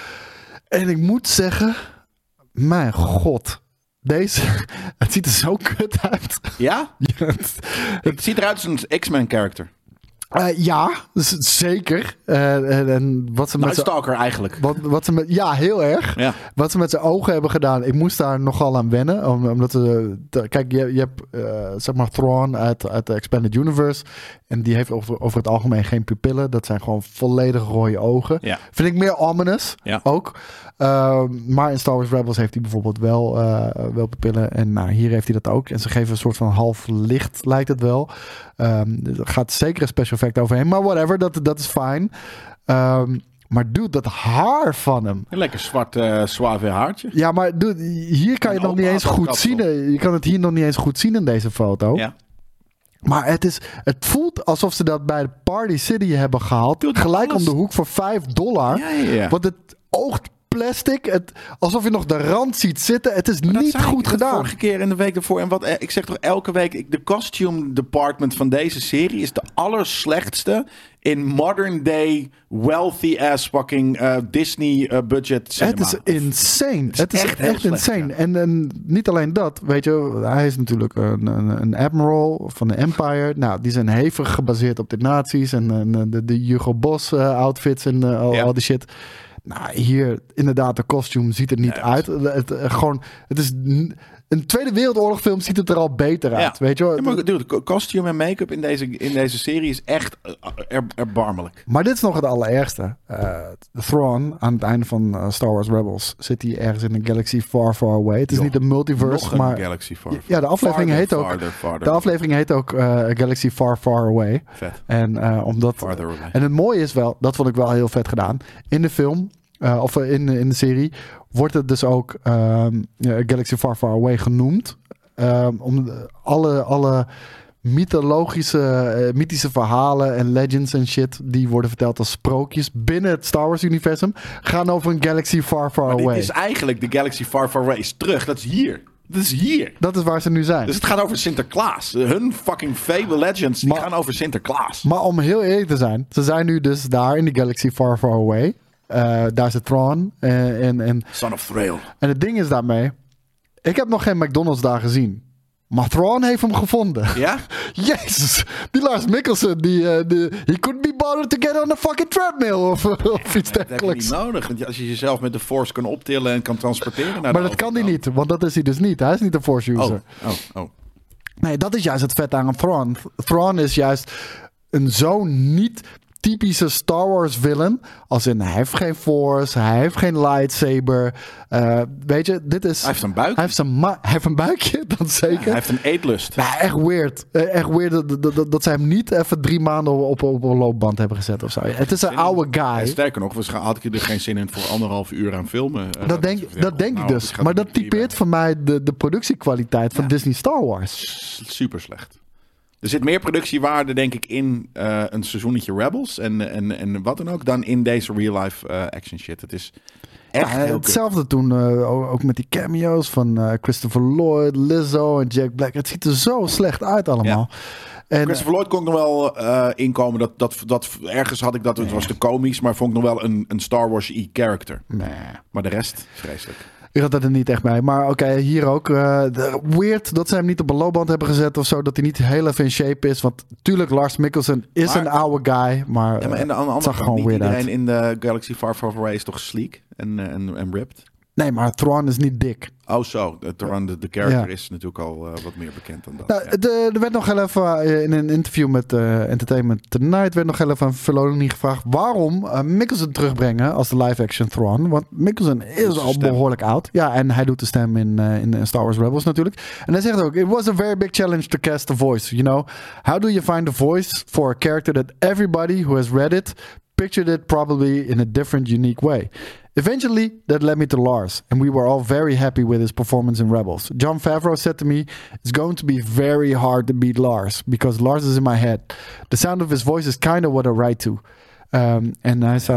C: En ik moet zeggen, mijn god, deze, het ziet er zo kut uit.
B: Ja?
C: Ja, het-
B: Het ziet eruit als een X-Men character.
C: Uh, ja, z- zeker. Uh, en, en wat ze met
B: Night
C: z'n-
B: Stalker eigenlijk.
C: Wat, wat ze met, ja, heel erg.
B: Ja.
C: Wat ze met zijn ogen hebben gedaan. Ik moest daar nogal aan wennen. Om, omdat ze, te- kijk, je, je hebt uh, zeg maar Thrawn uit, uit de Expanded Universe. En die heeft over, over het algemeen geen pupillen. Dat zijn gewoon volledig rode ogen.
B: Ja.
C: Vind ik meer ominous
B: Ja.
C: ook. Uh, maar in Star Wars Rebels heeft hij bijvoorbeeld wel, uh, wel pupillen. En nou, hier heeft hij dat ook. En ze geven een soort van half licht, lijkt het wel. Um, er gaat zeker een special effect overheen. Maar whatever, dat, dat is fijn. Um, maar dude, dat haar van hem.
B: Een lekker zwart uh, suave haartje.
C: Ja, maar dude, hier kan je
B: Een
C: het nog niet
B: opa
C: eens
B: had
C: goed
B: dat
C: zien.
B: wel.
C: Je kan het hier nog niet eens goed zien in deze foto.
B: Ja.
C: Maar het, is, het voelt alsof ze dat bij de Party City hebben gehaald.
B: Dude,
C: Gelijk
B: alles-
C: om de hoek voor vijf dollar.
B: Ja, ja, ja.
C: Want het oogt plastic. Het, alsof je nog de rand ziet zitten. Het is
B: Maar dat
C: niet
B: zei
C: goed
B: ik de
C: gedaan.
B: Vorige keer en de week ervoor. En wat eh, ik zeg toch elke week. ik- De costume department van deze serie is de allerslechtste in modern day wealthy ass fucking uh, Disney uh, budget cinema.
C: Het is insane.
B: is
C: Het is
B: echt
C: echt,
B: heel slecht,
C: insane.
B: ja.
C: En, en niet alleen dat, weet je, hij is natuurlijk een, een, een admiral van de Empire. Nou, die zijn hevig gebaseerd op de nazi's en, en de, de Hugo Boss uh, outfits en uh, al,
B: Ja.
C: al die shit. Nou, hier inderdaad, de kostuum ziet er niet
B: Nee,
C: uit. Het, het, uh, gewoon, het is n- een Tweede Wereldoorlog film ziet het er al beter uit, weet je wel.
B: Ja, maar dude, de costume en make-up in deze, in deze serie is echt uh, er, erbarmelijk.
C: Maar dit is nog het allerergste. Uh, Thrawn, aan het einde van uh, Star Wars Rebels, zit hij ergens in een galaxy far, far away. Het is
B: Joh,
C: niet een multiverse,
B: Nog een
C: maar...
B: Galaxy Far.
C: Ja, de aflevering
B: Farther,
C: heet ook...
B: farther, farther.
C: De aflevering heet ook uh, Galaxy Far, Far Away.
B: Vet.
C: En uh, omdat...
B: Farther away.
C: En het mooie is wel, dat vond ik wel heel vet gedaan. In de film, uh, of in, in de serie, wordt het dus ook um, ja, Galaxy Far, Far Away genoemd. Um, om de- alle, alle mythologische, uh, mythische verhalen en legends en shit die worden verteld als sprookjes binnen het Star Wars universum gaan over een Galaxy Far, Far
B: Maar
C: Away.
B: dit is eigenlijk de Galaxy Far Far Away is terug. Dat is hier. Dat is hier.
C: Dat is waar ze nu zijn.
B: Dus het gaat over Sinterklaas. Hun fucking Fable Legends die
C: Maar-
B: gaan over Sinterklaas.
C: Maar om heel eerlijk te zijn, ze zijn nu dus daar in de Galaxy Far, Far Away. Uh, daar zit Thrawn. Uh, en, en,
B: Son of Thrail.
C: en het ding is daarmee, ik heb nog geen McDonald's daar gezien. Maar Thrawn heeft hem gevonden.
B: Ja?
C: Jezus, die Lars Mikkelsen, die, uh, die, he couldn't be bothered to get on the fucking treadmill of, of iets
B: Dat heb je
C: dergelijks.
B: niet nodig. Want als je jezelf met de Force kan optillen en kan transporteren naar
C: Maar
B: de
C: dat kan hij
B: overkant.
C: niet, want dat is hij dus niet. Hij is niet een Force
B: Oh,
C: user.
B: oh, oh.
C: Nee, dat is juist het vet aan Thrawn. Thrawn is juist een zo niet typische Star Wars villain. Als in, hij heeft geen Force, hij heeft geen lightsaber. Uh, weet je, dit is...
B: Hij heeft een buik.
C: Hij heeft, zijn ma- hij heeft een buikje, dat zeker.
B: Hij heeft een eetlust.
C: Nou, echt weird. Eh, Echt weird dat, dat, dat, dat ze hem niet even drie maanden op, op een loopband hebben gezet of zo. Het is een oude
B: En
C: guy.
B: sterker nog, waarschijnlijk had ik er geen zin in voor anderhalf uur aan filmen. Uh,
C: Dat denk,
B: is-
C: dat denk
B: nou,
C: ik
B: het
C: dus.
B: gaat
C: Maar
B: niet
C: dat typeert voor mij de, de productiekwaliteit van
B: Ja.
C: Disney Star Wars.
B: super slecht. Er zit meer productiewaarde, denk ik, in uh, een seizoenetje Rebels en, en, en wat dan ook, dan in deze real-life uh, action shit. Het is echt
C: Ja,
B: heel kut.
C: hetzelfde toen uh, ook ook met die cameo's van uh, Christopher Lloyd, Lizzo en Jack Black. Het ziet er zo slecht uit allemaal. En,
B: Christopher Lloyd kon ik nog wel uh, inkomen. Dat, dat, dat, ergens had ik dat, het was te komisch, maar vond ik nog wel een, een Star Wars-y character.
C: nee.
B: Maar de rest, vreselijk.
C: Ik had dat er niet echt bij. Maar oké, hier ook. Uh, de- weird dat ze hem niet op een loopband hebben gezet of zo. Dat hij niet heel even in shape is. Want tuurlijk, Lars Mikkelsen is
B: Maar-
C: een oude guy. Maar
B: Ja, maar en
C: uh,
B: aan de
C: het
B: andere
C: zag
B: kant,
C: gewoon
B: niet
C: weird
B: iedereen
C: uit.
B: in de Galaxy Far Far Away is toch sleek en, uh, en, en ripped?
C: Nee, maar Thrawn is niet dik.
B: Oh zo, de, de, de character
C: Ja.
B: is natuurlijk al uh, wat meer bekend dan dat.
C: Nou,
B: ja.
C: de, er werd nog heel even uh, in een interview met uh, Entertainment Tonight werd nog heel even aan Filoni gevraagd waarom uh, Mikkelsen terugbrengen als de live-action Thrawn. Want Mikkelsen is
B: zijn
C: al
B: stem.
C: behoorlijk oud. Ja, en hij doet de stem in, uh, in Star Wars Rebels natuurlijk. En hij zegt ook, it was a very big challenge to cast the voice. You know, how do you find the voice for a character that everybody who has read it pictured it probably in a different, unique way. Eventually, that led me to Lars, and we were all very happy with his performance in Rebels. Jon Favreau said to me, it's going to be very hard to beat Lars, because Lars is in my head. The sound of his voice is kind of what I write to. Um, and I thought,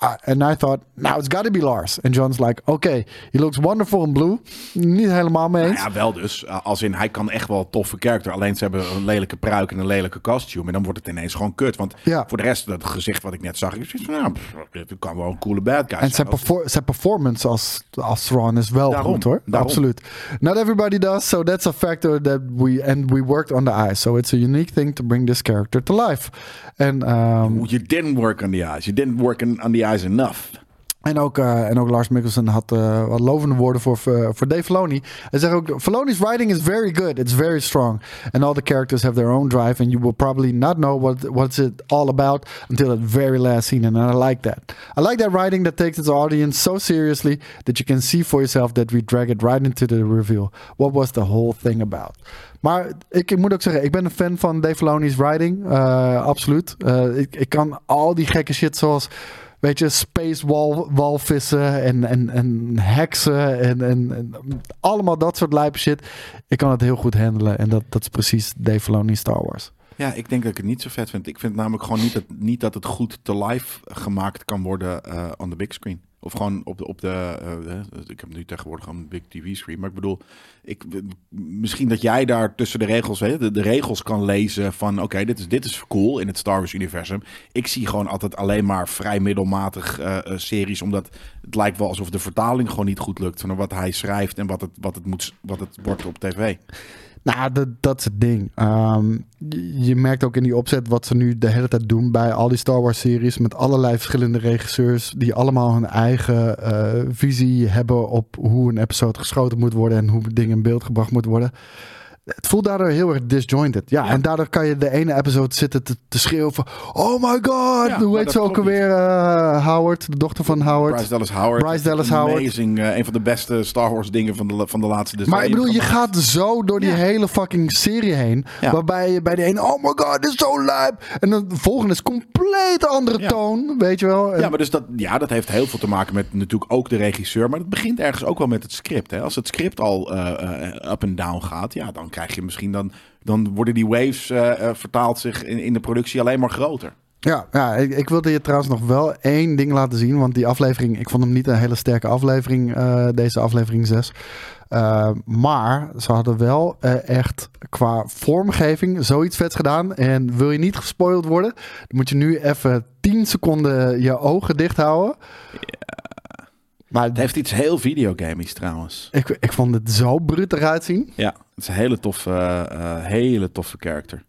C: And I thought, now it's gotta be Lars. And John's like, okay, he looks wonderful in blue. Niet helemaal mee eens.
B: Nou ja, wel dus. Uh, als in, hij kan echt wel een toffe karakter. Alleen ze hebben een lelijke pruik en een lelijke costume. En dan wordt het ineens gewoon kut. Want
C: Ja.
B: voor de rest, dat gezicht wat ik net zag, ik zoiets van, nou, pff, dit kan wel een coole bad guy
C: En zijn,
B: zijn.
C: perfor- zijn performance als, als Thrawn is wel
B: Daarom,
C: goed hoor.
B: daarom.
C: Absoluut. Not everybody does, so that's a factor that we... And we worked on the eyes. So it's a unique thing to bring this character to life. En... Um,
B: You didn't work on the eyes. You didn't work on the eyes enough.
C: En ook, uh, en ook Lars Mikkelsen had uh, wat lovende woorden voor, uh, voor Dave Filoni. Hij zegt ook, Filoni's writing is very good. It's very strong. And all the characters have their own drive. And you will probably not know what what's it all about until that very last scene. And I like that. I like that writing that takes its audience so seriously that you can see for yourself that we drag it right into the reveal. What was the whole thing about? Maar ik, ik moet ook zeggen, ik ben een fan van Dave Filoni's writing. Uh, absoluut. Uh, ik, ik kan al die gekke shit zoals... Weet je, space wal, walvissen en, en, en heksen en, en, en allemaal dat soort lijpe shit. Ik kan het heel goed handelen en dat, dat is precies Dave Filoni Star Wars.
B: Ja, ik denk dat ik het niet zo vet vind. Ik vind namelijk gewoon niet dat, niet dat het goed te live gemaakt kan worden uh, on the big screen. Of gewoon op de, op de uh, ik heb nu tegenwoordig gewoon een big T V screen. Maar ik bedoel, ik, misschien dat jij daar tussen de regels, hè, de, de regels kan lezen van oké, okay, dit, is, dit is cool in het Star Wars universum. Ik zie gewoon altijd alleen maar vrij middelmatig uh, uh, series, omdat het lijkt wel alsof de vertaling gewoon niet goed lukt van wat hij schrijft en wat het, wat het, moet, wat het wordt op tv.
C: Nou, dat, dat is het ding. Um, je, je merkt ook in die opzet wat ze nu de hele tijd doen bij al die Star Wars series met allerlei verschillende regisseurs die allemaal hun eigen uh, visie hebben op hoe een episode geschoten moet worden en hoe dingen in beeld gebracht moet worden. Het voelt daardoor heel erg disjointed. Ja, ja, en daardoor kan je de ene episode zitten te, te schreeuwen van oh my god,
B: ja,
C: hoe heet ze ook alweer? Uh, Howard, de dochter van Howard.
B: Bryce Dallas Howard.
C: Bryce Dallas Howard.
B: Amazing, uh, een van de beste Star Wars dingen van de, van de laatste decennia.
C: Maar ik bedoel, je gaat zo door die ja. hele fucking serie heen. Ja. Waarbij je bij die ene, oh my god, dit is zo lijp. En dan de volgende is compleet andere ja. toon, weet je wel. En
B: ja, maar dus dat, ja, dat heeft heel veel te maken met natuurlijk ook de regisseur. Maar het begint ergens ook wel met het script. Hè. Als het script al uh, uh, up en down gaat, ja, dan krijg je misschien dan... Dan worden die waves uh, uh, vertaald zich in, in de productie alleen maar groter.
C: Ja, ja ik, ik wilde je trouwens nog wel één ding laten zien. Want die aflevering, ik vond hem niet een hele sterke aflevering. Uh, deze aflevering zes. Uh, maar ze hadden wel uh, echt qua vormgeving zoiets vets gedaan. En wil je niet gespoild worden, dan moet je nu even tien seconden je ogen dicht houden.
B: Ja.
C: Maar
B: het heeft iets heel videogamisch trouwens.
C: Ik, ik vond het zo bruut eruit zien.
B: Ja, het is een hele toffe, uh, hele toffe character.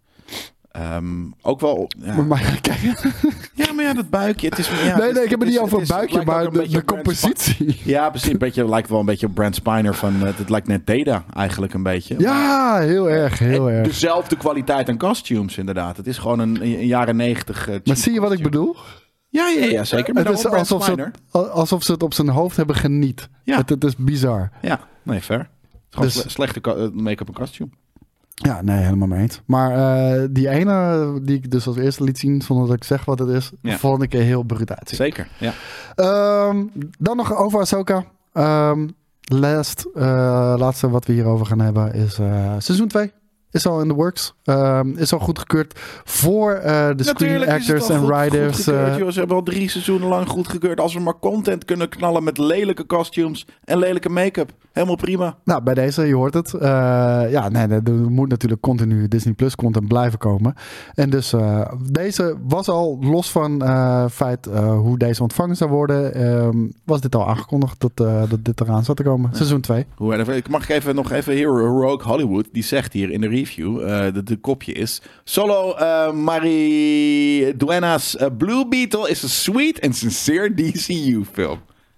B: Um, ook wel... Ja.
C: Maar, maar kijk.
B: Ja, maar ja, dat buikje. Het is, ja,
C: nee,
B: het
C: nee, ik heb het niet over
B: een
C: buikje, maar de, de compositie.
B: Ja, precies. Een beetje, lijkt wel een beetje op Brent Spiner van... Uh, het lijkt net Data eigenlijk een beetje.
C: Ja, heel erg, heel
B: en
C: erg.
B: Dezelfde kwaliteit aan costumes inderdaad. Het is gewoon een, een jaren negentig... Uh,
C: maar zie je wat ik bedoel?
B: Ja, ja, ja, zeker.
C: Het is alsof ze, het, alsof ze het op zijn hoofd hebben geniet. Ja. Het, het is bizar.
B: Ja, nee, fair. Gewoon dus, slechte make-up en costume.
C: Ja, nee, helemaal mee eens. Maar uh, die ene die ik dus als eerste liet zien, zonder dat ik zeg wat het is, ja. vond ik er heel bruut uitzien.
B: Zeker, ja.
C: Um, dan nog over Ahsoka. Um, last, uh, laatste wat we hierover gaan hebben is uh, seizoen twee. Is al in the works. Um, is al goedgekeurd voor uh, de screen actors en writers. Uh,
B: Ze hebben al drie seizoenen lang goedgekeurd. Als we maar content kunnen knallen met lelijke costumes en lelijke make-up. Helemaal prima.
C: Nou, bij deze, je hoort het. Uh, ja, nee, er moet natuurlijk continu Disney Plus content blijven komen. En dus uh, deze was al los van uh, feit uh, hoe deze ontvangen zou worden. Uh, was dit al aangekondigd dat, uh, dat dit eraan zat te komen. Ja. Seizoen twee.
B: Mag ik even nog even hier, Rogue Hollywood, die zegt hier in de review, uh, de, de kopje is, Solo uh, Maridueñas uh, Blue Beetle is a sweet and sincere D C U film.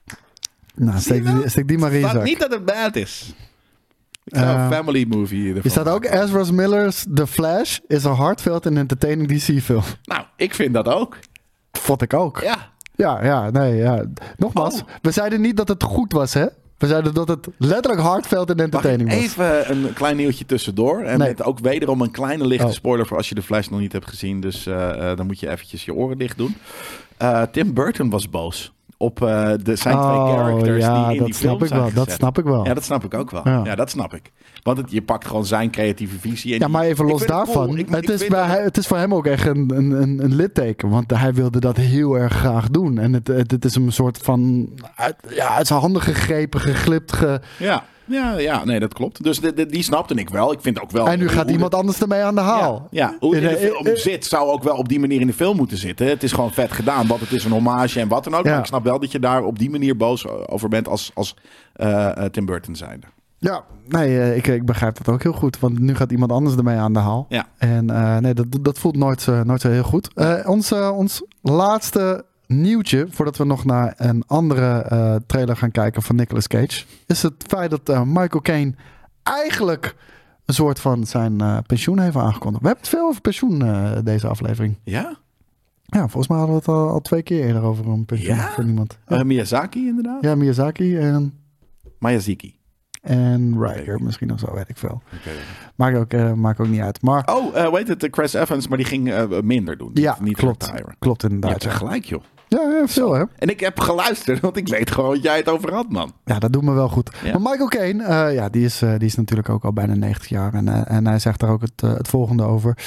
C: Nou, steek die, steek die maar in je zak.
B: Niet dat het bad is. Ik zou uh, een family movie.
C: Er staat ook Ezra Miller's The Flash is a heartfelt and entertaining D C film.
B: Nou, ik vind dat ook.
C: Vond ik ook.
B: Ja.
C: Ja, ja, nee, ja. Nogmaals, oh. we zeiden niet dat het goed was, hè? We zeiden dat het letterlijk heartfelt en entertaining was.
B: Even een klein nieuwtje tussendoor. En nee. met ook wederom een kleine lichte oh. spoiler voor als je de Flash nog niet hebt gezien. Dus uh, uh, dan moet je eventjes je oren dicht doen. Uh, Tim Burton was boos op uh, de zijn twee
C: Oh,
B: characters
C: ja,
B: die in
C: dat
B: die
C: snap
B: film
C: ik
B: zijn
C: wel. Dat
B: gezet.
C: snap ik wel.
B: Ja, dat snap ik ook wel.
C: Ja.
B: Ja, dat snap ik. Want het, je pakt gewoon zijn creatieve visie. En
C: Ja,
B: die-
C: maar even
B: ik
C: los
B: vind het
C: daarvan.
B: cool. Ik-
C: het,
B: ik
C: is
B: vind
C: bij,
B: dat-
C: hij- het is voor hem ook echt een, een, een, een litteken. Want hij wilde dat heel erg graag doen. En het, het, het is een soort van... Uit, ja, uit zijn handen gegrepen, geglipt. Ge...
B: Ja, ja, ja, nee, dat klopt. Dus de, de- die snapte ik wel. Ik vind ook wel...
C: En nu gaat
B: hoe
C: iemand
B: de-
C: anders ermee aan de haal.
B: Ja, ja, hoe het in de
C: In de-
B: film
C: eh, eh,
B: zit, zou ook wel op die manier in de film moeten zitten. Het is gewoon vet gedaan, want het is een hommage en wat dan ook.
C: Ja.
B: Maar ik snap wel dat je daar op die manier boos over bent als, als uh, uh, Tim Burton zijnde.
C: Ja, nee, eh, ik, ik begrijp dat ook heel goed. Want nu gaat iemand anders ermee aan de haal.
B: Ja.
C: En uh, nee, dat, dat voelt nooit, uh, nooit zo heel goed. Uh, ons, uh, ons laatste nieuwtje, voordat we nog naar een andere uh, trailer gaan kijken van Nicolas Cage, is het feit dat uh, Michael Caine eigenlijk een soort van zijn uh, pensioen heeft aangekondigd. We hebben het veel over pensioen uh, deze aflevering.
B: Ja?
C: Ja, volgens mij hadden we het al, al twee keer eerder over een pensioen
B: Ja?
C: voor iemand.
B: Uh, Miyazaki inderdaad?
C: Ja, Miyazaki en,
B: Miyazaki.
C: en Riker misschien of zo, weet ik veel.
B: Okay.
C: Maakt ook, uh, maakt ook niet uit. Maar
B: Oh, uh, weet het, Chris Evans, maar die ging uh, minder doen.
C: ja,
B: niet
C: klopt.
B: retiren.
C: Klopt
B: Je
C: inderdaad.
B: hebt er
C: Ja,
B: gelijk, joh.
C: ja, ja, veel hè.
B: En ik heb geluisterd, want ik weet gewoon wat jij het over had, man.
C: Ja, dat doet me wel goed.
B: Ja.
C: Maar Michael Caine, uh, ja, die is, uh, die is natuurlijk ook al bijna negentig jaar. En, uh, en hij zegt daar ook het, uh, het volgende over.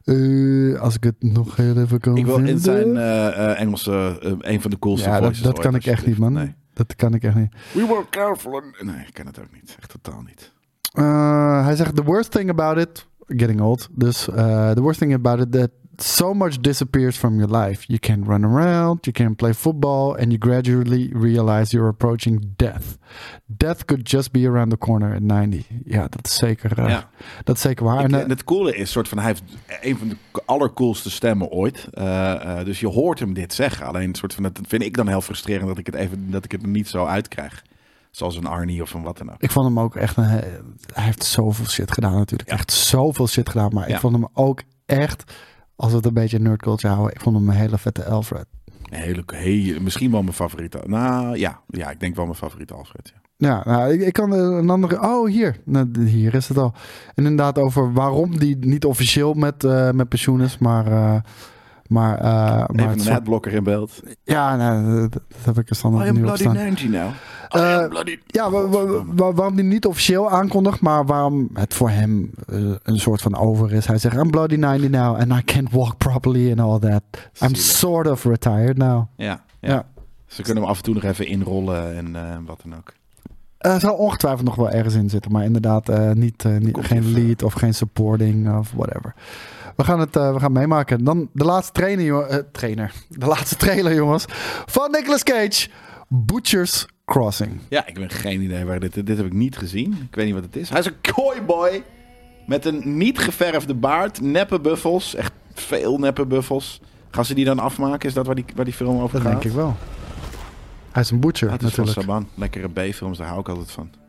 C: Uh, als ik het nog heel even kan
B: Ik wil
C: vinden.
B: in zijn uh, uh, Engelse, uh, een van de coolste
C: Ja, dat,
B: voices
C: dat
B: ooit,
C: kan ik echt niet, man.
B: Nee.
C: Dat kan ik echt niet.
B: We were careful. And... Nee, ik kan het ook niet. Echt totaal niet.
C: Uh, hij zegt, the worst thing about it, getting old. Dus uh, the worst thing about it, that so much disappears from your life. You can't run around, you can't play football, and you gradually realize you're approaching death. Death could just be around the corner at ninety. Ja, dat is zeker, uh,
B: Ja.
C: dat is zeker waar.
B: Ik,
C: En, uh,
B: en het coole is, soort van, hij heeft een van de allercoolste stemmen ooit. Uh, uh, dus je hoort hem dit zeggen. Alleen, soort van, dat vind ik dan heel frustrerend dat ik het even, dat ik het er niet zo uitkrijg. Zoals een Arnie of een wat dan ook.
C: ik vond hem ook echt, een, hij heeft zoveel shit gedaan natuurlijk.
B: Ja.
C: Echt zoveel shit gedaan. Maar
B: Ja.
C: ik vond hem ook echt, als we het een beetje nerd culture houden, ik vond hem een hele vette Alfred.
B: Een hele, hele, misschien wel mijn favoriete. Nou ja, ja, ik denk wel mijn favoriete Alfred. Ja.
C: Ja, nou, ik, ik kan een andere... Oh, hier. Nou, hier is het al. En inderdaad over waarom die niet officieel met, uh, met pensioen is, maar... Uh, maar, uh, maar
B: Even
C: het
B: een
C: soort-
B: adblocker in beeld.
C: Ja, nou, dat, dat heb ik er standaard nu op staan.
B: Nancy now.
C: Uh,
B: bloody...
C: Ja, wa- wa- wa- waarom die niet officieel aankondigt, maar waarom het voor hem uh, een soort van over is. Hij zegt, I'm bloody ninety now and I can't walk properly and all that. I'm
B: Zielig.
C: sort of retired now.
B: Ja, ja.
C: Ja.
B: Ze kunnen hem af en toe nog even inrollen en uh, wat dan ook.
C: Er zal ongetwijfeld nog wel ergens in zitten, maar inderdaad uh, niet, uh, niet,
B: Komt
C: geen
B: even.
C: lead of geen supporting of whatever. We gaan het uh, we gaan meemaken. Dan de laatste trainer, jongen, uh, trainer. De laatste trailer, jongens, van Nicolas Cage, Butcher's Crossing.
B: Ja, ik heb geen idee waar dit... Dit heb ik niet gezien. Ik weet niet wat het is. Hij is een kooiboy met een niet geverfde baard. Neppe buffels. Echt veel neppe buffels. Gaan ze die dan afmaken? Is dat waar die, waar die film over
C: Dat
B: gaat?
C: denk ik wel. Hij is een butcher,
B: Ja, het is van
C: natuurlijk.
B: Saban. Lekkere B-films, daar hou ik altijd van.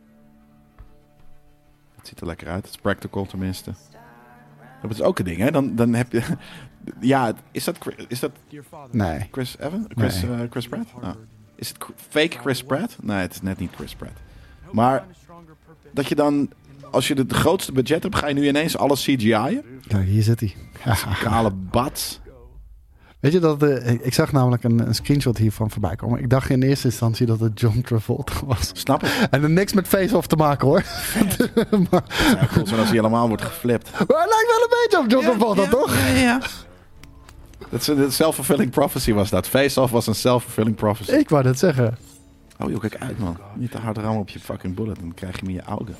B: Het ziet er lekker uit. Het is practical tenminste. Dat is ook een ding, hè? Dan, dan heb je... Ja, is dat, is dat
C: Nee.
B: Chris Evans? Chris,
C: Nee.
B: uh, Chris Pratt? Oh. Is het fake Chris Pratt? Nee, het is net niet Chris Pratt. Maar dat je dan... Als je het grootste budget hebt, ga je nu ineens alles C G I'en?
C: Kijk, hier zit hij.
B: Kale bats.
C: Weet je dat... Uh, ik, ik zag namelijk een, een screenshot hiervan voorbij komen. Ik dacht in eerste instantie dat het John Travolta was.
B: Snap ik.
C: En er niks met face-off te maken, hoor. maar,
B: Ja, cool, zoals hij helemaal wordt geflipt.
C: maar hij lijkt wel een beetje op John Travolta, toch?
B: Ja, ja. Dat is een self-fulfilling prophecy was dat. Face-off was een self-fulfilling prophecy.
C: Ik wou dat zeggen.
B: Oh joh, kijk uit man. Niet te hard rammen op je fucking bullet. Dan krijg je hem in je ogen.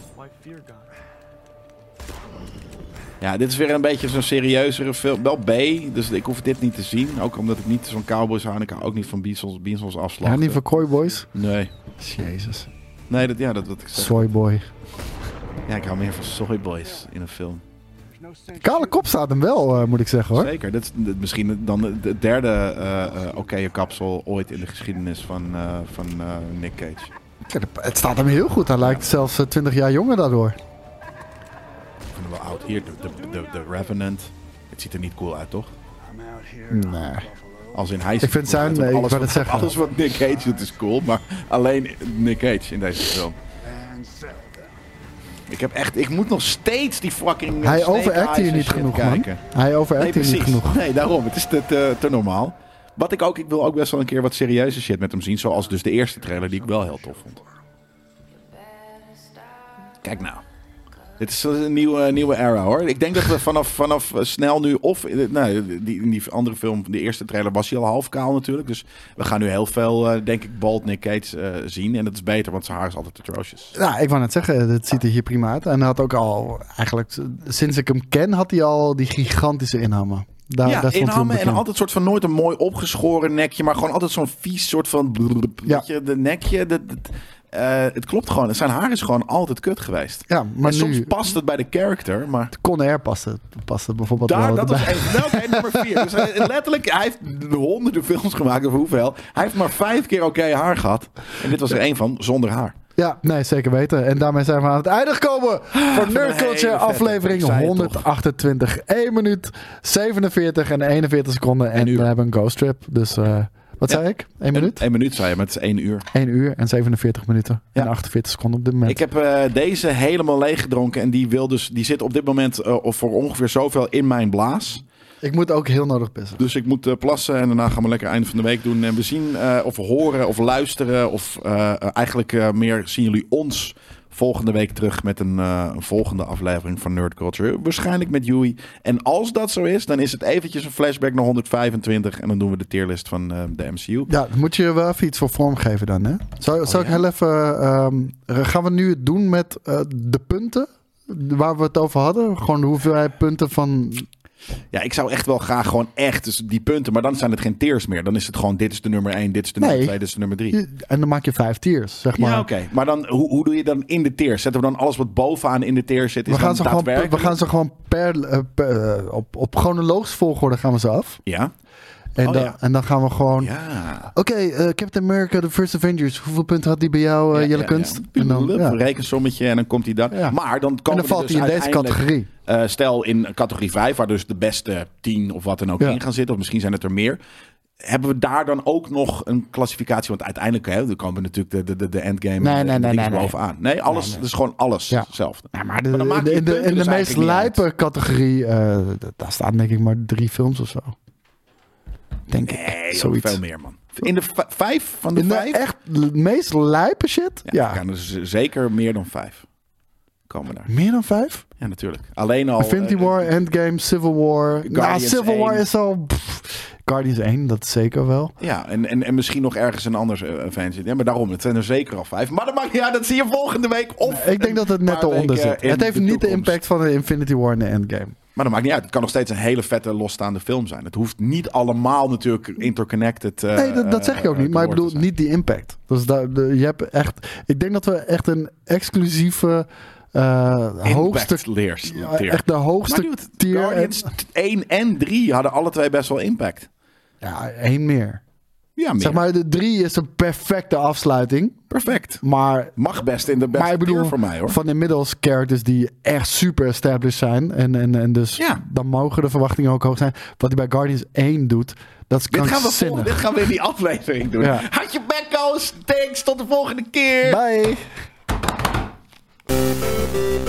B: Ja, dit is weer een beetje zo'n serieuzere film. Wel B, dus ik hoef dit niet te zien. Ook omdat ik niet zo'n cowboys hou en ik hou ook niet van Beatles, Beatles afslag.
C: Ja, niet voor Koi Boys.
B: Nee.
C: Jezus.
B: Nee, dat, ja, dat wat ik zeg.
C: Soyboy.
B: Ja, ik hou meer van Soyboys in een film.
C: Kale kop staat hem wel, uh, moet ik zeggen, hoor.
B: Zeker. Dit is dit- misschien dan de- de derde uh, uh, oké kapsel ooit in de geschiedenis van, uh, van uh, Nick Cage.
C: Kijk, het staat hem heel goed. Hij lijkt zelfs uh, twintig jaar jonger daardoor.
B: Ik vind hem wel oud. Hier, de, de, de, de Revenant. Het ziet er niet cool uit, toch?
C: Nee.
B: Als in hij
C: Ik vind zijn-
B: alles,
C: nee, ik
B: alles,
C: wou
B: wat,
C: het zeggen.
B: alles wat Nick Cage doet is cool, maar alleen Nick Cage in deze film. Ik heb echt, ik moet nog steeds die fucking.
C: Hij
B: Snake
C: overact
B: Eyes
C: hier
B: en
C: niet
B: shit
C: genoeg,
B: kijken.
C: man. Hij overact
B: Nee,
C: hier niet
B: precies.
C: genoeg.
B: Nee, daarom. Het is te, te, te normaal. Wat ik ook, ik wil ook best wel een keer wat serieuze shit met hem zien. Zoals dus de eerste trailer die ik wel heel tof vond. Kijk nou. Dit is een nieuwe, nieuwe era hoor. Ik denk dat we vanaf, vanaf snel nu of... Nou, die, in die andere film, de eerste trailer was hij al half kaal natuurlijk. Dus we gaan nu heel veel, uh, denk ik, bald Nick Cage uh, zien. En dat is beter, want zijn haar is altijd atrocious.
C: Nou, ik wou net zeggen, het ziet er hier prima uit. En hij had ook al, eigenlijk, sinds ik hem ken, had hij al die gigantische inhammen. Daar,
B: ja,
C: daar stond hij
B: inhammen en
C: bekend.
B: altijd soort van nooit een mooi opgeschoren nekje. Maar gewoon altijd zo'n vies soort van...
C: Ja.
B: Weet je, de nekje... De, de, Uh, het klopt gewoon. Zijn haar is gewoon altijd kut geweest.
C: Ja, maar
B: en
C: nu...
B: soms past het bij de character, maar...
C: Conair paste, paste bijvoorbeeld
B: Daar,
C: wel.
B: dat was even... Nou, oké, nummer vier. Dus hij, letterlijk, hij heeft honderden films gemaakt, of hoeveel. Hij heeft maar vijf keer oké okay haar gehad. En dit was er één van, zonder haar.
C: Ja, nee, zeker weten. En daarmee zijn we aan het einde gekomen voor Nerd Culture aflevering honderdachtentwintig. één minuut, zevenenveertig en eenenveertig seconden. En we hebben een ghost trip. Dus... Uh, Wat ja. zei ik? Eén minuut?
B: Eén minuut zei je, maar het is één uur.
C: Eén uur en zevenenveertig minuten. Ja. En achtenveertig seconden op dit moment.
B: Ik heb uh, deze helemaal leeg gedronken. En die, wil dus, die zit op dit moment uh, voor ongeveer zoveel in mijn blaas.
C: Ik moet ook heel nodig pissen.
B: Dus ik moet uh, plassen en daarna gaan we lekker einde van de week doen. En we zien uh, of horen of luisteren. Of uh, eigenlijk uh, meer zien jullie ons volgende week terug met een, uh, een volgende aflevering van Nerd Culture. Waarschijnlijk met Joey. En als dat zo is, dan is het eventjes een flashback naar honderdvijfentwintig. En dan doen we de tierlist van uh, de M C U.
C: Ja, dan moet je wel even iets voor vormgeven dan, hè? Zal, zal oh, ik ja? heel even... Um, gaan we nu het doen met uh, de punten waar we het over hadden? Gewoon de hoeveelheid punten van...
B: Ja, ik zou echt wel graag gewoon echt dus die punten, maar dan zijn het geen tiers meer. Dan is het gewoon, dit is de nummer één, dit is de nummer twee, dit is de nummer drie.
C: En dan maak je vijf tiers, zeg maar.
B: Ja, oké. Okay. Maar dan, hoe, hoe doe je dan in de tiers? Zetten we dan alles wat bovenaan in de tiers zit? Is
C: we, gaan ze gewoon, we gaan ze gewoon per, uh, per uh, op, op chronologische volgorde gaan we ze af.
B: Ja.
C: En,
B: oh,
C: dan,
B: ja.
C: en dan gaan we gewoon...
B: Ja.
C: Oké, okay, uh, Captain America, The First Avengers. Hoeveel punten had die bij jou, uh,
B: ja,
C: Jelle
B: ja,
C: Kunst?
B: Ja.
C: En dan,
B: ja.
C: Ja.
B: Een rekensommetje en dan komt hij dan.
C: Ja.
B: Maar dan, komen
C: en dan valt
B: dus
C: hij in deze categorie.
B: Uh, stel in categorie vijf, waar dus de beste tien of wat dan ook ja. in gaan zitten. Of misschien zijn het er meer. Hebben we daar dan ook nog een klassificatie? Want uiteindelijk hè, dan komen natuurlijk de, de, de endgame
C: nee, nee, nee, nee,
B: bovenaan. Nee, alles, nee, nee. Dus gewoon alles
C: ja.
B: hetzelfde.
C: Ja, maar de, maar dan de, in de, in de dus meest lijpe categorie, uh, daar staan denk ik maar drie films of zo. Denk
B: nee,
C: ik. Zoiets.
B: Veel meer, man. In de v- vijf van de
C: in de
B: vijf?
C: echt meest lijpe shit?
B: Ja.
C: Ja.
B: ja. Dus zeker meer dan vijf. Komen daar.
C: Meer dan vijf?
B: Ja, natuurlijk. Alleen al...
C: Infinity uh, War, Endgame, Civil War. Nou, Civil één. War is al... Pff, Guardians één, dat zeker wel.
B: Ja, en, en, en misschien nog ergens een ander uh, Avengers. Ja, maar daarom, het zijn er zeker al vijf. Maar dat mag, ja, dat zie je volgende week. Of
C: ik denk dat het net eronder zit. Het heeft de niet de impact van de Infinity War en de Endgame.
B: Maar dat maakt niet uit. Het kan nog steeds een hele vette losstaande film zijn. Het hoeft niet allemaal natuurlijk interconnected uh,
C: Nee, dat, dat zeg ik ook niet. Maar ik bedoel niet die impact. Dus daar, de, je hebt echt... Ik denk dat we echt een exclusieve... Uh, hoogste
B: leers,
C: ja, echt de hoogste
B: dude,
C: tier.
B: Guardians één en drie hadden alle twee best wel impact.
C: Ja, één meer.
B: Ja, meer.
C: Zeg maar, de drie is een perfecte afsluiting.
B: Perfect.
C: Maar
B: mag best in de beste
C: maar ik bedoel,
B: tier voor mij, hoor.
C: Van inmiddels characters die echt super established zijn. En, en, en dus
B: ja.
C: dan mogen de verwachtingen ook hoog zijn. Wat hij bij Guardians één doet, dat is
B: dit gaan, we
C: vol,
B: dit gaan we in die aflevering doen. Ja. Had je bek, Koos. Thanks. Tot de volgende keer.
C: Bye.